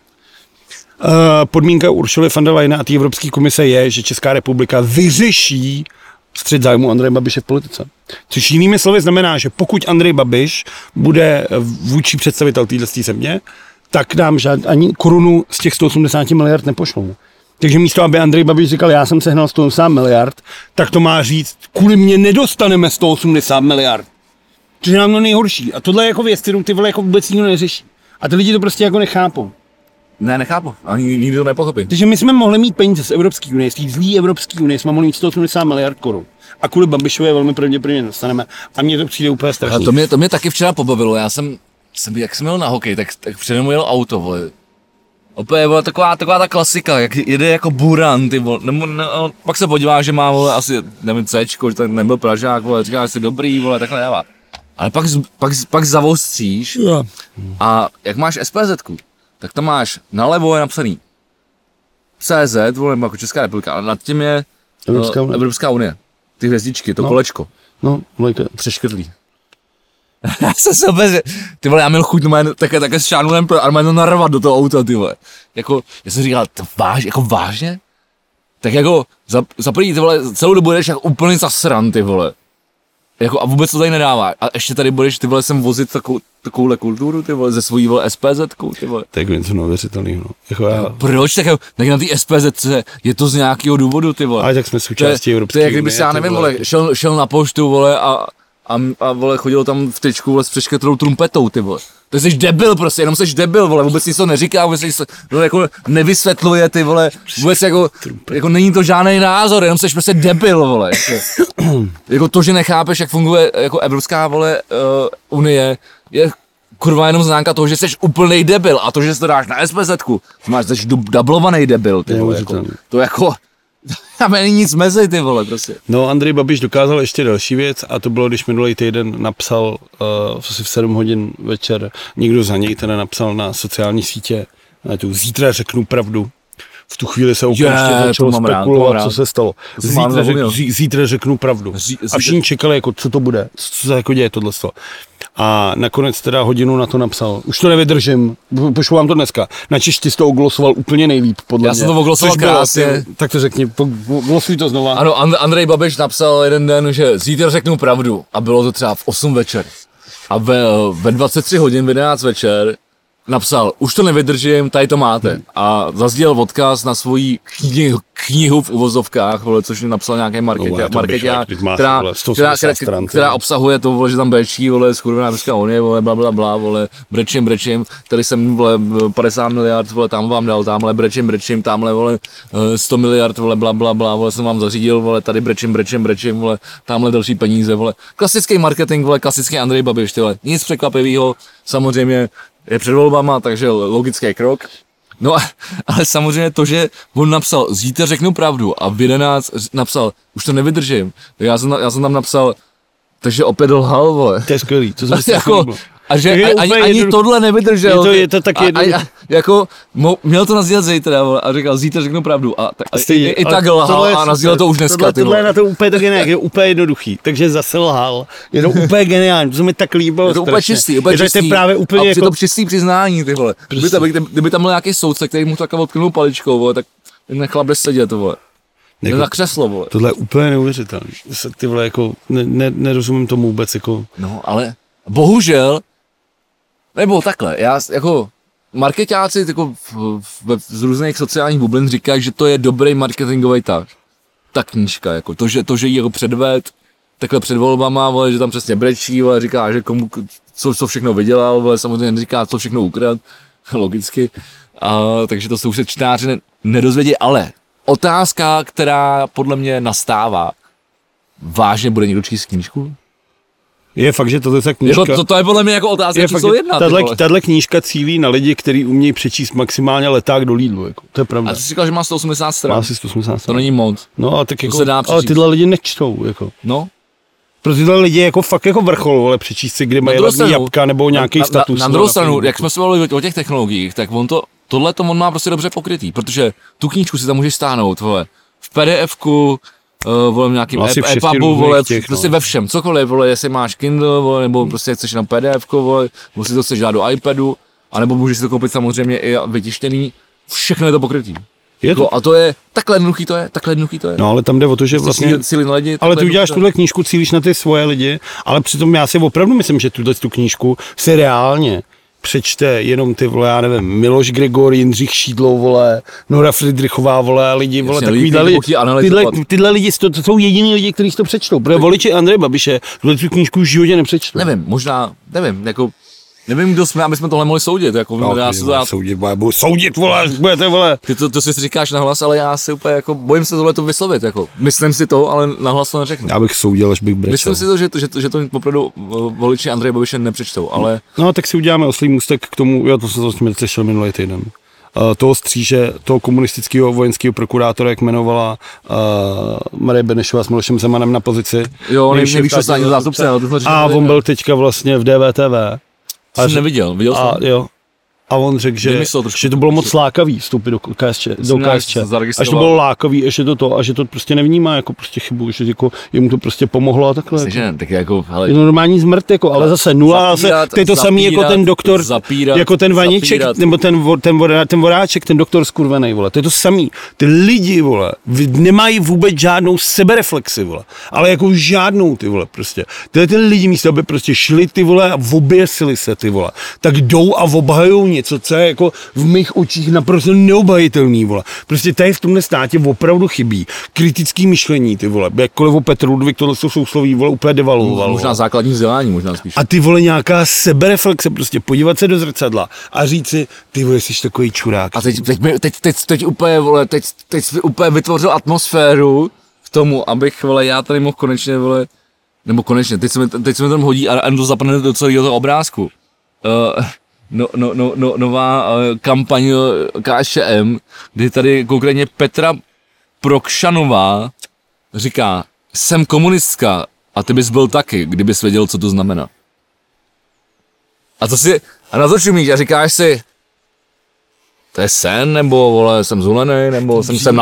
Podmínka Ursuly von der Leyen a té Evropské komise je, že Česká republika vyřeší střet zájmu Andreje Babiše v politice. Což jinými slovy znamená, že pokud Andrej Babiš bude vůči představitel této země, tak nám ani korunu z těch 180 miliard nepošlou. Takže místo, aby Andrej Babiš říkal, já jsem sehnal 180 miliard, tak to má říct, kvůli mě nedostaneme 180 miliard. Což je nám to nejhorší. A tohle je jako věc, kterou ty vole jako vůbec nikdo neřeší. A ty lidi to prostě jako nechápou. Ne, nechápu. Ani nikdy to nepochopí. Takže my jsme mohli mít peníze z Evropské unie, z té zlý Evropské unie, jsme mohli mít 180 miliard korun. A kvůli Babišově velmi pravděpodobně dostaneme. A mně to přijde úplně strašný. A to mě taky včera pobavilo. Já jsem jak jsem jel na hokej, tak přede mnou jel auto, vole. Opět byla taková ta klasika, jak jede jako buran, ty vole. Pak se podívá, že má, vole, asi, nevím, Cčko, že to nebyl Pražák, vole, říká, že jsi dobrý, vole, takhle nedává. Ale pak zavostříš a jak máš SPZ-ku, tak tam máš nalevo je napsaný CZ, vole, jako Česká republika, ale nad tím je Evropská unie. Ty hvězdičky, to kolečko. No, přeškrtlý. Já jsem se opět, ty vole, já měl chuť také s šánulem a má to narvat do toho auta, ty vole. Jako, já jsem říkal, to vážně? Tak jako, za první, ty vole, celou dobu jdeš jako úplně zasran, ty vole. Jako, a vůbec to tady nedává. A ještě tady budeš, ty vole, sem vozit takovouhle kulturu, ty vole, ze svojí, vole, SPZ-kou, ty vole. Tak něco neuvěřitelného, no. Jako já... Proč? Tak na té SPZ je to z nějakého důvodu, ty vole. Ale tak jsme součástí Evropské unie. To je, jak kdyby já nevím, vole, šel na poštu, vole, a vole, chodil tam v tričku, vole, s přeškrtlou trumpetou, ty vole. To jsi debil prostě, jenom jsi debil, vole, vůbec nic to neříká, vůbec nic to jako nevysvětluje, ty vole, vůbec jako není to žádný názor, jenom jsi prostě debil, vole. Jako to, že nechápeš, jak funguje jako Evropská, vole, unie, je kurva jenom známka toho, že jsi úplnej debil a to, že si to dáš na SPZ-ku, jsi dublovaný debil, ty vole, jako, to jako... Tam není nic mezi, ty vole, prostě. No, Andrej Babiš dokázal ještě další věc a to bylo, když minulý týden napsal asi v 7 hodin večer, někdo za něj teda napsal na sociální sítě, zítra řeknu pravdu. V tu chvíli se okamžitě začalo spekulovat, co se stalo. Zítra řeknu pravdu. A všichni čekali, jako, co to bude, co se jako děje tohleto. A nakonec teda hodinu na to napsal. Už to nevydržím, pošlu vám to dneska. Načež ty jsi to oglosoval úplně nejlíp, podle mě. Já jsem to oglosoval krásně. Tak to řekni, glosuj to znova. Ano, Andrej Babiš napsal jeden den, že zítra řeknu pravdu. A bylo to třeba v 8 večer. A ve 23 hodin, v 11 večer napsal, už to nevydržím, tady to máte. A zazdílel odkaz na svoji knihu v uvozovkách, vole, což napsal nějaký markeťák, která obsahuje to, vole, že tam brečí, vole, skurvená Evropská unie, vole, blablabla, vole, brečím, tady jsem, vole, 50 miliard, vole, tam vám dal, tamhle brečím, tamhle, vole, 100 miliard, vole, blablabla, vole, jsem vám zařídil, vole, tady brečím, vole, tamhle další peníze, vole. Klasický marketing, vole, klasický Andrej Babiš, vole, nic překvapivého, samozřejmě je před volbama, takže logický krok. No ale samozřejmě to, že on napsal, zítra řeknu pravdu a v 11 napsal, už to nevydržím, tak já jsem tam napsal, takže opět lhal, vole. To je skvělý, to jsem jako, a že ani tohle nevydržel. Je to tak jednoduché. Jako, měl to nasdílet zítra, vole, a říkal, zítra řeknu pravdu. A i tak lhal a nasdílel to už dneska. Tohle je na to úplně tak jinak, je úplně jednoduchý, takže zase lhal. Je to úplně geniální, to se mi tak líbilo. Je to úplně čistý. Právě úplně a jako... to čistý přiznání, ty vole. Kdyby tam byl nějaký soudce, který mu to takhle odknul paličkou, vole, tak nechala bez sedět, vole. Jako, na křeslo, vole. Tohle je úplně neuvěřitelné. Ty vole, jako, nerozumím tomu vůbec, jako... No, ale bohužel, nebo takhle, já jako marketáci jako z různých sociálních bublin říkají, že to je dobrý marketingový tah. Ta knížka, jako to, že jí jako předved, takhle před volbama, vole, že tam přesně brečí, vole, říká, že komu, co všechno vydělal, vole, samozřejmě neříká, co všechno ukradl, logicky, takže to se už se čtenáři nedozvědí, ale otázka, která podle mě nastává, vážně bude někdo číst knížku? Je fakt, že tohle je knížka... To je podle mě jako otázka číslo 1. Tahle knížka cílí na lidi, kteří umějí přečíst maximálně leták do Lidlu, jako. To je pravda. A ty jsi říkal, že má 180 stran. Má asi 180 stran. To není moc. No a tak jako, ale tyhle lidi nečtou, jako. No. pro tyhle lidi jako fakt jako vrchol, vole, přečíst si, kde mají levný jabka nebo nějaký status. Na druhou stranu, jak jsme se bavili o těch technologiích, tak tohle on má prostě dobře pokrytý, protože tu knížku si tam můžeš stáhnout, vole, v PDFku, vole, v nějakým EPUBu, vole, prostě ve všem, cokoliv, vole, jestli máš Kindle, vole, nebo prostě chceš na PDFku, vole, nebo si to chceš dát do iPadu, anebo můžeš si to koupit samozřejmě i vytištěný, všechno je to pokrytý. Je to? A to je, takhle jednoduchý to je. No ale tam jde o to, že vlastně, lidi, ale ty uděláš tuhle knížku, cílíš na ty svoje lidi, ale přitom já si opravdu myslím, že tu knížku si reálně přečte jenom ty, vole, já nevím, Miloš Gregor, Jindřich Šídlo, vole, Nora Friedrichová, vole, lidi, vole, tyhle lidi, to jsou jediní lidi, kteří to přečtou, protože voliči Andreje Babiše tu knížku v životě nepřečtou. Nevím, kdo jsme, aby jsme tohle mohli soudit, jako no, budu soudit, vole, budete, vole. Ty to si říkáš nahlas, ale já si úplně jako, bojím se tohle to vyslovit, jako, myslím si to, ale nahlas to neřeknu. Já bych soudil, až bych brečel. Myslím si to, že to opravdu voliči Andreje Babiše nepřečtou, ale... No, tak si uděláme oslý můstek k tomu, já to jsem s tím řešil minulý týden. Toho stříže, toho komunistického vojenského prokurátora, jak jmenovala Marie Benešová s Milošem Zemanem na pozici. Jo, nejvyšší státní zástupce. A on byl teďka vlastně v DVTV. Jsem neviděl, viděl jsem. Jo. A on řekl, že to bylo moc lákavý vstoupit do KSČ. A že to bylo lákavý, a že to prostě nevnímá jako prostě chybu, že jako jemu to prostě pomohlo a takhle. Myslím, tak jako, je to normální zmrt, jako, ale zase nula, to je to samý jako ten doktor, jako ten Vaněček, nebo ten Voráček, ten doktor skurvenej, vole. To je to samý. Ty lidi, vole, nemají vůbec žádnou sebereflexi, vole. Ale jako žádnou, ty vole, prostě. Ty lidi místo, aby prostě šli, ty vole, a oběsili se, ty vole. Tak jdou a obhajou něco, co je jako v mých očích naprosto neobhajitelný, vole. Prostě tady v tomhle státě opravdu chybí kritický myšlení, ty vole. Jakkoliv o Petr Ludvík tohle sousloví, vole, úplně devaluoval. Možná základní vzdělání, možná spíš. A ty vole nějaká sebereflexe, prostě podívat se do zrcadla a říct si, ty vole, jsi takový čurák. A teď úplně, vole, teď úplně vytvořil atmosféru k tomu, abych, vole, já tady mohl konečně, vole, nebo konečně, teď se mi tam hodí a to zapadne do celého toho obrázku. Nová kampaň KSČM, kdy tady konkrétně Petra Prokšanová říká, jsem komunistka a ty bys byl taky, kdybys věděl, co to znamená. A na to čumíš a říkáš si, to je sen, nebo vole, jsem zulený, nebo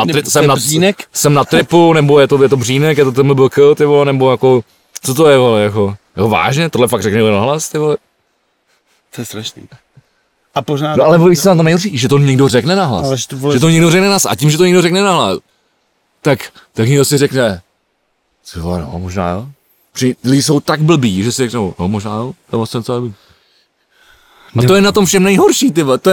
jsem na tripu, nebo je to břínek, je to ten byl ty vole, nebo jako, co to je, vole, jako vážně, tohle fakt řekne na hlas, ty vole. To je strašný. A pořád... No ale víš, co na tom nejhorší, že to někdo řekne nahlas. Že to někdo řekne nahlas. A tím, že to někdo řekne nahlas, tak někdo si řekne, co vole, no, možná jo. Lidi jsou tak blbí, že si řeknou, no možná jo, to vlastně co je. A to je na tom všem nejhorší, ty vole,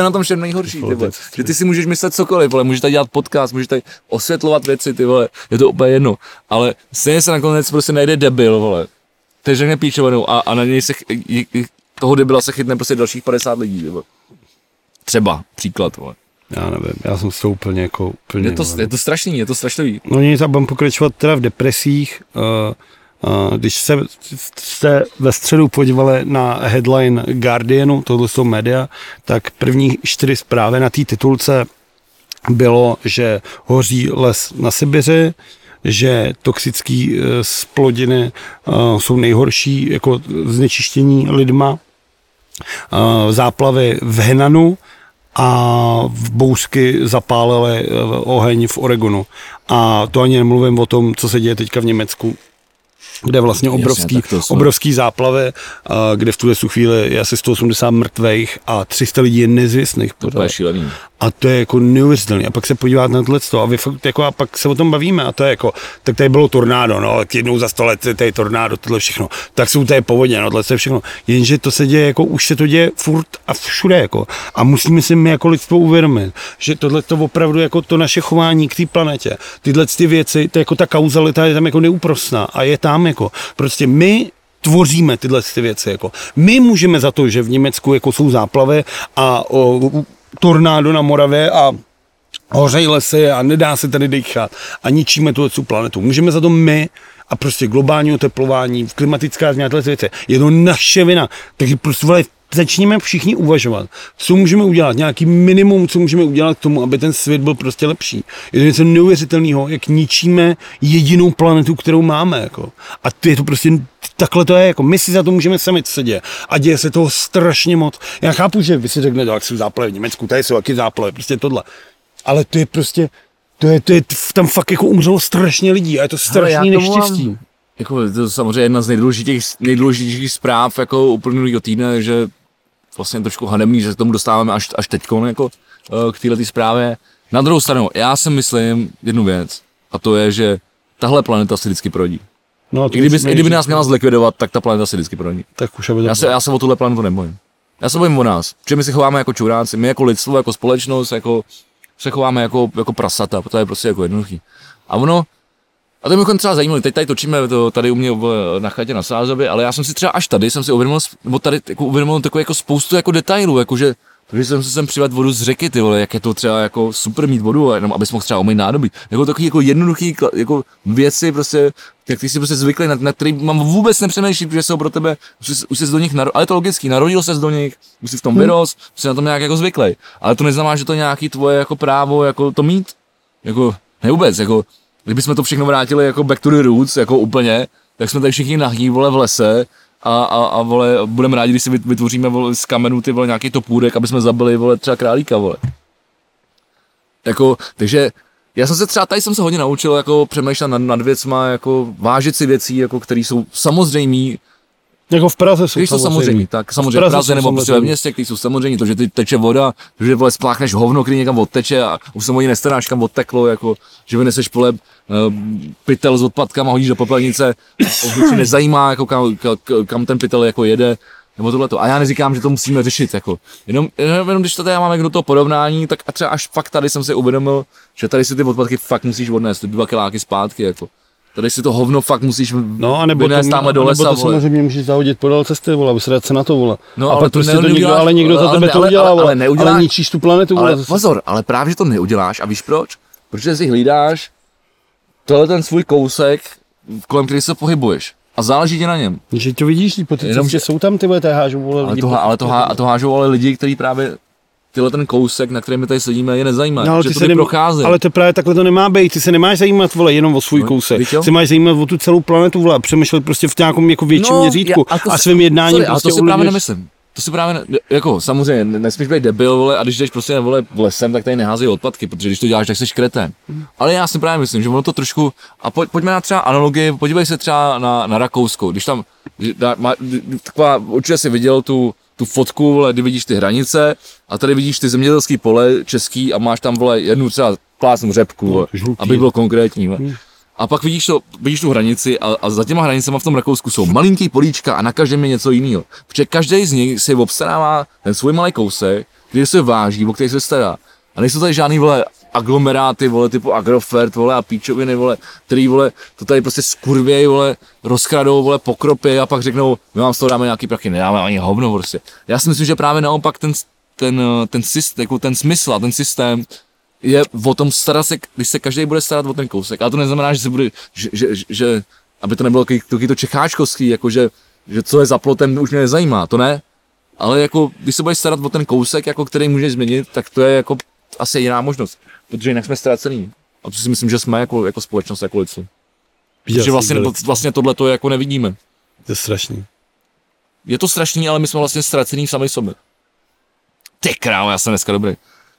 že ty si můžeš myslet cokoliv, vole, můžeš tady dělat podcast, můžeš tady osvětlovat věci, ty vole, je to úplně jedno. Ale stejně se nakonec prostě najde debil, vole, který řekne píčovanou a na něj se, toho debila se chytne prostě dalších 50 lidí, ty vole. Třeba, příklad, vole. Já nevím, já jsem s tou úplně jako... Je to strašný, je to strašný. No nic, a budem pokračovat teda v depresích. Když jste ve středu podívali na headline Guardianu, tohle jsou média, tak první 4 zprávy na té titulce bylo, že hoří les na Sibiři, že toxické splodiny jsou nejhorší jako znečištění lidma, záplavy v Henanu a v bouřky zapálily oheň v Oregonu. A to ani nemluvím o tom, co se děje teďka v Německu, kde vlastně obrovský záplavy, kde v tuhle chvíli je asi 180 mrtvejch a 300 lidí je nezvěstných. To je šílený. A to je jako neuvěřitelné. A pak se podívat na tohleto a vy fakt jako, a pak se o tom bavíme a to je jako, tak tady bylo tornádo, no, jednou za 100 let tady tornádo, tohle všechno. Tak jsou tady povodně, no, tohle všechno. Jenže to se děje jako, už se to děje furt a všude jako. A musíme si my jako lidstvo uvědomit, že tohle to opravdu jako to naše chování k té planetě, tyhle ty věci, to jako ta kauzalita je tam jako neúprosná a je tam jako, prostě my tvoříme tyhle ty věci jako. My můžeme za to, že v Německu jako jsou záplavy a tornádo na Moravě a hořejí lesy a nedá se tady dýchat a ničíme tu planetu. Můžeme za to my a prostě globální oteplování, klimatická změna, tyhle věci. Je to naše vina. Takže prostě začněme všichni uvažovat, co můžeme udělat, nějaký minimum, co můžeme udělat k tomu, aby ten svět byl prostě lepší. Je to něco neuvěřitelného, jak ničíme jedinou planetu, kterou máme. Jako. A to je to prostě takhle to je, jako my si za to můžeme sami, co se děje. A děje se toho strašně moc. Já chápu, že vy si řeknete, jak jsou záplavy v Německu, tady jsou taky záplavy, prostě tohle. Ale to je prostě, tam fakt jako umřelo strašně lidí a je to strašný neštěstí. Jako to je samozřejmě jedna z nejdůležitějších zpráv jako uplynulého týdne, že vlastně trošku hanebný, že se k tomu dostáváme až teďkon jako k této zprávě. Na druhou stranu, já si myslím jednu věc, a to je, že tahle planeta si vždycky prorodí. No, I kdyby nás měla zlikvidovat, tak ta planeta si vždycky prorodí. Tak už já se o tuhle planetu nebojím. Já se bojím o nás, protože my se chováme jako čuráci, my jako lidstvo, jako společnost, jako se chováme jako prasata, to je prostě jako jednoduchý. A to mi třeba zajímalo, teď tady točíme to tady u mě na chatě na Sázově, ale já jsem si třeba až tady jsem si uvědomil takovou jako spoustu jako detailů, jakože protože jsem si sem přived vodu z řeky, ty vole, jak je to třeba jako super mít vodu, jenom abys mohl třeba umýt nádobí. Jako takový jako jednoduchý jako věci prostě, jak ty si prostě zvykli, na který mám vůbec nepřemýšlím, protože jsou pro tebe, už jsi do nich ale je to logický, narodil ses do nich, už jsi v tom vyrost, jsi na tom nějak jako zvyklý. Ale to neznamená, že to je nějaký tvoje jako právo jako to mít. Jako ne vůbec, jako kdybychom to všechno vrátili jako back to the roots, jako úplně, tak jsme tady všichni nahý, vole, v lese. A vole, budeme rádi, když si vytvoříme vole, z kamenů ty vole, nějaký topůrek, aby jsme zabili vole, třeba králíka, vole. Jako, takže já jsem se třeba tady jsem se hodně naučil jako přemýšlet nad věcma, jako vážit si věcí, jako které jsou samozřejmé. Jako v Praze jsou samozřejmě. Tak samozřejmě v Praze nebo prostě ve městě, které jsou samozřejmě, to, že ty teče voda, že vole spláchneš hovno, který někam odteče a už se mojí nestaráš, kam odteklo, jako, že vyneseš pole pytel s odpadkama, hodíš do popelnice, už ti nezajímá, jako kam ten pytel jako jede, nebo tohleto. A já neříkám, že to musíme řešit, jako. Jenom když to tady máme do toho porovnání, tak a třeba až fakt tady jsem si uvědomil, že tady si ty odpadky fakt musíš odnést, ty 2 kiláky zpátky, jako. Tady si to hovno fakt musíš vynést tamhle do lesa, nebo to samozřejmě můžeš zahodit podél cesty, vole, aby se dát se na to, vole. No, a ale pak prostě to někdo, ale někdo za tebe to udělá, vole, ale ničíš tu planetu, vole. Ale pozor, ale právě, že to neuděláš a víš proč? Protože si hlídáš tohle ten svůj kousek, kolem který se pohybuješ. A záleží ti na něm. Že to vidíš, že jsou tam ty vole, hážou, vole, lidi. Ale to hážou ale lidi, kteří právě tyhle ten kousek, na kterém my tady sedíme, je nezajímá, no, že to neprochází. Ale to právě takhle to nemá být, ty se nemáš zajímat, vole, jenom o svůj kousek. Ty máš zajímat o tu celou planetu, vole, přemýšlet prostě v nějakém jako větším měřítku a svým jednáním prostě. A to si právě nemyslím. To si právě, jako samozřejmě, nesmíš být debil, vole, a když jdeš prostě vole lesem, tak tady neházej odpadky, protože když to děláš, tak jsi kretén. Ale já si právě myslím, že ono to trošku, a pojďme na třeba analogii, podívej se třeba na Rakousko, když tam, taková, určitě jsi viděl tu fotku, vole, kdy vidíš ty hranice a tady vidíš ty zemědělský pole český a máš tam, vole, jednu třeba plásnu řepku, vole, aby bylo konkrétní, vole. A pak vidíš tu hranici a za těma hranicema v tom Rakousku jsou malinký políčka a na každém je něco jiného. Protože každý z nich si obstarává ten svůj malý kousek, který se váží, o který se stará. A nejsou tady žádný, vole, aglomeráty, vole, typu Agrofert, vole, a píčoviny, vole, který, vole, to tady prostě skurvěj, vole, rozkradou, vole, pokropy a pak řeknou, my vám z toho dáme nějaký prachy, nedáme ani hovno, prostě. Já si myslím, že právě naopak ten smysl a ten systém je o tom starat se, když se každý bude starat o ten kousek. Ale to neznamená, že se bude, že aby to nebylo to čecháčkovský, jako že co je za plotem, už mě nezajímá, to ne. Ale jako, když se budeš starat o ten kousek, jako který můžeš změnit, tak to je jako asi jiná možnost. Protože jinak jsme ztracený. A to si myslím, že jsme jako společnost, jako lidstvo. Protože vlastně tohleto jako nevidíme. To je strašný. Je to strašný, ale my jsme vlastně ztracený sami sobě. Ty krávo, já jsem dneska dobrý.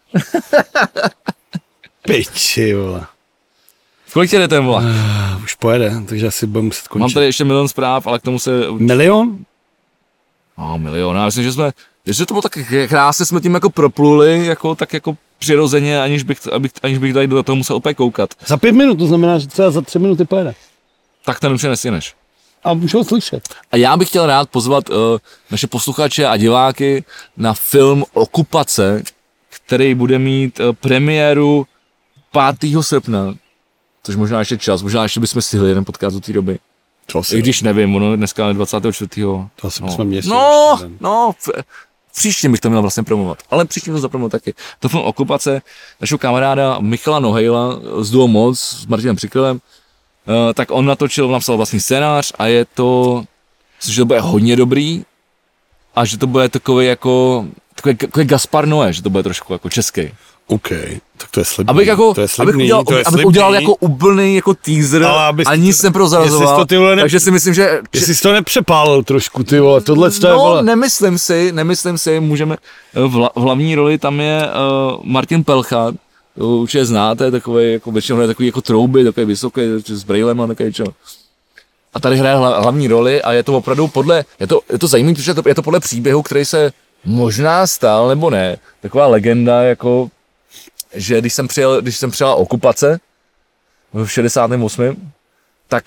Piči, vole. Kolik tě jde ten vlak? Už pojede, takže asi budeme muset končit. Mám tady ještě 1 000 000 zpráv, ale k tomu se... Milion? No, milion. Já myslím, že to bylo tak krásně, jsme tím jako propluli, jako, tak jako přirozeně, aniž bych tady do toho musel opět koukat. Za 5 minut, to znamená, že třeba za 3 minuty pojede. Tak ten už je nestěneš. A už ho slyšet. A já bych chtěl rád pozvat naše posluchače a diváky na film Okupace, který bude mít premiéru 5. srpna, což možná ještě čas, možná ještě bychom stihli jeden podcast do té doby. I když nevím, ono dneska je 24. To asi bychom měli. Příště bych to měl vlastně promovat, ale příště to zapromovat taky. To film Okupace našeho kamaráda Michala Nohejla z Duo Moc s Martinem Přikrylem, tak on napsal vlastní scénář a je to, že to bude hodně dobrý a že to bude takový jako Gaspar Noé, že to bude trošku jako český. OK, tak to je slibný. Abych udělal jako úplný jako teaser a nic neprozrazoval, takže si myslím, že... Jestli jsi to nepřepálil trošku, ty vole, tohle to je, vole. Nemyslím si, můžeme, v hlavní roli tam je Martin Pelcha, určitě znáte, takový, jako většinou je takový jako trouby, takový vysoký, s brejlem a takový čo. A tady hraje hlavní roli a je to opravdu je to zajímavé, protože je to podle příběhu, který se možná stal, nebo ne, taková legenda, jako, že když jsem přijela okupace v 68. tak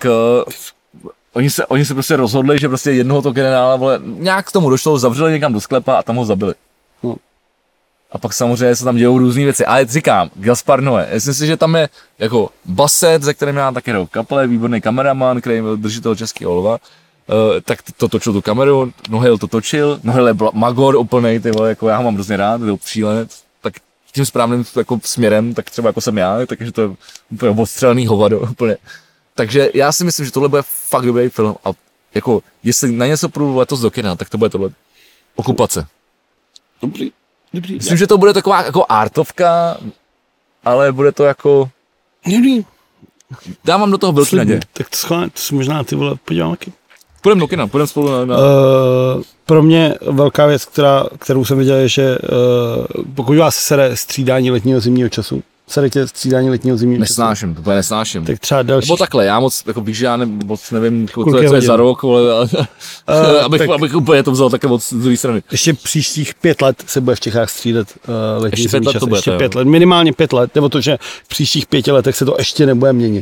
oni se prostě rozhodli, že prostě jednoho toho generála, vole, nějak k tomu došlo, zavřeli někam do sklepa a tam ho zabili. No. A pak samozřejmě se tam dějou různé věci. Ale říkám, Gaspar Noé, myslím si, že tam je jako Baset, ze kterým já taky hraju kapele, výborný kameraman, který byl držitel Českého lva, tak to točil tu kameru, Nohel to točil, Nohel je magor úplnej, ty vole, jako já ho mám hrozně rád, byl šílenec, tak tím správným jako směrem, tak třeba jako jsem já, takže to je úplně odstřelený hovado, úplně. Takže já si myslím, že tohle bude fakt dobrý film a jako, jestli na něco půjdu letos do kina, tak to bude tohle Okupace. Dobrý. Myslím, že to bude taková jako artovka, ale bude to jako... Dobrý. Dávám do toho velký naděje. Tak to schválně, to si možná ty vole podívám taky. Půjdeme do kina, půjdeme spolu na... Pro mě velká věc, kterou jsem viděl, je, že pokud vás sere střídání letního zimního času, serete střídání letního zimního času. Nesnáším. Tak třeba další. Nebo takhle, já moc, jako víš, já moc nevím, co je za rok, ale abych úplně to vzal také moc z druhé strany. Ještě příštích 5 let se bude v Čechách střídat letní zimní čas. Ještě 5 let, minimálně 5 let, nebo to, že v příštích 5 letech se to ještě nebude měnit.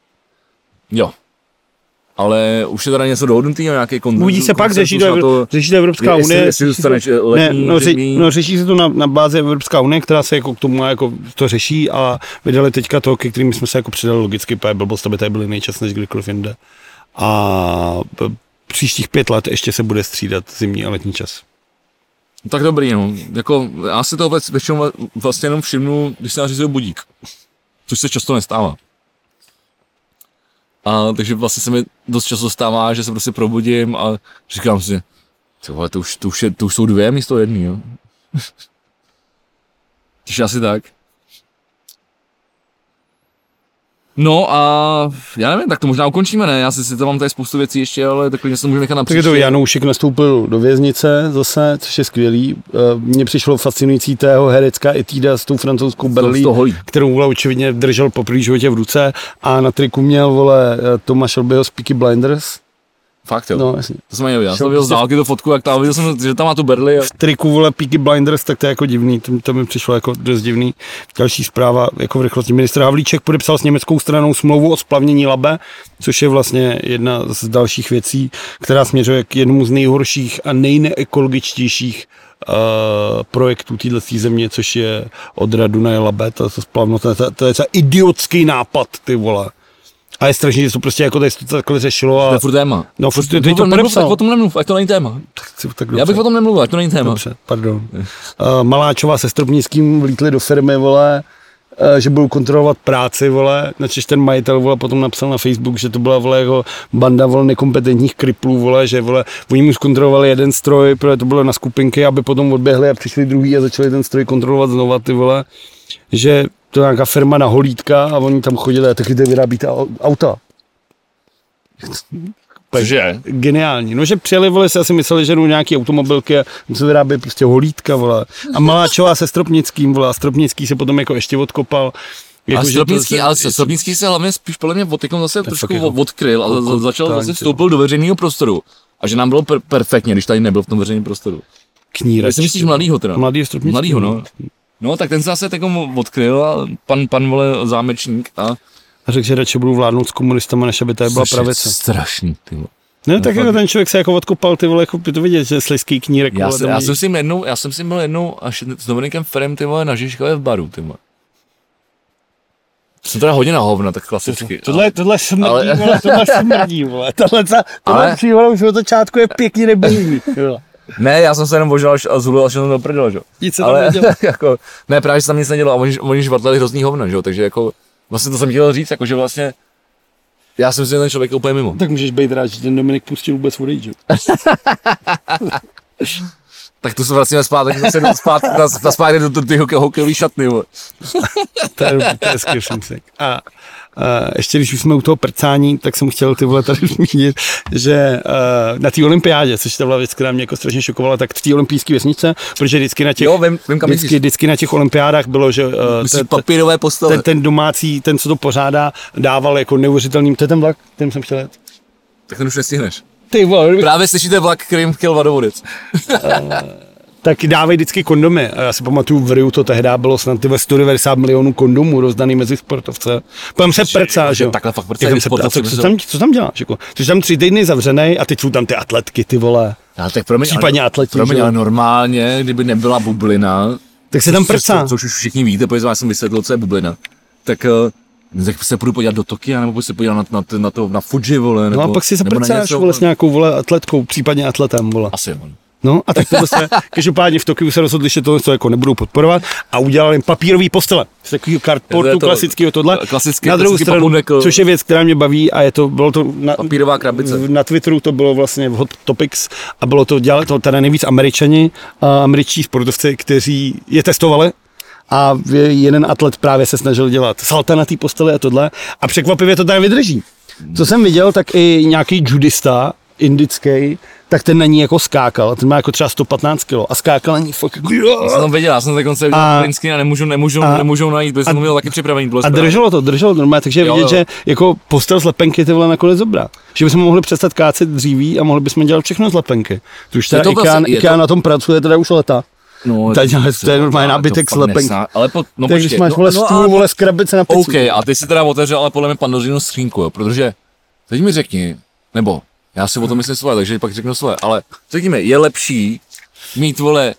Jo. Ale už je teda něco dohodnutého, nějaký koncept. Uvidí se pak, řeší to Evropská unie. Řeší se to na bázi Evropská unie, která se jako k tomu jako to řeší a vydali teďka to, ke kterým jsme se jako přidali logicky, protože blbost, aby tady byly nejčas než kdykoliv jinde. A příštích 5 let ještě se bude střídat zimní a letní čas. Tak dobrý, no. Jako, já si to většinou vlastně jenom všimnu, když se nařizuje budík. Což se často nestává. A takže vlastně se mi dost často stává, že se prostě probudím a říkám si, tohle, to už jsou 2 místo 1, jo. Takže asi tak. No a já nevím, tak to možná ukončíme, ne? Já si tam mám tady spoustu věcí ještě, ale takhle se můžeme nechat na příště. Takže to Janoušek nastoupil do věznice zase, což je skvělý. Mně přišlo fascinující tého herecká etída s tou francouzskou berlí, kterou vole očividně držel po první životě v ruce a na triku měl vole Tomáš Shelbyho z Peaky Blinders. Fakt jo, no, jasně. To jsem nevěděl, já jsem viděl z dálky tu fotku, jak tam, viděl jsem, že tam má tu berli. A... V triku vole Peaky Blinders, tak to je jako divný, to mi přišlo jako dost divný. Další zpráva, jako v rychlosti, ministr Havlíček podepsal s německou stranou smlouvu o splavnění Labe, což je vlastně jedna z dalších věcí, která směřuje k jednomu z nejhorších a nejneekologičtějších projektů této země, což je Odra Dunaje Labe, to splavno, to je idiotský nápad, ty vole. A je strašně, že to prostě jako tady to takhle řešilo a... To je furt téma. No, furt ty to podepsal. Tak o tom nemluv, ať to není téma. Tak já bych o tom nemluvil, ať to není téma. Dobře, pardon. Maláčová se Stropnickým vlítli do firmy, vole, že budou kontrolovat práci, vole, načež ten majitel, vole, potom napsal na Facebook, že to byla, vole, jako banda, vole, nekompetentních kriplů, vole, že, vole, oni mu zkontrolovali jeden stroj, protože to bylo na skupinky, aby potom odběhli a přišli druhý a začali ten stroj kontrolovat znova, ty vole, že to je nějaká firma na Holítka a oni tam chodili a taky ty vyrábí auta. Takže geniální. No, že přijeli, vole, si asi mysleli, že jdou nějaký automobilky a se vyrábí prostě Holítka, vole. A Maláčová se Stropnickým, vole, a Stropnický se potom jako ještě odkopal. Jako, Stropnický se hlavně spíš podle mě zase trošku odkryl a začal vlastně vstoupil do veřejného prostoru. A že nám bylo perfektně, když tady nebyl v tom veřejném prostoru. Knírač. Ty myslíš mladýho teda? Mladý Stropnický. Mladýho, no. No, tak ten se zase takom odkryl a pan vole zámečník a řekl, že radši budu vládnout s komunistama, než aby tady byla pravice. Strašný, ty vole. No, tak jako ten člověk se jako odkopal, ty vole, jako by to vidět, že slizký knírek. Já jsem si byl jednou až s Dominikem Ferem, ty vole, na Žižkově v baru, ty vole. Jsem teda hodně na hovna, tak klasicky. Tohle smrdí, vole. Tohle příhoda už od začátku je pěkně nebolí. Ne, já jsem se jenom božil a zhulil, až jsem to prdel, že? Nic se tam nedělo. Jako, ne, právě se tam nic nedělo a oni žvatlali hrozný hovna, že? Takže jako, vlastně to jsem chtěl říct, jako, že vlastně, já jsem si ten člověk úplně mimo. Tak můžeš být rád, že ten Dominik pustil vůbec odejít, že? Tak to se vracíme zpátky do ty hokejové šatny, vole. To je skvělý. A ještě když už jsme u toho prcání, tak jsem chtěl ty vole tady zmínit, že na té olympiádě, což to byla věc, která mě jako strašně šokovala, tak v té olympijské vesnice, protože vždycky na těch, vždycky na těch olympiádách bylo, že papírové postele. Ten domácí, ten, co to pořádá, dával jako neuvěřitelným, to je ten vlak, kterým jsem chtěl jet. Tak ten už nestihneš. Ty vole, právě slyšíte vlak, kterým chtěl Vadovodec. Tak dávají vždycky kondomy. A já si pamatuju, v Riu to tehdy bylo snad 190 milionů kondomů rozdaný mezi sportovce. Potom se prcá, že jo. Takhle fakt prcají sportovce. Co tam děláš? Jako? Jsi tam 3 týdny zavřenej a teď jsou tam ty atletky, ty vole. Ale tak promiň, atleti, ale normálně, kdyby nebyla bublina, tak se tam prcá. Což už všichni víte, protože já jsem vysvětlil, co je bublina. Tak se půjdu podívat do Tokia, nebo se podívat na Fuji, vole. Nebo, no a pak si se prcáš, vole, s nějakou, vole, atletkou, případně atletem, vole. Asi, vole. No a tak to se, každopádně v Tokiu se rozhodli, že to jako nebudou podporovat a udělali jim papírový postele. Z takového kartportu klasického tohle. Na druhou stranu, což je věc, která mě baví a bylo to papírová krabice. Na Twitteru to bylo vlastně v Hot Topics a dělali to teda nejvíc američtí sportovci, kteří je testovali. A jeden atlet právě se snažil dělat salta na té posteli a tohle a překvapivě to tady vydrží. Co jsem viděl, tak i nějaký judista indický, tak ten na ní jako skákal, ten má jako třeba 115 kg a skákal na ní fakt jako já jsem to viděl, já jsem dokonce udělal printscreen a nemůžou najít, protože jsem to měl taky připravený. A drželo to normálně, takže je vidět, že jako postel z lepenky ty vole nakonec dobrá. Že bychom mohli přestat kácet dříví a mohli bychom dělat všechno z lepenky. To už teda IKEA na tom pracuje teda už leta. No, to je normálně nábytek z lepenky. Ale tak když máš stůl, z krabice na pizzu. OK, a ty si teda otevřel ale podle mě Pandořinu skřínku, jo, protože teď mi řekni, nebo já si o tom myslím svoje, takže pak řeknu svoje, ale řekni mi, je lepší mít, vole,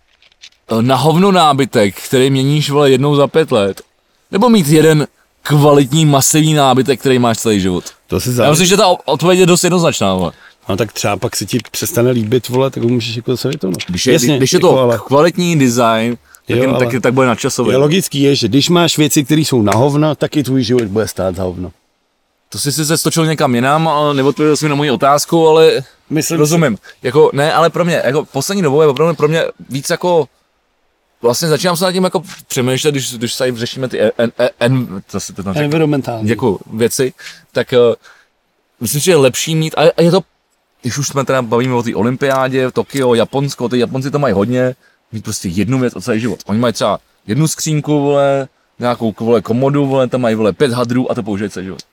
na hovno nábytek, který měníš, vole, jednou za 5 let, nebo mít jeden kvalitní masivní nábytek, který máš celý život? To si záleží. Já myslím, že ta odpověď je dost jednoznačná, vole. No tak třeba pak si ti přestane líbit, vole, tak můžeš jako zase to. Když je to kvalitní design, tak bude nadčasový. Je logický je, že když máš věci, které jsou na hovno, tak i tvůj život bude stát za hovno. To jsi se stočil někam jinam, ale neodpověděl jsi mi na moji otázku, ale rozumím. Jako, ne, ale pro mě, jako poslední dobou je opravdu pro mě víc jako, vlastně začínám se nad tím jako přemýšlet, když tady řešíme ty environmentální věci, tak myslím, že je lepší mít, a je to, když už jsme teda bavíme o té olympiádě, Tokio, Japonsko, ty Japonci to mají hodně, mít prostě jednu věc o celý život. Oni mají třeba jednu skřínku, vole, nějakou, vole, komodu, vole, tam mají, vole, 5 hadrů a to použijí celý život.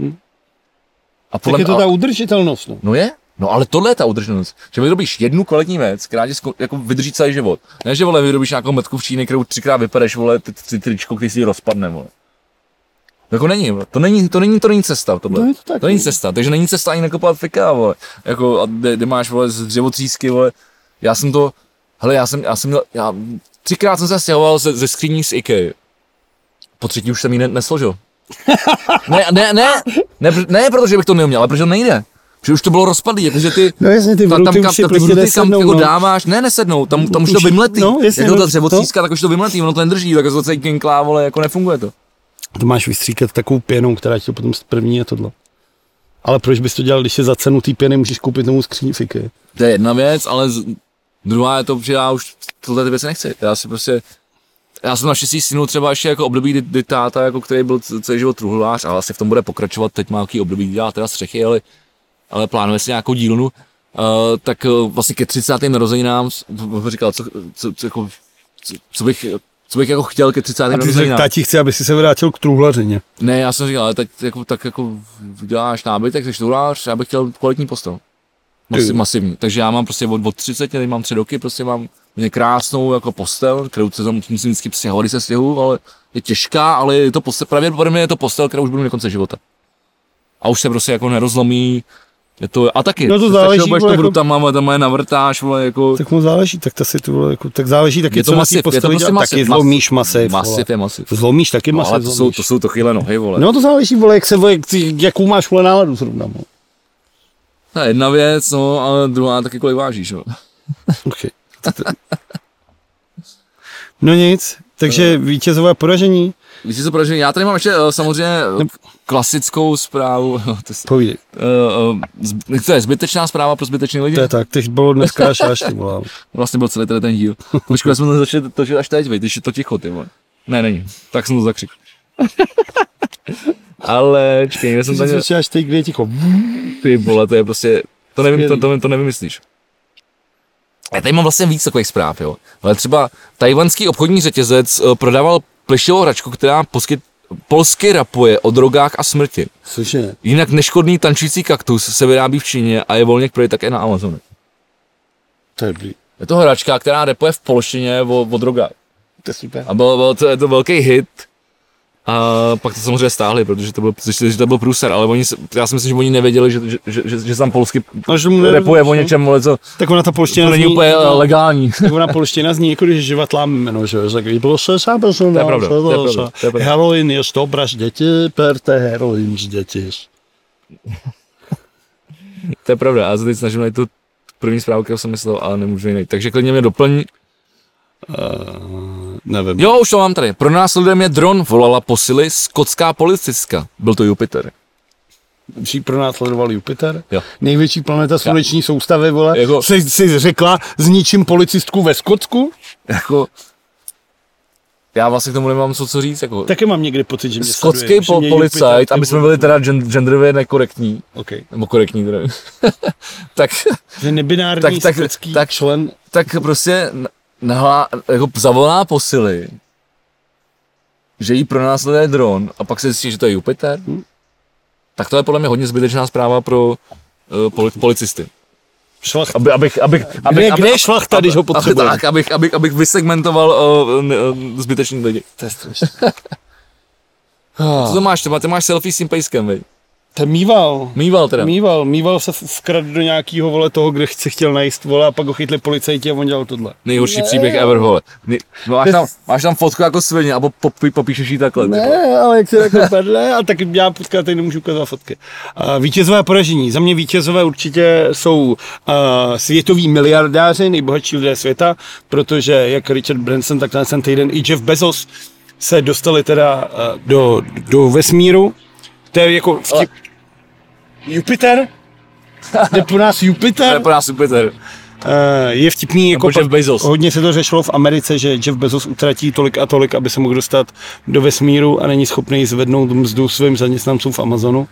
A tak je to ta udržitelnost, no. No je, no ale tohle je ta udržitelnost, že vyrobíš jednu kvalitní věc, která ti jako vydrží celý život. Ne, že, vole, vyrobíš nějakou metku v Číně, kterou 3krát vypereš, vole, ty tričko, který si ji rozpadne, vole. Jako není, vole. To není cesta, tohle. No to není cesta, takže není cesta ani nakopovat fika, vole. Jako, a kde máš, vole, z dřevotřísky, vole. Já jsem měl, 3krát jsem se stěhoval ze skříní z IKEA. Po třetí už jsem ji nesložil. Ne, protože bych to neuměl, ale protože to nejde. Protože už to bylo rozpadlý, jakože ty, no jasně, ty vruty kam jako dáváš, nesednou, tam už to vymletí. No, jasně, jako ta dřevotříska, tak už to vymletí, ono to nedrží, tak to celý kinklá, vole, jako nefunguje to. To máš vystříkat takovou pěnou, která ti to potom první je tohle. Ale proč bys to dělal, když si za cenu té pěny můžeš koupit novou skříň fiky? To je jedna věc, ale druhá je to, že já už tohle ty věci nechci. Já jsem naštěstí synu třeba ještě jako období, kdy táta, jako který byl celý život truhlář a vlastně v tom bude pokračovat, teď má nějaký období, dělá teda střechy, ale plánuje si nějakou dílnu, tak vlastně ke 30. narozeninám říkal, co bych jako chtěl ke 30. narozeninám. A táti chce, aby si se vrátil k truhlařině. Ne, já jsem říkal, ale tak jako děláš nábytek, jsi truhlář, já bych chtěl kvalitní postel. Masivní. Takže já mám prostě od 30, teď mám 3 roky, prostě mám mě krásnou jako postel, kterou se tam musím vždycky přestěhovat, když se stěhuju, ale je těžká, ale je to postel, pravděpodobně je to postel, kterou už budu na konci života. A už se prostě jako nerozlomí, je to, a taky, no to záleží, budeš to vrutama, tam je navrtáš, vole, jako. Tak mu záleží, tak to si to vole, jako, tak záleží taky, je to co masiv, na té posteli dělat, taky zlomíš masiv. Masiv je masiv. Zlomíš taky masiv, ale to jsou to chvíle nohy, vole. No to záleží, vole, jakou máš, vole, náladu zrovna, vole. To je jedna věc, no, ale druhá taky kolik vážíš, jo. Okay. No nic, takže vítězové poražení. víš co, protože já tady mám ještě samozřejmě klasickou zprávu. Povídej. To je zbytečná zpráva pro zbytečný lidi. To je tak, teď bylo dneska až ty volám. Vlastně byl celý ten díl. Počkej, já jsme to začali točit až teď, když je to ticho, ty vole. Ne, není. Tak jsem to zakřik. Ale, čekej, já jsem tady... Až teď, kdy je ticho. Ty vole, to je prostě... To nevím, to nevymyslíš. Já tady mám vlastně víc takových zpráv, jo. Ale třeba tajvanský obchodní řetězec prodával plišovou hračku, která polsky rapuje o drogách a smrti. Cože? Jinak neškodný tančící kaktus se vyrábí v Číně a je volně k prodeji také na Amazonu. To je blí. Je to hračka, která rapuje v polštině o drogách. To je super. A byl to velký hit. A pak to samozřejmě stáhli, protože to byl průser, ale já si myslím, že oni nevěděli, že tam polsky rapuje o něčem, ale co tak ona ta polština není úplně legální. Tak ona polština zní jako když živatlám jméno, že jo, takový bylo se sábezno, to je pravda. Heroin je dobra z děti, perte heroin z děti. To je pravda, já se teď snažím najít tu první zprávu, kterou jsem myslel, ale nemůžu ji najít, takže klidně mě doplň. Nevím. Jo, už to mám tady. Pro nás lidem je dron, volala posily skotská policistka. Byl to Jupiter. Všichni pro nás sledoval Jupiter? Jo. Největší planeta sluneční soustavy, vole. Jako, jsi řekla s ničím policistku ve Skotsku? Jako... Já vlastně k tomu nemám co říct. Jako... Taky mám někdy pocit, že mě skotský policajt, aby jsme byli teda genderově nekorektní. Okay. Nebo korektní teda. tak... Že nebinární skotský člen. Tak prostě... jako zavolá posily, že jí pronásleduje dron a pak se zjistí, že to je Jupiter, tak to je podle mě hodně zbytečná zpráva pro policisty. Šlachta. Kde je šlachta, když ho potřebujeme? Tak, abych vysegmentoval zbytečný lidi. To je strašné. Co to máš? Ty máš selfie s tím pejskem, vej? Ten mýval. Mýval se vkradl do nějakého, vole, toho, kde se chtěl najíst, vole, a pak ho chytli policajti a on dělal tohle. Nejhorší příběh ever, vole. Máš tam fotku jako svině a popíšeš jí takhle. Ne, ale jak se takhle padle, a tak já počkat, tady nemůžu ukázat fotky. Vítězové poražení. Za mě vítězové určitě jsou světoví miliardáři, nejbohatší lidé světa, protože jak Richard Branson, tak ten týden i Jeff Bezos se dostali teda do vesmíru. To je jako vtip. Jupiter? Jde po nás Jupiter? Je vtipný, jako hodně se to řešilo v Americe, že Jeff Bezos utratí tolik a tolik, aby se mohl dostat do vesmíru a není schopný zvednout mzdu svým zaměstnancům v Amazonu.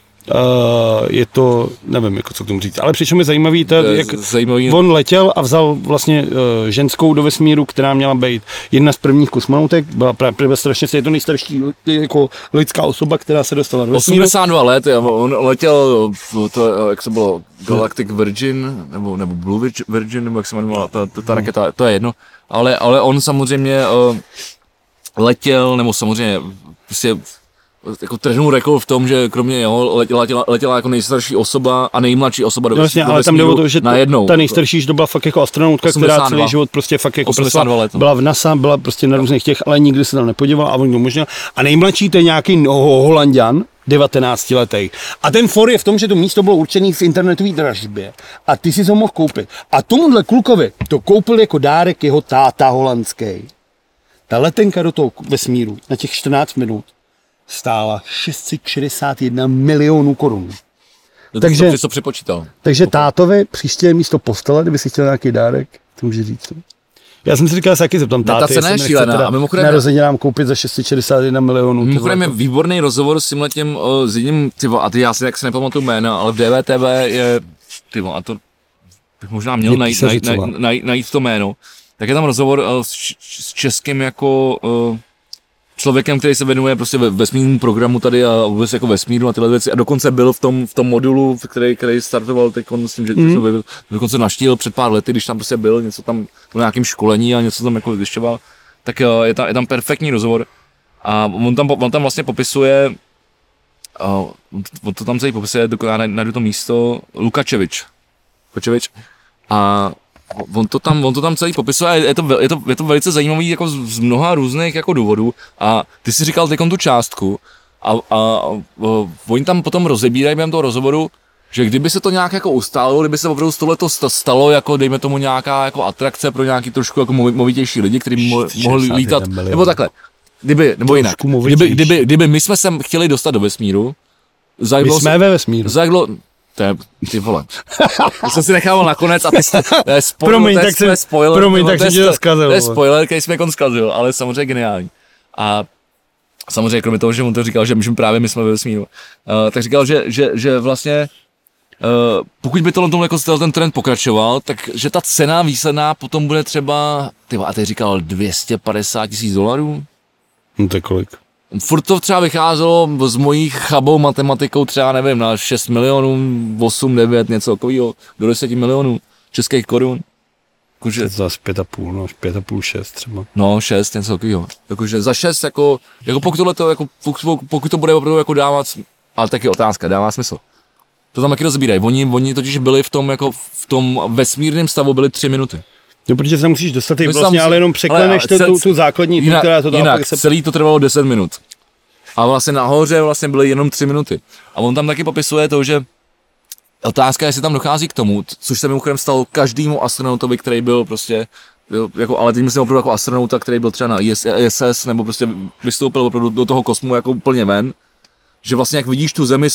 Je to, nevím, jako co k tomu říct, ale přičem je zajímavý, jak on letěl a vzal vlastně ženskou do vesmíru, která měla být jedna z prvních kosmonautek, byla právě strašně, je to nejstarší jako lidská osoba, která se dostala do vesmíru. 82 let, on letěl, jak se bylo, Galactic Virgin, nebo Blue Virgin, nebo jak se jmenovala ta raketa, to je jedno, ale on samozřejmě letěl, nebo samozřejmě prostě jako trhnul rekord v tom, že kromě jeho letěla jako nejstarší osoba a nejmladší osoba do vesmíru. Ale tam jde o to, že ta nejstarší, že to byla fakt jako astronautka, která celý život prostě fakt jako byla v NASA, byla prostě na různých těch, ale nikdy se tam nepodívala a on to možná. A nejmladší to je nějaký Holanďan, 19 letý. A ten for je v tom, že to místo bylo určené v internetové dražbě a ty si to mohl koupit. A tomuhle klukovi to koupil jako dárek jeho táta holandský. Ta letenka do toho vesmíru na těch 14 minut stála 661 milionů korun. Takže to přepočítal. Takže tátovi příště místo postele, kdyby si chtěl nějaký dárek, to může říct. Já jsem si říkal, se taky zeptám táty, ta cena je šílená. A mimochodem narozeninám koupit za 661 milionů. Mimochodem je výborný rozhovor s tímhletím, s jedním, a ty já si tak se nepamatuju jména, ale v DVTV je, a to bych možná měl najít to jméno. Tak je tam rozhovor s českým jako člověkem, který se věnuje prostě vesmírnému programu tady a vůbec jako vesmíru a tyhle věci a dokonce byl v tom modulu, který startoval teď, myslím, že dokonce naštívil před pár lety, když tam prostě byl, něco tam v nějakém školení a něco tam jako zjišťoval, tak je tam perfektní rozhovor a on tam vlastně popisuje, on to tam celý popisuje, dokud najdu to místo, Lukačevič a on to tam celý popisuje a je to velice zajímavý jako z mnoha různých jako důvodů a ty si říkal teďkom tu částku a oni tam potom rozebírají během toho rozhovoru, že kdyby se to nějak jako ustálo, kdyby se opravdu tohleto stalo jako dejme tomu nějaká jako atrakce pro nějaký trošku jako movitější lidi, kteří mohli lítat, nebo takhle. nebo jinak, kdyby my jsme se chtěli dostat do vesmíru, my jsme ve vesmíru. Ty vole. To jsem si nechával nakonec a ty jsi Promiň, tak jsem ti to zkazil. To je spoiler, který jsme zkazil, ale samozřejmě geniální. A samozřejmě kromě toho, že on to říkal, že my jsme ve vesmíru, tak říkal, že vlastně pokud by ten trend pokračoval, takže ta cena výsledná potom bude třeba, a teď říkal $250,000? No to je kolik? Furt to třeba vycházelo s mojí chabou matematikou třeba, nevím, na 6 milionů, 8, 9, něco takového, do 10 milionů českých korun. Jakože... Zase 5,5, no, 5,5, 6 třeba. No, 6, něco takového. Jakože za 6, jako pokud to bude opravdu jako dávat, ale taky otázka, dává smysl. To tam taky rozbírají. Oni totiž byli v tom vesmírném stavu byli 3 minuty. No, protože se musíš dostat vlastně, ale jenom překleneš tu základní, která to dá. Jinak, celý to trvalo 10 minut. A vlastně nahoře vlastně byly jenom 3 minuty. A on tam taky popisuje to, že otázka je, jestli tam dochází k tomu, což se mimochodem stalo každému astronautovi, který byl prostě, jako, ale teď myslím opravdu jako astronauta, který byl třeba na ISS, nebo prostě vystoupil opravdu do toho kosmu jako úplně ven, že vlastně jak vidíš tu zemi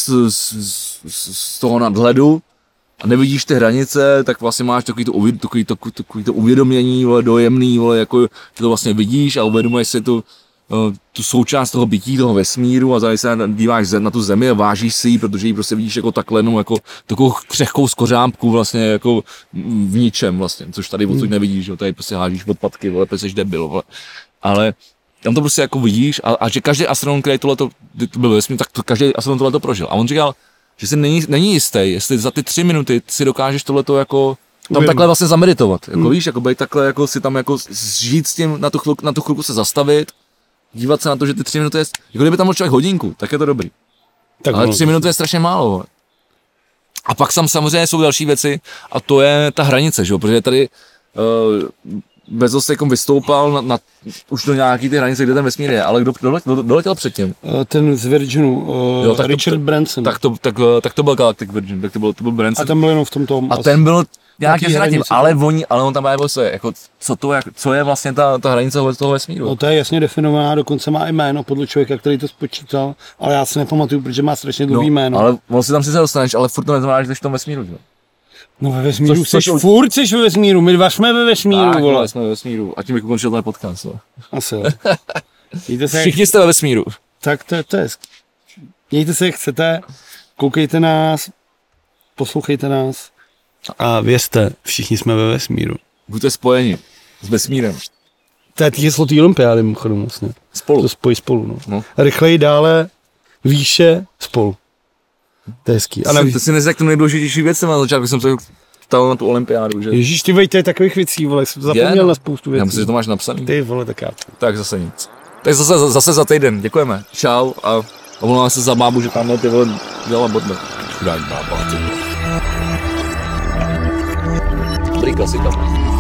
z toho nadhledu a nevidíš ty hranice, tak vlastně máš takový to uvědomění, vole, dojemný, vole, jako ty to vlastně vidíš a uvědomuješ si tu součást toho bytí, toho vesmíru a zároveň se díváš na tu zemi a vážíš si ji, protože ji prostě vidíš jako takhle, no, jako takovou křehkou skořápku vlastně jako v ničem vlastně, což tady odsud nevidíš, jo, tady prostě hážíš odpadky, vole, protože jsi debil, vole. Ale tam to prostě jako vidíš a že každý astronom, který tohleto byl vesmíru, tak každý astronom tohleto prožil. A on říkal, že si není jistý, jestli za ty 3 minuty si dokážeš tohleto jako tam takhle vlastně zameditovat, jako víš, jako být takhle jako si tam jako žít s tím, na tu chvilku se zastavit, dívat se na to, že ty 3 minuty je, jako kdyby tam byl člověk hodinku, tak je to dobrý. Tak ale 3 minuty je strašně málo. A pak tam samozřejmě jsou další věci a to je ta hranice, že jo, protože tady Bezos jako vystoupal už do nějaký ty hranice, kde ten vesmír je, ale kdo doletěl předtím? Ten z Virginu, Richard Branson. Tak to byl Galactic Virgin, tak to byl Branson. A ten byl jenom v tom a ten byl nějaký tím, ale on tam byl jako, co je vlastně ta hranice toho vesmíru? No to je jasně definovaná, dokonce má i jméno podle člověka, který to spočítal, ale já si nepamatuju, protože má strašně dlouhý jméno. Ale on si tam sice dostaneš, ale furt to neznamená, že jsi v tom vesmíru, že? No ve vesmíru furt jsi ve vesmíru, my dva jsme ve vesmíru, tak, vole. Jsme ve vesmíru a tím bych ukončil ten podcast, no. Asi jo. Všichni jste ve vesmíru. Tak to je. Mějte se jak chcete, koukejte nás, poslouchejte nás. A věřte, všichni jsme ve vesmíru. Buďte spojeni s vesmírem. To je heslo té olympiády, mimochodem vlastně. Spolu. To spojí spolu, no. Rychleji, dále, výše, spolu. To je hezký. To si neřekl tu nejdůležitější věc, na začátku jsem se ptal na tu olympiádu, že? Ježíš, ty vejte takových věcí, vole, jsem zapomněl na spoustu věcí. Já myslím, že to máš napsaný. Ty vole, tak já. Tak zase nic. Tak zase za týden, děkujeme. Čau a omlouváme se za bábu, že tamhle ty vole dělala bodne. Chudák bába, ty vole. Dobrý klasika.